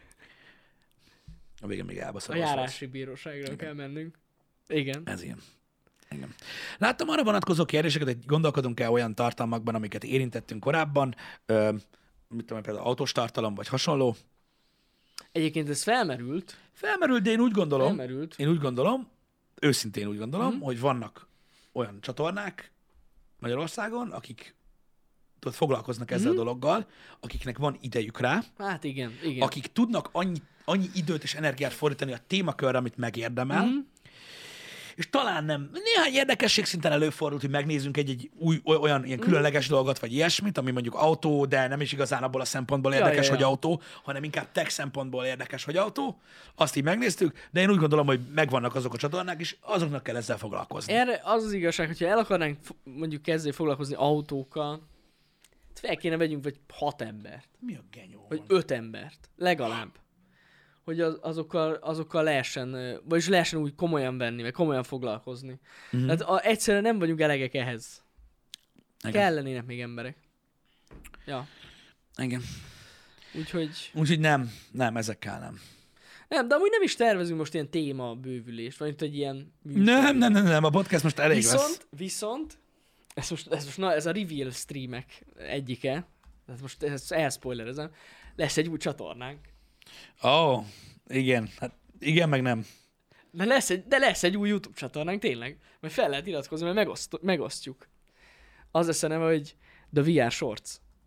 a végén még A elbaszol. járási bíróságra kell mennünk. Igen. Ez ilyen. Igen. Láttam arra vonatkozó kérdéseket, hogy gondolkodunk-e olyan tartalmakban, amiket érintettünk korábban, ö, mit tudom, például autós tartalom, vagy hasonló. Egyébként ez felmerült. Felmerült, de én úgy gondolom, Felmerült. én úgy gondolom, őszintén úgy gondolom, Mhm. hogy vannak olyan csatornák Magyarországon, akik tudod, foglalkoznak ezzel Mhm. a dologgal, akiknek van idejük rá, Hát igen, igen. akik tudnak annyi, annyi időt és energiát fordítani a témakörre, amit megérdemel, Mhm. és talán nem, néhány érdekesség szinten előfordult, hogy megnézzünk egy-egy új, olyan ilyen különleges dolgot, vagy ilyesmit, ami mondjuk autó, de nem is igazán abból a szempontból érdekes, ja, ja. hogy autó, hanem inkább tech szempontból érdekes, hogy autó. Azt így megnéztük, de én úgy gondolom, hogy megvannak azok a csatornák, és azoknak kell ezzel foglalkozni. Erre az az igazság, hogyha el akarnánk fo- mondjuk kezdeni foglalkozni autókkal, fel kéne vegyünk vagy hat embert, Mi a genyó? vagy van? öt embert, legalább. Hogy az, azokkal, azokkal lehessen, ö, vagyis lehessen úgy komolyan venni, vagy komolyan foglalkozni. Mhm. Mm. Tehát a, egyszerűen nem vagyunk elegek ehhez. Igen. Kellenének még emberek. Ja, Igen. úgyhogy... Úgyhogy nem, nem, ezekkel nem. Nem, de amúgy nem is tervezünk most ilyen téma bővülést, vagy itt egy ilyen műsor. Nem, nem, nem, nem, a podcast most elég Viszont, lesz. viszont, ez most, ez most na, ez a reveal streamek egyike, tehát most ezt elspoilerezem, lesz egy új csatornánk. Ó, oh, igen, hát igen, meg nem. De lesz egy, de lesz egy új YouTube csatornánk, tényleg. Majd fel lehet iratkozni, mert megoszt, megosztjuk. Az lesz a neve, hogy The vé er Shorts.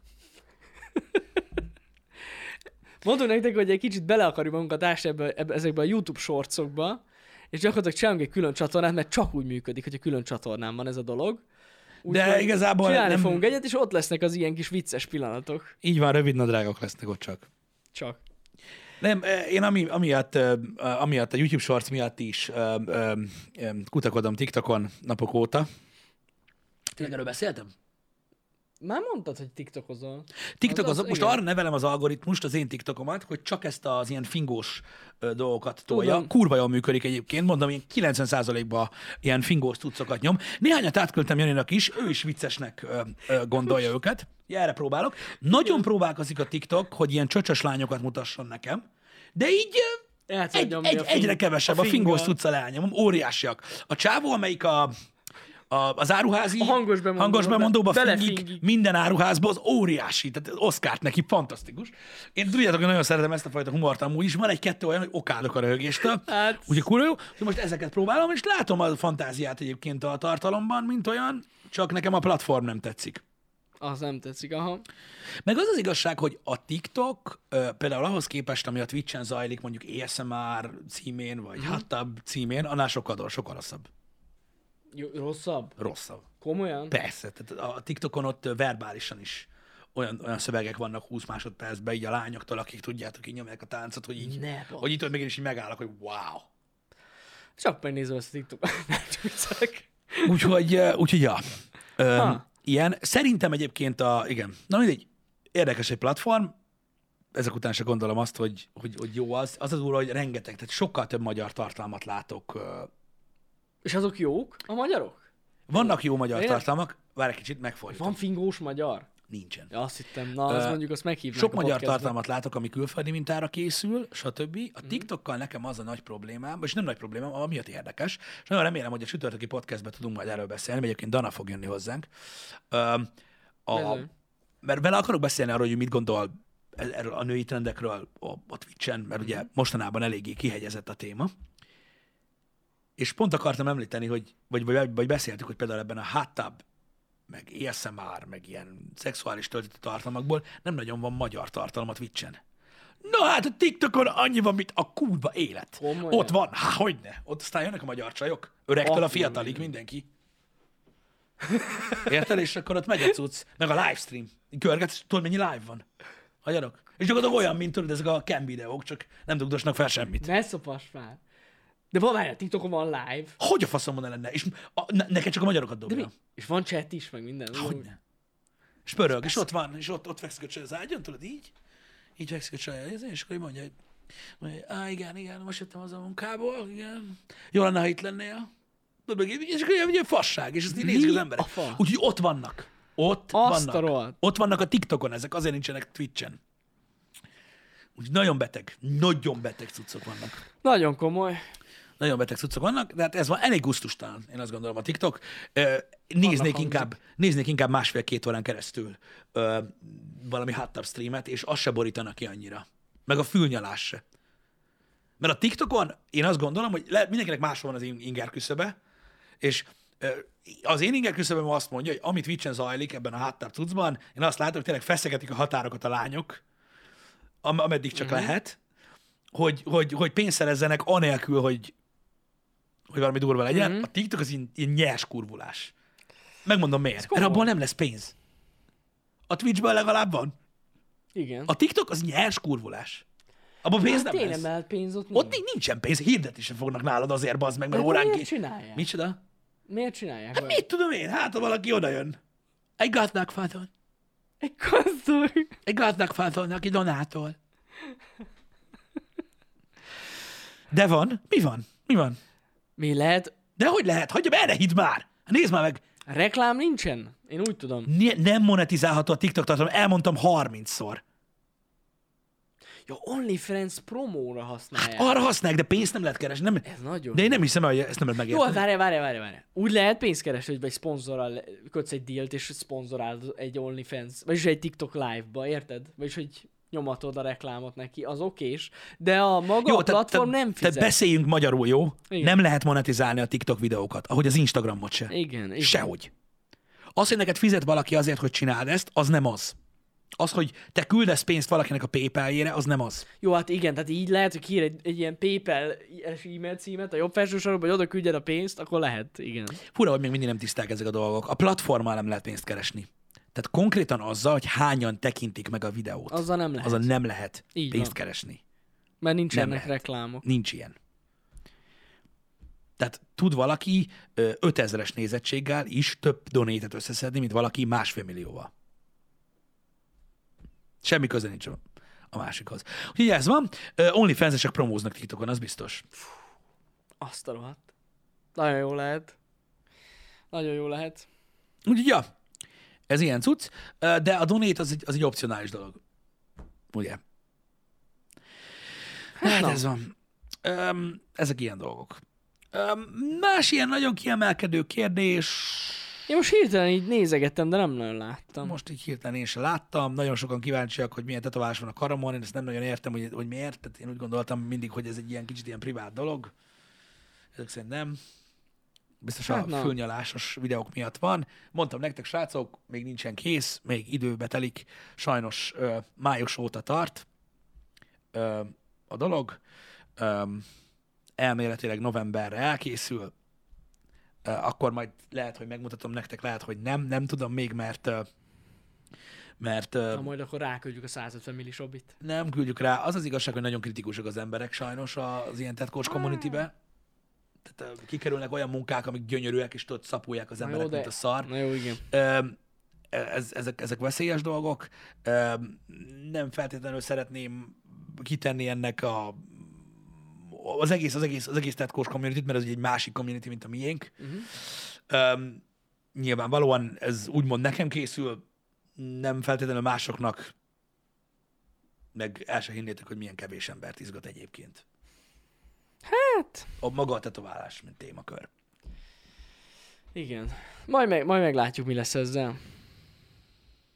Mondom nektek, hogy egy kicsit bele akarjuk magunkat ásni ebbe, ebbe, ezekbe a YouTube shortsokba, és gyakorlatilag csinálunk egy külön csatornát, mert csak úgy működik, hogy a külön csatornán van ez a dolog. De Úgyhogy igazából csinálni nem- fogunk egyet, és ott lesznek az ilyen kis vicces pillanatok. Így van, rövid nadrágok lesznek ott csak. Csak. Nem, eh, én ami, amiatt, eh, amiatt a YouTube Shorts miatt is eh, eh, eh, kutakodom TikTokon napok óta. Tényleg erről beszéltem? Már mondtad, hogy tiktokozol. TikTok Az- az, az- most igen. arra nevelem az algoritmust, az én TikTokomat, hogy csak ezt az ilyen fingós ö, dolgokat tolja. Tudom. Kurva jól működik egyébként, mondom, ilyen kilencven százalékban ilyen fingós cuccokat nyom. Néhányat átküldtem Janinak is, ő is viccesnek ö, ö, gondolja őket. Ja, erre próbálok. Nagyon próbálkozik a TikTok, hogy ilyen csöcsös lányokat mutasson nekem, de így ö, El tudod egy, nyomni egy, a fing- egyre kevesebb, a, a fingós finggal. cuccal elnyomom, óriásiak. A csávó, amelyik a A, az áruházi A hangos bemondóba hangos bemondóba be- fingik belefingik. minden áruházba, az óriási, tehát Oszkárt neki, fantasztikus. Én tudjátok, hogy nagyon szeretem ezt a fajta humort amúgy is, van egy-kettő olyan, hogy okádok a röhögéstől, Hát- úgyhogy kurva jó, hogy most ezeket próbálom, és látom a fantáziát egyébként a tartalomban, mint olyan, csak nekem a platform nem tetszik. Az nem tetszik, aha. Meg az az igazság, hogy a TikTok ö, például ahhoz képest, ami a Twitch-en zajlik, mondjuk á es em er címén, vagy Mhm. Hot Tub címén, annál sokkal, sokkal rosszabb. Jó, rosszabb? Rosszabb. Komolyan? Persze, tehát a TikTokon ott verbálisan is olyan, olyan szövegek vannak húsz másodpercben, így a lányoktól, akik tudjátok, így nyomják a táncot, hogy így, Ne, basz. hogy itt még én is így megállok, hogy wow. Csak megnézem ezt a TikTokot. Nem csak viccelek. Úgyhogy, eh, úgyhogy ja. Öm, Ha. ilyen. Szerintem egyébként a, igen, na mindegy, érdekes egy platform, ezek után se gondolom azt, hogy, hogy, hogy jó az. Az az úr, hogy rengeteg, tehát sokkal több magyar tartalmat látok. ö, És azok jók? A magyarok? Vannak jó magyar Én- tartalmak, várj egy kicsit, megfordítom. Van fingós magyar? Nincsen. Ja, azt hittem. Na, az Ö, mondjuk azt meghívnánk Sok a magyar podcastba. tartalmat látok, ami külföldi mintára készül, stb. A Mhm. TikTokkal nekem az a nagy problémám, és nem nagy problémám, amiatt érdekes, és nagyon remélem, hogy a csütörtöki podcastben tudunk majd erről beszélni, mert egyébként Dana fog jönni hozzánk. Ö, A, Bizony. mert vele akarok beszélni arról, hogy mit gondol erről a női trendekről a, a Twitch-en, mert ugye mostanában eléggé kihegyezett a téma. És pont akartam említeni, hogy, vagy, vagy, vagy beszéltük, hogy például ebben a hot tub, meg á es em er, meg ilyen szexuális töltető tartalmakból nem nagyon van magyar tartalom a Twitch-en. Na hát a TikTokon annyi van, mint a kurva élet. Komolyan? Ott van, há, hogyne. Ott aztán jönnek a magyar csajok. Öregtől a fiatalig, mindenki. Érted? És akkor ott megy a cucc. Meg a livestream. Görgetsz, tudod, mennyi live van? Hagyjanak? És gyakorlatilag olyan, mint tudod, ezek a cam videók, csak nem dugdosnak fel semmit. Ne szopass már. De van már, a TikTokon van live. Hogy a faszomban ne lenne? És a, ne, neked csak a magyarokat dobja. De mi? És van chat is, meg minden. Hogyne. És pörög, és ott van, és ott, ott fekszik a csaj az ágyon, tudod, így. Így fekszik a csaj, és akkor így mondja, hogy mondja, á, igen, igen, most jöttem az a munkából, igen. Jó lenne, ha itt lennél. És akkor ilyen, ilyen fasság, és ezt így nézik az emberek. Úgyhogy ott vannak. Ott Azt vannak. Ott vannak a TikTokon ezek, azért nincsenek Twitchen. Úgyhogy nagyon beteg, nagyon beteg cuccok vannak. Nagyon komoly. Nagyon beteg cuccok vannak, de hát ez van elég gusztustalan, én azt gondolom, a TikTok. Néznék inkább, néznék inkább másfél-két órán keresztül ö, valami hot tub streamet, és azt se borítanak ki annyira. Meg a fülnyalás se. Mert a TikTokon én azt gondolom, hogy le, mindenkinek máshol van az inger küszöbe, és ö, az én inger küszöböm azt mondja, hogy amit Twitchen zajlik ebben a hot tub cuccban, én azt látom, hogy tényleg feszegetik a határokat a lányok, am- ameddig csak mm-hmm. lehet, hogy, hogy, hogy pénzt szerezzenek anélkül, hogy hogy valami durva legyen. Mm-hmm. A TikTok az ilyen, ilyen nyers kurvulás. Megmondom miért. Mert abból nem lesz pénz. A Twitchben legalább van. Igen. A TikTok az nyers kurvulás. Abban pénz hát nem lesz. Nem pénz ott, ott nincsen pénz. Hirdetni sem fognak nálad azért, bazd meg, mert óránként. Miért csinálják? Micsoda? Miért csinálják? Hát mit tudom én? Hát, ha valaki oda jön. Egy gazdagfától. Egy gazdag. Egy gazdagfától, aki donátol. De van? Mi van? Mi van? Mi lehet? De hogy lehet? Hagyja be, erre hidd már! Nézd már meg! Reklám nincsen? Én úgy tudom. Ne, nem monetizálható a TikTok tartalom, elmondtam harmincszor. Ja, OnlyFans promóra használják. Hát arra használják, de pénzt nem lehet keresni. Nem... Ez nagyon. De én nem hiszem, hogy ezt nem lehet megérteni. Jó, várj, várj, várj, várj. Úgy lehet pénzt keresni, hogy egy szponzorral kötsz egy dealt, és szponzorálod egy OnlyFans, vagyis egy TikTok live-ba, érted? Vagyis, hogy nyomatod a reklámot neki, az okés, de a maga jó, a platform te, te, nem fizet. Tehát beszéljünk magyarul, jó? Igen. Nem lehet monetizálni a TikTok videókat, ahogy az Instagramot se. Igen, igen. Sehogy. Az, hogy neked fizet valaki azért, hogy csináld ezt, az nem az. Az, hogy te küldesz pénzt valakinek a PayPal-jére, az nem az. Jó, hát igen, tehát így lehet, hogy kiír egy, egy ilyen PayPal e-mail címet a jobb felső sarokba, hogy oda küldjed a pénzt, akkor lehet, igen. Fura, hogy még mindig nem tiszták ezek a dolgok. A platformmal nem lehet pénzt keresni. Tehát konkrétan azzal, hogy hányan tekintik meg a videót. Azzal nem lehet. Azzal nem lehet így pénzt van. keresni. Mert nincsenek reklámok. Nincs ilyen. Tehát tud valaki ötezres nézettséggel is több donétet összeszedni, mint valaki másfél millióval. Semmi köze nincs a másikhoz. Úgyhogy ez van. OnlyFans-esek promóznak TikTokon, az biztos. Azt a rohadt. Nagyon jó lehet. Nagyon jó lehet. Úgyhogy ja, ez ilyen cucc, de a donate az egy, az egy opcionális dolog. Ugye? Hát ez van. Um, ezek ilyen dolgok. Um, más ilyen nagyon kiemelkedő kérdés. Én most hirtelen így nézegettem, de nem nagyon láttam. Most így hirtelen én sem láttam. Nagyon sokan kíváncsiak, hogy milyen tetoválás van a karamon. Én ezt nem nagyon értem, hogy, hogy miért. Tehát én úgy gondoltam mindig, hogy ez egy ilyen kicsit ilyen privát dolog. Ezek szerint nem. Biztos hát a na. fülnyalásos videók miatt van. Mondtam nektek, srácok, még nincsen kész, még időbe telik. Sajnos ö, május óta tart ö, a dolog. Ö, elméletileg novemberre elkészül. Ö, akkor majd lehet, hogy megmutatom nektek, lehet, hogy nem. Nem tudom még, mert... Ö, mert Na majd akkor ráküldjük a százötven millis obit. Nem küldjük rá. Az az igazság, hogy nagyon kritikusak az emberek sajnos az ilyen tetcoach community-be. Tehát kikerülnek olyan munkák, amik gyönyörűek, és tudod, szapulják az emberek, jó, de... mint a szar. Na jó, igen. Ez, ezek, ezek veszélyes dolgok. Nem feltétlenül szeretném kitenni ennek a, az egész, az egész, az egész tetcoach community-t, mert ez egy másik community, mint a miénk. Uh-huh. Nyilvánvalóan ez úgymond nekem készül, nem feltétlenül másoknak, meg el se hinnétek, hogy milyen kevés embert izgat egyébként. Hát... A maga a tetoválás, mint témakör. Igen. Majd, meg, majd meglátjuk, mi lesz ezzel.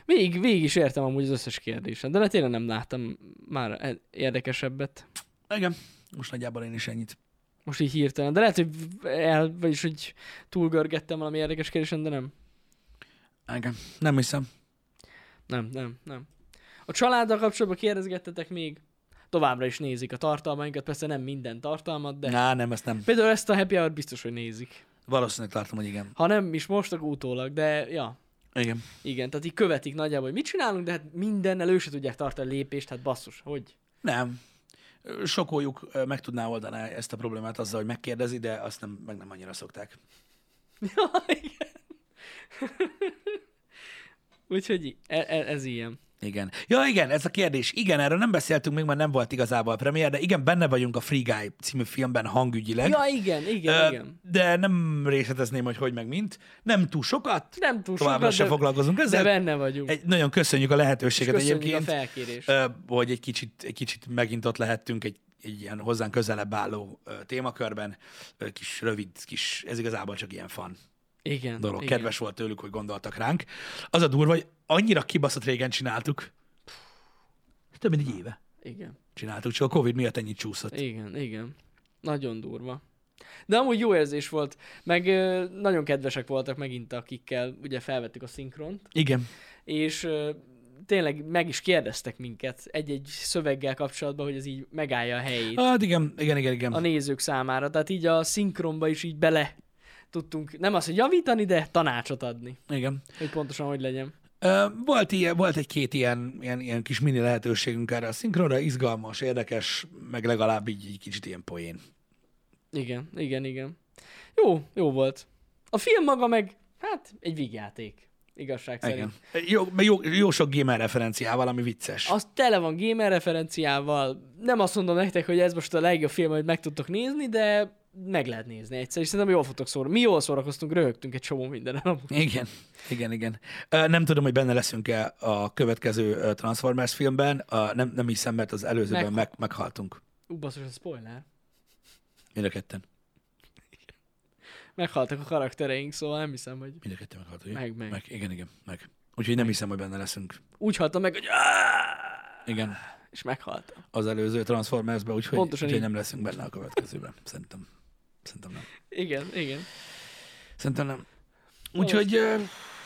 Végig, végig is értem amúgy az összes kérdésen, de tényleg nem láttam már érdekesebbet. Igen, most nagyjából én is ennyit. Most így hirtelen, de lehet, hogy el, vagyis, hogy túlgörgettem valami érdekes kérdésen, de nem. Igen, nem hiszem. Nem, nem, nem. A családdal kapcsolatban kérdezgettetek még? Továbbra is nézik a tartalmainkat, persze nem minden tartalmat, de... Ná, nem, ezt nem. Például ezt a happy hour biztos, hogy nézik. Valószínűleg tartom, hogy igen. Ha nem is most, akkor utólag, de ja. Igen. Igen, tehát így követik nagyjából, hogy mit csinálunk, de hát mindennel ő se tudják tartani a lépést, hát basszus, hogy? Nem. Sokoljuk meg tudná oldani ezt a problémát azzal, hogy megkérdezi, de azt nem, meg nem annyira szokták. Ja, igen. Úgyhogy ez, ez ilyen. Igen. Ja, igen, ez a kérdés. Igen, erről nem beszéltünk még, mert nem volt igazából a premier, de igen, benne vagyunk a Free Guy című filmben hangügyileg. Ja, igen, igen, uh, igen. De nem részletezném, hogy hogy meg mint. Nem túl sokat. Nem túl Továbbra sokat, se de, foglalkozunk ezzel. de benne vagyunk. Egy, nagyon köszönjük a lehetőséget köszönjük egyébként. a felkérést. Uh, hogy egy kicsit, egy kicsit megint ott lehettünk egy, egy ilyen hozzánk közelebb álló uh, témakörben. Uh, kis rövid, kis, ez igazából csak ilyen fan. Igen. dolog. Igen. Kedves volt tőlük, hogy gondoltak ránk. Az a durva, hogy annyira kibaszott régen csináltuk. Több mint egy éve Igen. csináltuk, csak a Covid miatt ennyit csúszott. Igen, igen. Nagyon durva. De amúgy jó érzés volt, meg ö, nagyon kedvesek voltak megint, akikkel ugye felvettük a szinkront, Igen. és ö, tényleg meg is kérdeztek minket egy-egy szöveggel kapcsolatban, hogy ez így megállja a helyét Hát igen, igen, igen, igen. a nézők számára. Tehát így a szinkronba is így bele tudtunk, nem az, hogy javítani, de tanácsot adni, Igen. hogy pontosan hogy legyen. Volt, ilyen, volt egy-két ilyen, ilyen, ilyen kis mini lehetőségünk erre a szinkronra, izgalmas, érdekes, meg legalább így egy kicsit ilyen poén. Igen, igen, igen. Jó, jó volt. A film maga meg, hát egy vígjáték, igazság szerint. Igen. Jó, jó, jó sok gamer referenciával, ami vicces. Az tele van gamer referenciával. Nem azt mondom nektek, hogy ez most a legjobb film, amit meg tudtok nézni, de meg lehet nézni egyszer, és szerintem jól fogtok szórakozni. Mi jól szórakoztunk, röhögtünk egy csomó mindenen. Igen, igen, igen. Nem tudom, hogy benne leszünk-e a következő Transformers filmben. Nem, nem hiszem, mert az előzőben meg, meg, meghaltunk. Ú, basszus, ez spoiler. Mind a ketten. Meghaltak a karaktereink, szóval nem hiszem, hogy... Mind a ketten meghaltunk. Meg, meg. meg. Igen, igen, meg. Úgyhogy nem hiszem, hogy benne leszünk. Úgy haltam meg, hogy... Igen. És meghaltam. Az előző Transformersben, úgyhogy, Pontosan úgyhogy így. nem leszünk benne a következőben. Szerintem. Szerintem nem. Igen, igen. Szerintem nem. Úgyhogy uh,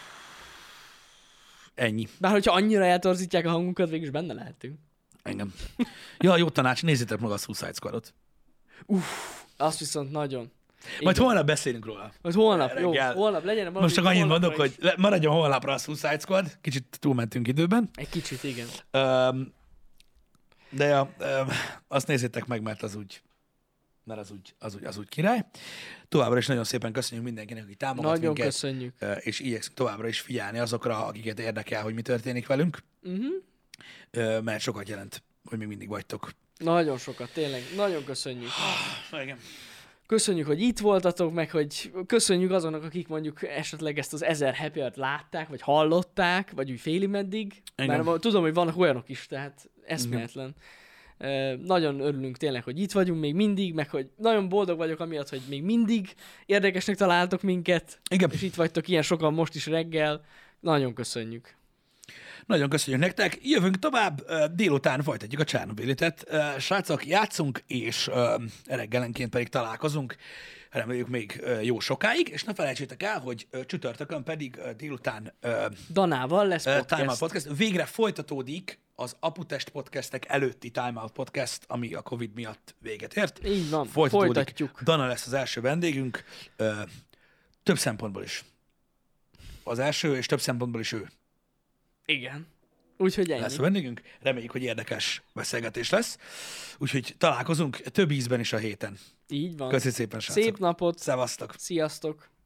ennyi. Bár hogyha annyira eltorzítják a hangunkat, végül is benne lehetünk. Engem. Ja, jó tanács, nézzétek meg a Suicide Squadot. Uff, azt viszont nagyon. Majd holnap beszélünk róla. Majd holnap, jó, Reggel. holnap legyen valami. Most csak annyit holnapra mondok, is. hogy le- maradjon holnapra a Suicide Squad. Kicsit túlmentünk időben. Egy kicsit, igen. Um, de ja, um, azt nézzétek meg, mert az úgy, mert az úgy, az úgy, az úgy király. Továbbra is nagyon szépen köszönjük mindenkinek, aki támogat Nagyon minket. köszönjük. Uh, és igyekszünk továbbra is figyelni azokra, akiket érdekel, hogy mi történik velünk. Uh-huh. Uh, mert sokat jelent, hogy még mindig vagytok. Nagyon sokat, tényleg. Nagyon köszönjük. Igen. Köszönjük, hogy itt voltatok, meg hogy köszönjük azoknak, akik mondjuk esetleg ezt az ezer happy hour-t látták, vagy hallották, vagy úgy félig meddig. Igen. Mert tudom, hogy vannak olyanok is, tehát eszméletlen. Uh, nagyon örülünk tényleg, hogy itt vagyunk még mindig, meg hogy nagyon boldog vagyok amiatt, hogy még mindig érdekesnek találtok minket, Igen. és itt vagytok ilyen sokan most is reggel. Nagyon köszönjük. Nagyon köszönjük nektek. Jövünk tovább, uh, délután folytatjuk a Csernobylitet. Uh, Srácok, játszunk, és uh, reggelenként pedig találkozunk. Reméljük még uh, jó sokáig, és ne felejtsétek el, hogy uh, csütörtökön pedig uh, délután uh, Danával lesz uh, podcast. Time Out Podcast. Végre folytatódik az Aputest podcastek előtti Time Out Podcast, ami a Covid miatt véget ért. Így van, Folytatódik. folytatjuk. Dana lesz az első vendégünk. Uh, több szempontból is. Az első, és több szempontból is ő. Igen. Úgyhogy ennyi. Lesz a vendégünk. Reméljük, hogy érdekes beszélgetés lesz. Úgyhogy találkozunk több ízben is a héten. Így van. Köszönjük szépen, srácok. Szép napot. Szevasztok. Sziasztok.